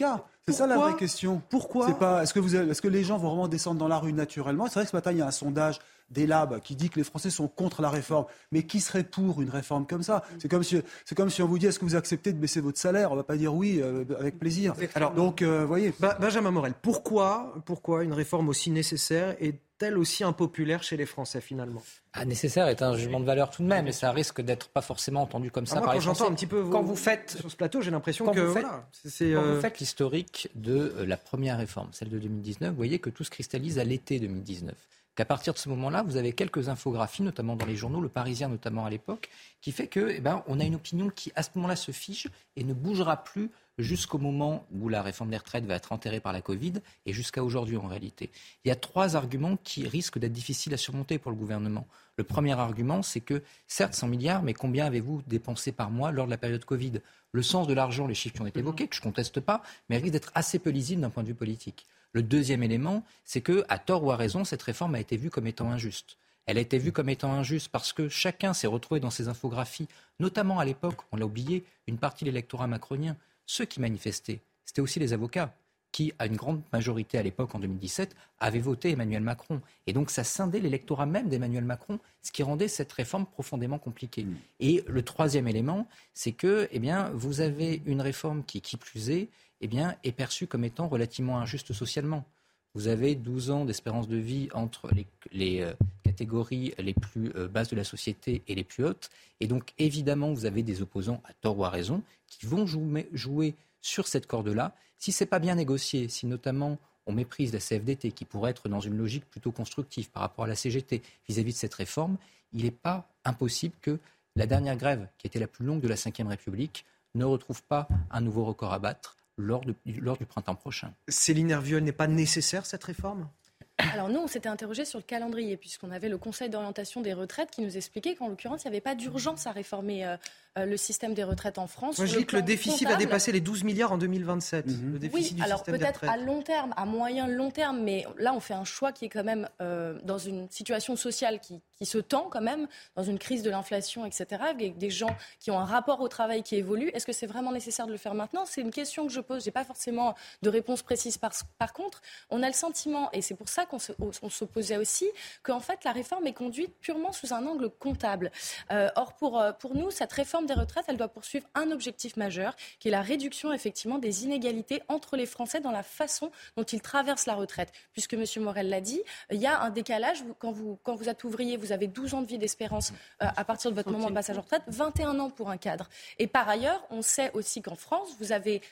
C'est ça la vraie question. Pourquoi est-ce que les gens vont vraiment descendre dans la rue naturellement? C'est vrai que ce matin, il y a un sondage des Labs qui dit que les Français sont contre la réforme. Mais qui serait pour une réforme comme ça? C'est comme si on vous dit, est-ce que vous acceptez de baisser votre salaire? On ne va pas dire oui avec plaisir. Alors, donc, voyez. Benjamin Morel, pourquoi une réforme aussi nécessaire est-elle aussi impopulaire chez les Français finalement? Nécessaire est un jugement de valeur tout de même, et ça risque d'être pas forcément entendu comme ça par les Français. J'entends un petit peu quand vous faites sur ce plateau, j'ai l'impression que quand vous faites l'historique de la première réforme, celle de 2019, vous voyez que tout se cristallise à l'été 2019. Qu'à partir de ce moment-là, vous avez quelques infographies, notamment dans les journaux, Le Parisien notamment à l'époque, qui fait que, on a une opinion qui à ce moment-là se fige et ne bougera plus jusqu'au moment où la réforme des retraites va être enterrée par la Covid et jusqu'à aujourd'hui en réalité. Il y a 3 arguments qui risquent d'être difficiles à surmonter pour le gouvernement. Le premier argument, c'est que, certes, 100 milliards, mais combien avez-vous dépensé par mois lors de la période Covid? Le sens de l'argent, les chiffres qui ont été évoqués, que je ne conteste pas, mais risque d'être assez peu lisible d'un point de vue politique. Le deuxième élément, c'est que, à tort ou à raison, cette réforme a été vue comme étant injuste. Elle a été vue comme étant injuste parce que chacun s'est retrouvé dans ces infographies, notamment à l'époque, on l'a oublié, une partie de l'électorat macronien. Ceux qui manifestaient, c'était aussi les avocats qui, à une grande majorité à l'époque, en 2017, avaient voté Emmanuel Macron. Et donc ça scindait l'électorat même d'Emmanuel Macron, ce qui rendait cette réforme profondément compliquée. Et le troisième élément, c'est que vous avez une réforme qui plus est, est perçue comme étant relativement injuste socialement. Vous avez 12 ans d'espérance de vie entre les catégories les plus basses de la société et les plus hautes. Et donc, évidemment, vous avez des opposants, à tort ou à raison, qui vont jouer sur cette corde-là. Si ce n'est pas bien négocié, si notamment on méprise la CFDT, qui pourrait être dans une logique plutôt constructive par rapport à la CGT vis-à-vis de cette réforme, il n'est pas impossible que la dernière grève, qui était la plus longue de la Ve République, ne retrouve pas un nouveau record à battre lors du printemps prochain. Céline Hervieux, n'est pas nécessaire cette réforme ? Alors nous, on s'était interrogé sur le calendrier, puisqu'on avait le Conseil d'orientation des retraites qui nous expliquait qu'en l'occurrence, il n'y avait pas d'urgence à réformer le système des retraites en France. Moi, je dis que le déficit va dépasser les 12 milliards en 2027. Le déficit du alors système des peut-être retraites. à long terme, à moyen long terme, mais là, on fait un choix qui est quand même dans une situation sociale qui se tend quand même, dans une crise de l'inflation, etc., avec des gens qui ont un rapport au travail qui évolue. Est-ce que c'est vraiment nécessaire de le faire maintenant ? C'est une question que je pose. Je n'ai pas forcément de réponse précise. Par contre, on a le sentiment, et c'est pour ça qu'on s'opposait aussi, qu'en fait, la réforme est conduite purement sous un angle comptable. Or, pour nous, cette réforme des retraites, elle doit poursuivre un objectif majeur, qui est la réduction, effectivement, des inégalités entre les Français dans la façon dont ils traversent la retraite. Puisque M. Morel l'a dit, il y a un décalage. Quand vous êtes ouvrier, vous avez 12 ans de vie d'espérance à partir de votre moment de passage en retraite, 21 ans pour un cadre. Et par ailleurs, on sait aussi qu'en France, vous avez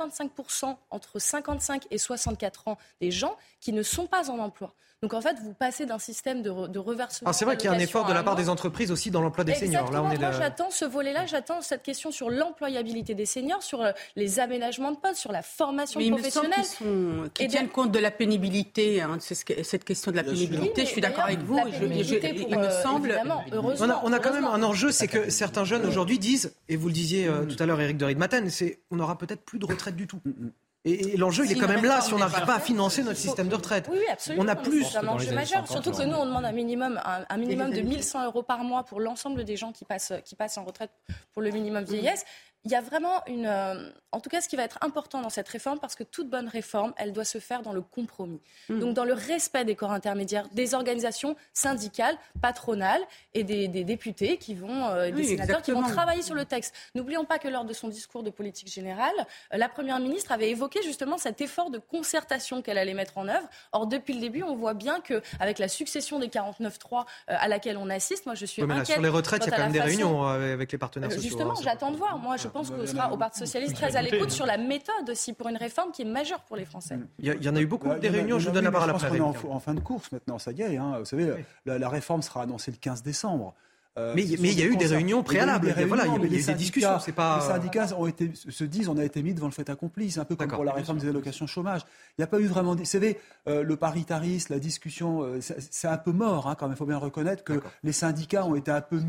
55% entre 55 et 64 ans des gens qui ne sont pas en emploi. Donc en fait, vous passez d'un système de reversement. Alors c'est vrai qu'il y a un effort de la part des entreprises aussi dans l'emploi des seniors. Là, Moi, j'attends ce volet-là, j'attends cette question sur l'employabilité des seniors, sur les aménagements de postes, sur la formation professionnelle. Mais il me semble qu'ils tiennent compte de la pénibilité, cette question de la pénibilité. Je suis d'accord avec vous. Il me semble. On a quand même un enjeu, c'est que certains jeunes aujourd'hui disent, et vous le disiez tout à l'heure, Éric de Ritmaten, on n'aura peut-être plus de retraite du tout. Et l'enjeu, il est quand même là si on n'arrive pas à financer notre système de retraite. Oui, absolument. On a plus. C'est un enjeu majeur. Surtout que nous, on demande un minimum de 1 100 € par mois pour l'ensemble des gens qui passent en retraite pour le minimum vieillesse. Il y a vraiment en tout cas, ce qui va être important dans cette réforme, parce que toute bonne réforme, elle doit se faire dans le compromis. Donc, dans le respect des corps intermédiaires, des organisations syndicales, patronales et des députés des sénateurs qui vont travailler sur le texte. N'oublions pas que lors de son discours de politique générale, la Première ministre avait évoqué justement cet effort de concertation qu'elle allait mettre en œuvre. Or, depuis le début, on voit bien qu'avec la succession des 49.3 à laquelle on assiste, moi, je suis inquiète. Sur les retraites, il y a quand même des réunions avec les partenaires sociaux. Justement, j'attends de voir. Moi, je pense qu'on sera au Parti socialiste très à l'écoute sur la méthode aussi pour une réforme qui est majeure pour les Français. Il y en a eu beaucoup des réunions, je vous donne la parole après. On est en fin de course maintenant, ça y est. Vous savez, la réforme sera annoncée le 15 décembre. Mais il y a eu des réunions préalables. Il y a eu des discussions. Les syndicats se disent on a été mis devant le fait accompli. C'est un peu comme pour la réforme des allocations chômage. Il n'y a pas eu vraiment. Vous savez, le paritarisme, la discussion, c'est un peu mort quand même. Il faut bien reconnaître que les syndicats ont été un peu mis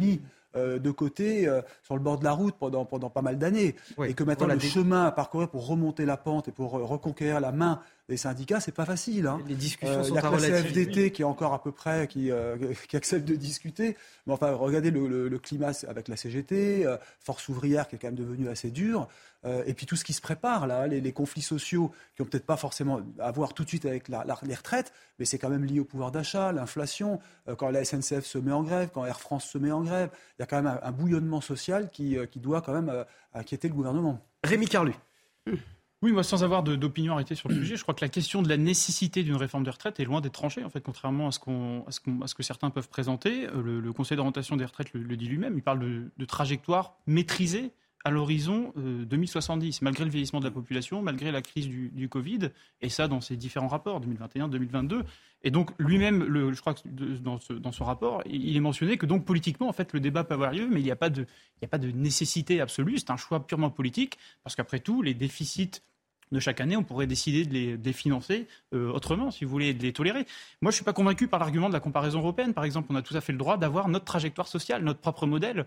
de côté sur le bord de la route pendant pas mal d'années. Et que maintenant, le chemin à parcourir pour remonter la pente et pour reconquérir la main des syndicats, c'est pas facile. Les discussions sont il y a que la relatives. CFDT qui est encore à peu près, qui accepte de discuter. Mais enfin, regardez le climat avec la CGT, Force ouvrière qui est quand même devenue assez dure. Et puis tout ce qui se prépare, là, les conflits sociaux qui n'ont peut-être pas forcément à voir tout de suite avec les retraites, mais c'est quand même lié au pouvoir d'achat, l'inflation, quand la SNCF se met en grève, quand Air France se met en grève, il y a quand même un bouillonnement social qui doit quand même inquiéter le gouvernement. Rémi Carlu. Oui, moi, sans avoir d'opinion arrêtée sur le sujet, je crois que la question de la nécessité d'une réforme des retraites est loin d'être tranchée, en fait, contrairement à ce que certains peuvent présenter. Le Conseil d'orientation des retraites le dit lui-même. Il parle de trajectoire maîtrisée à l'horizon 2070, malgré le vieillissement de la population, malgré la crise du Covid, et ça dans ses différents rapports, 2021-2022. Et donc, lui-même, je crois que dans ce rapport, il est mentionné que donc, politiquement, en fait, le débat peut avoir lieu, mais il n'y a pas de nécessité absolue. C'est un choix purement politique, parce qu'après tout, les déficits de chaque année, on pourrait décider de les financer autrement, si vous voulez, de les tolérer. Moi, je ne suis pas convaincu par l'argument de la comparaison européenne. Par exemple, on a tout à fait le droit d'avoir notre trajectoire sociale, notre propre modèle.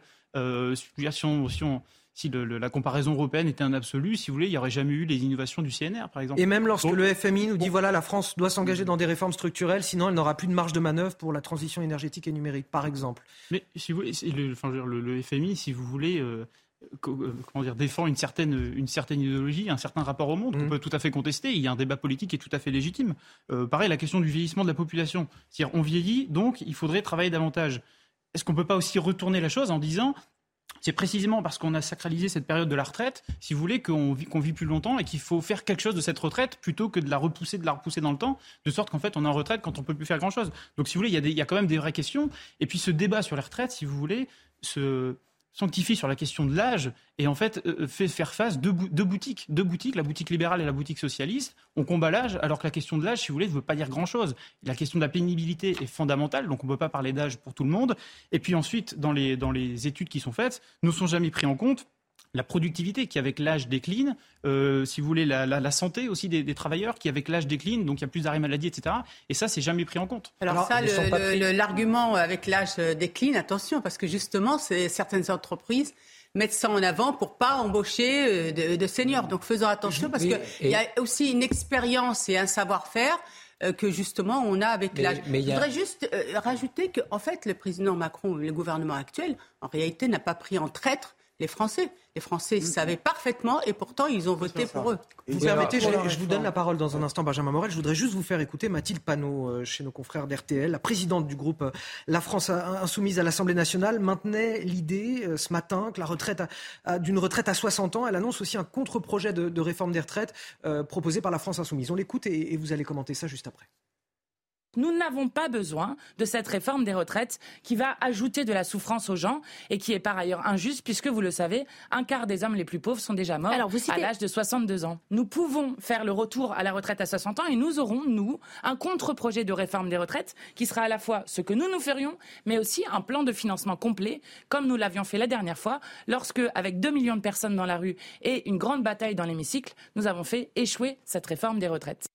Si la comparaison européenne était un absolu, si vous voulez, il n'y aurait jamais eu les innovations du CNR, par exemple. Et même lorsque le FMI nous dit, voilà, la France doit s'engager dans des réformes structurelles, sinon elle n'aura plus de marge de manœuvre pour la transition énergétique et numérique, par exemple. Mais si vous voulez, le FMI, si vous voulez... défend une certaine idéologie, un certain rapport au monde qu'on peut tout à fait contester. Il y a un débat politique qui est tout à fait légitime. Pareil, la question du vieillissement de la population. C'est-à-dire, on vieillit, donc il faudrait travailler davantage. Est-ce qu'on ne peut pas aussi retourner la chose en disant, c'est précisément parce qu'on a sacralisé cette période de la retraite, si vous voulez, qu'on vit plus longtemps et qu'il faut faire quelque chose de cette retraite plutôt que de la repousser dans le temps, de sorte qu'en fait on est en retraite quand on ne peut plus faire grand-chose. Donc si vous voulez, il y a quand même des vraies questions. Et puis ce débat sur les retraites, si vous voulez, se sanctifie sur la question de l'âge et en fait fait faire face deux boutiques, la boutique libérale et la boutique socialiste. On combat l'âge alors que la question de l'âge, si vous voulez, ne veut pas dire grand-chose. La question de la pénibilité est fondamentale, donc on ne peut pas parler d'âge pour tout le monde. Et puis ensuite, dans les études qui sont faites, ne sont jamais pris en compte la productivité qui, avec l'âge, décline, si vous voulez, la santé aussi des travailleurs qui, avec l'âge, décline, donc il y a plus d'arrêts maladie, etc. Et ça, c'est jamais pris en compte. Alors ça, l'argument avec l'âge décline, attention, parce que justement, certaines entreprises mettent ça en avant pour pas embaucher de seniors. Donc faisons attention, parce qu'il y a aussi une expérience et un savoir-faire que justement on a avec l'âge. Je voudrais juste rajouter que, en fait, le président Macron, le gouvernement actuel, en réalité, n'a pas pris en traître les Français. Les Français savaient parfaitement et pourtant ils ont voté pour eux. Vous permettez, je vous donne la parole dans un instant, Benjamin Morel. Je voudrais juste vous faire écouter Mathilde Panot, chez nos confrères d'RTL, la présidente du groupe La France Insoumise à l'Assemblée nationale, maintenait l'idée ce matin que la retraite d'une retraite à 60 ans. Elle annonce aussi un contre-projet de réforme des retraites proposé par la France Insoumise. On l'écoute et vous allez commenter ça juste après. Nous n'avons pas besoin de cette réforme des retraites qui va ajouter de la souffrance aux gens et qui est par ailleurs injuste puisque, vous le savez, un quart des hommes les plus pauvres sont déjà morts à l'âge de 62 ans. Nous pouvons faire le retour à la retraite à 60 ans et nous aurons, nous, un contre-projet de réforme des retraites qui sera à la fois ce que nous ferions, mais aussi un plan de financement complet, comme nous l'avions fait la dernière fois, lorsque, avec 2 millions de personnes dans la rue et une grande bataille dans l'hémicycle, nous avons fait échouer cette réforme des retraites.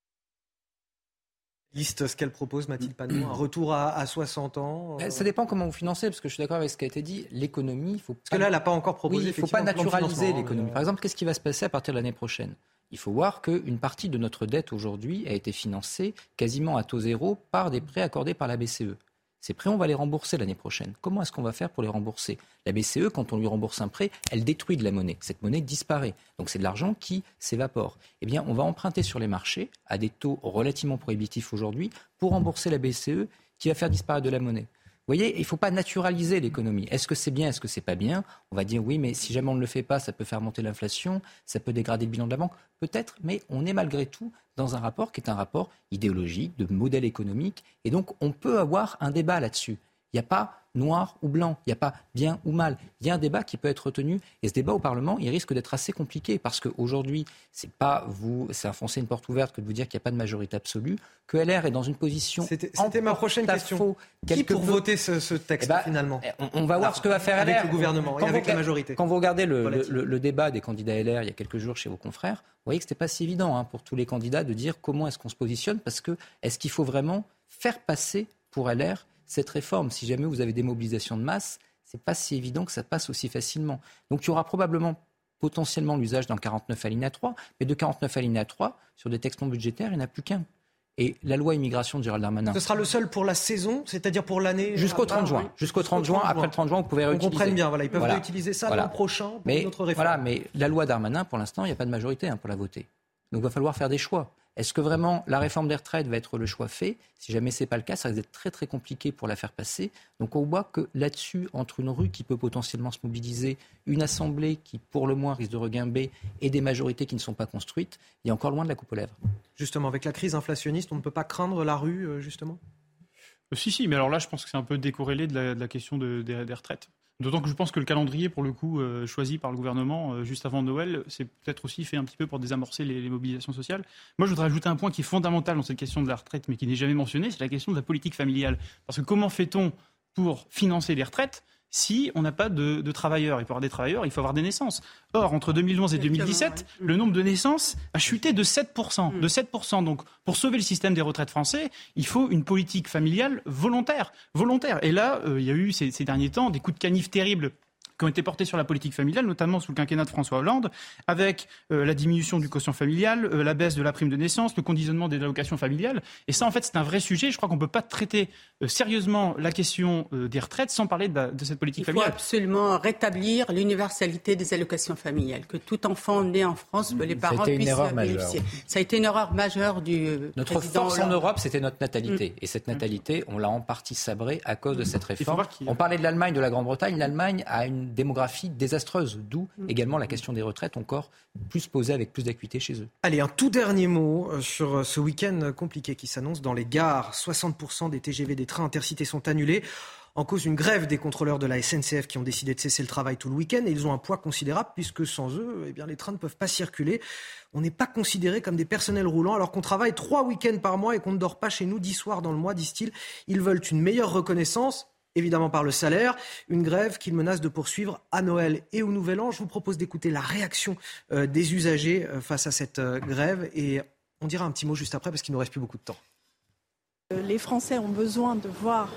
Liste ce qu'elle propose, Mathilde Panot, un retour à 60 ans. Ça dépend comment vous financez, parce que je suis d'accord avec ce qui a été dit. L'économie, il faut parce que là, elle n'a pas encore proposé. Il ne faut pas naturaliser l'économie. Par exemple, qu'est-ce qui va se passer à partir de l'année prochaine ? Il faut voir qu'une partie de notre dette aujourd'hui a été financée quasiment à taux zéro par des prêts accordés par la BCE. Ces prêts, on va les rembourser l'année prochaine. Comment est-ce qu'on va faire pour les rembourser ? La BCE, quand on lui rembourse un prêt, elle détruit de la monnaie. Cette monnaie disparaît. Donc c'est de l'argent qui s'évapore. Eh bien, on va emprunter sur les marchés à des taux relativement prohibitifs aujourd'hui pour rembourser la BCE qui va faire disparaître de la monnaie. Vous voyez, il ne faut pas naturaliser l'économie. Est-ce que c'est bien, est-ce que c'est pas bien ? On va dire oui, mais si jamais on ne le fait pas, ça peut faire monter l'inflation, ça peut dégrader le bilan de la banque. Peut-être, mais on est malgré tout dans un rapport qui est un rapport idéologique, de modèle économique. Et donc, on peut avoir un débat là-dessus. Il n'y a pas noir ou blanc, il n'y a pas bien ou mal. Il y a un débat qui peut être retenu. Et ce débat au Parlement, il risque d'être assez compliqué parce qu'aujourd'hui, c'est enfoncer une porte ouverte que de vous dire qu'il n'y a pas de majorité absolue, que LR est dans une position... C'était ma prochaine question. Qui pour voter ce texte finalement ? On va voir ce que va faire LR. Avec le gouvernement et avec la majorité. Quand vous regardez le débat des candidats LR il y a quelques jours chez vos confrères, vous voyez que ce n'était pas si évident pour tous les candidats de dire comment est-ce qu'on se positionne parce que est-ce qu'il faut vraiment faire passer pour LR cette réforme, si jamais vous avez des mobilisations de masse, c'est pas si évident que ça passe aussi facilement. Donc il y aura probablement potentiellement l'usage d'un 49 alinéa 3, mais de 49 alinéa 3, sur des textes non budgétaires, il n'y en a plus qu'un. Et la loi immigration de Gérald Darmanin. Ce sera le seul pour la saison, c'est-à-dire pour l'année. Jusqu'au 30 juin. Oui. Jusqu'au 30 juin. Après le 30 juin, vous pouvez réutiliser. On comprenne bien, ils peuvent réutiliser ça l'an prochain pour une autre réforme. Mais la loi Darmanin, pour l'instant, il n'y a pas de majorité pour la voter. Donc il va falloir faire des choix. Est-ce que vraiment la réforme des retraites va être le choix fait ? Si jamais ce n'est pas le cas, ça risque d'être très très compliqué pour la faire passer. Donc on voit que là-dessus, entre une rue qui peut potentiellement se mobiliser, une assemblée qui pour le moins risque de reguimber et des majorités qui ne sont pas construites, il y a encore loin de la coupe aux lèvres. Justement, avec la crise inflationniste, on ne peut pas craindre la rue, justement ? Si, mais alors là, je pense que c'est un peu décorrélé de la question des retraites. D'autant que je pense que le calendrier, pour le coup, choisi par le gouvernement juste avant Noël, c'est peut-être aussi fait un petit peu pour désamorcer les mobilisations sociales. Moi, je voudrais ajouter un point qui est fondamental dans cette question de la retraite, mais qui n'est jamais mentionné, c'est la question de la politique familiale. Parce que comment fait-on pour financer les retraites si on n'a pas de travailleurs? Et pour avoir des travailleurs, il faut avoir des naissances. Or, entre 2011 et 2017, le nombre de naissances a chuté de 7%. De 7%. Donc, pour sauver le système des retraites français, il faut une politique familiale volontaire. Et là, il y a eu ces derniers temps des coups de canif terribles qui ont été portés sur la politique familiale, notamment sous le quinquennat de François Hollande, avec la diminution du quotient familial, la baisse de la prime de naissance, le conditionnement des allocations familiales. Et ça, en fait, c'est un vrai sujet. Je crois qu'on ne peut pas traiter sérieusement la question des retraites sans parler de cette politique familiale. Il faut absolument rétablir l'universalité des allocations familiales, que tout enfant né en France, les parents puissent bénéficier. Ça a été une erreur majeure du Notre force en Europe, c'était notre natalité. Et cette natalité, on l'a en partie sabrée à cause de cette réforme. On parlait de l'Allemagne, de la Grande-Bretagne. L'Allemagne a une démographie désastreuse, d'où également la question des retraites encore plus posée avec plus d'acuité chez eux. Allez, un tout dernier mot sur ce week-end compliqué qui s'annonce dans les gares. 60% des TGV des trains intercités sont annulés en cause d'une grève des contrôleurs de la SNCF qui ont décidé de cesser le travail tout le week-end, et ils ont un poids considérable puisque sans eux, les trains ne peuvent pas circuler. On n'est pas considérés comme des personnels roulants alors qu'on travaille 3 week-ends par mois et qu'on ne dort pas chez nous 10 soirs dans le mois, disent-ils. Ils veulent une meilleure reconnaissance, évidemment par le salaire, une grève qu'ils menacent de poursuivre à Noël et au Nouvel An. Je vous propose d'écouter la réaction des usagers face à cette grève, et on dira un petit mot juste après parce qu'il ne nous reste plus beaucoup de temps. Les Français ont besoin de voir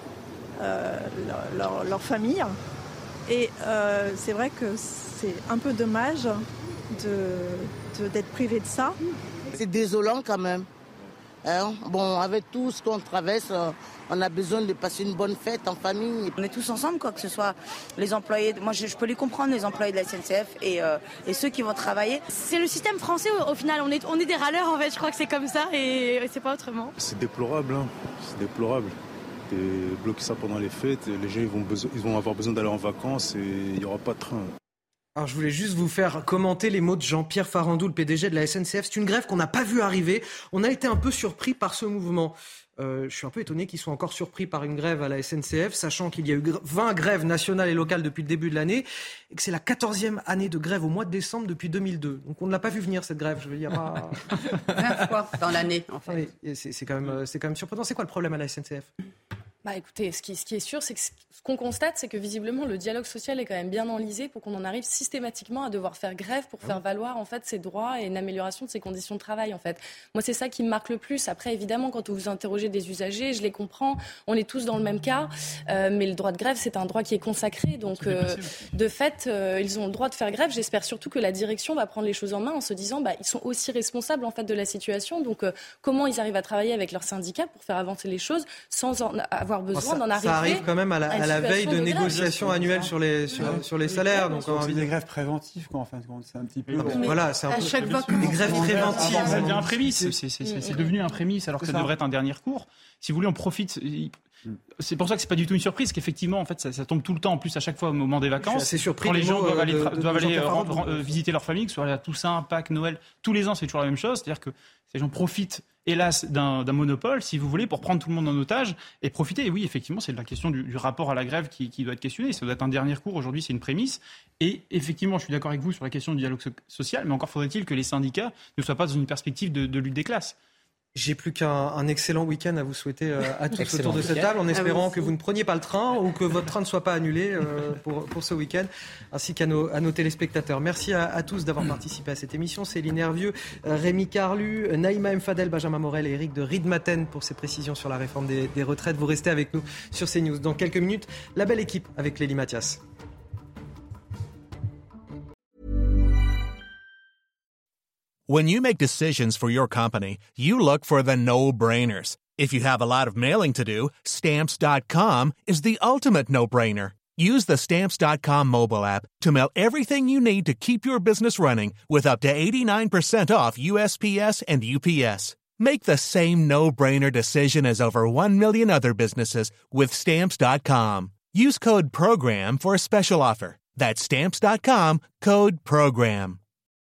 leur famille, et c'est vrai que c'est un peu dommage d'être privé de ça. C'est désolant quand même. Bon, avec tout ce qu'on traverse, on a besoin de passer une bonne fête en famille. On est tous ensemble, quoi, que ce soit les employés. Moi, je peux les comprendre, les employés de la SNCF et ceux qui vont travailler. C'est le système français, au final. On est des râleurs, en fait. Je crois que c'est comme ça et c'est pas autrement. C'est déplorable, c'est déplorable. Bloquer ça pendant les fêtes, les gens ils vont avoir besoin d'aller en vacances et il n'y aura pas de train. Alors je voulais juste vous faire commenter les mots de Jean-Pierre Farandou, le PDG de la SNCF. C'est une grève qu'on n'a pas vue arriver. On a été un peu surpris par ce mouvement. Je suis un peu étonné qu'ils soient encore surpris par une grève à la SNCF, sachant qu'il y a eu 20 grèves nationales et locales depuis le début de l'année, et que c'est la 14e année de grève au mois de décembre depuis 2002. Donc on ne l'a pas vu venir, cette grève, je veux dire. 20 fois dans l'année, en fait. Oui, c'est quand même surprenant. C'est quoi le problème à la SNCF ? Écoutez, ce qui est sûr, c'est que ce qu'on constate, c'est que visiblement le dialogue social est quand même bien enlisé pour qu'on en arrive systématiquement à devoir faire grève pour faire valoir en fait ses droits et une amélioration de ses conditions de travail en fait. Moi, c'est ça qui me marque le plus. Après, évidemment, quand vous interrogez des usagers, je les comprends, on est tous dans le même cas, mais le droit de grève, c'est un droit qui est consacré. Donc, de fait, ils ont le droit de faire grève. J'espère surtout que la direction va prendre les choses en main en se disant, ils sont aussi responsables en fait de la situation. Donc, comment ils arrivent à travailler avec leurs syndicats pour faire avancer les choses sans en avoir besoin d'en arriver. Ça arrive quand même à la veille de négociations annuelles sur les salaires. Donc on des grèves préventives, quoi, en fin de compte. C'est un petit peu. Voilà, c'est un peu des grèves préventives. Ça devient un prémisse. C'est devenu un prémisse alors que ça devrait être un dernier recours. Si vous voulez, on profite. C'est pour ça que c'est pas du tout une surprise qu'effectivement en fait ça tombe tout le temps en plus à chaque fois au moment des vacances. C'est surpris quand les gens doivent aller visiter leur famille, que ce soit à Toussaint, Pâques, Noël, tous les ans c'est toujours la même chose, c'est-à-dire que ces gens profitent hélas d'un monopole si vous voulez pour prendre tout le monde en otage et profiter. Et oui effectivement c'est la question du rapport à la grève qui doit être questionnée. Ça doit être un dernier recours. Aujourd'hui c'est une prémisse et effectivement je suis d'accord avec vous sur la question du dialogue social, mais encore faudrait-il que les syndicats ne soient pas dans une perspective de lutte des classes. J'ai plus qu'un excellent week-end à vous souhaiter à tous autour de cette table, en espérant que vous ne preniez pas le train ou que votre train ne soit pas annulé pour ce week-end, ainsi qu'à nos téléspectateurs. Merci à tous d'avoir participé à cette émission. Céline Hervieux, Rémi Carlu, Naïma Mfadel, Benjamin Morel et Eric de Riedmaten pour ces précisions sur la réforme des retraites. Vous restez avec nous sur CNews. Dans quelques minutes, la belle équipe avec Lélie Mathias. When you make decisions for your company, you look for the no-brainers. If you have a lot of mailing to do, Stamps.com is the ultimate no-brainer. Use the Stamps.com mobile app to mail everything you need to keep your business running with up to 89% off USPS and UPS. Make the same no-brainer decision as over 1 million other businesses with Stamps.com. Use code PROGRAM for a special offer. That's Stamps.com, code PROGRAM.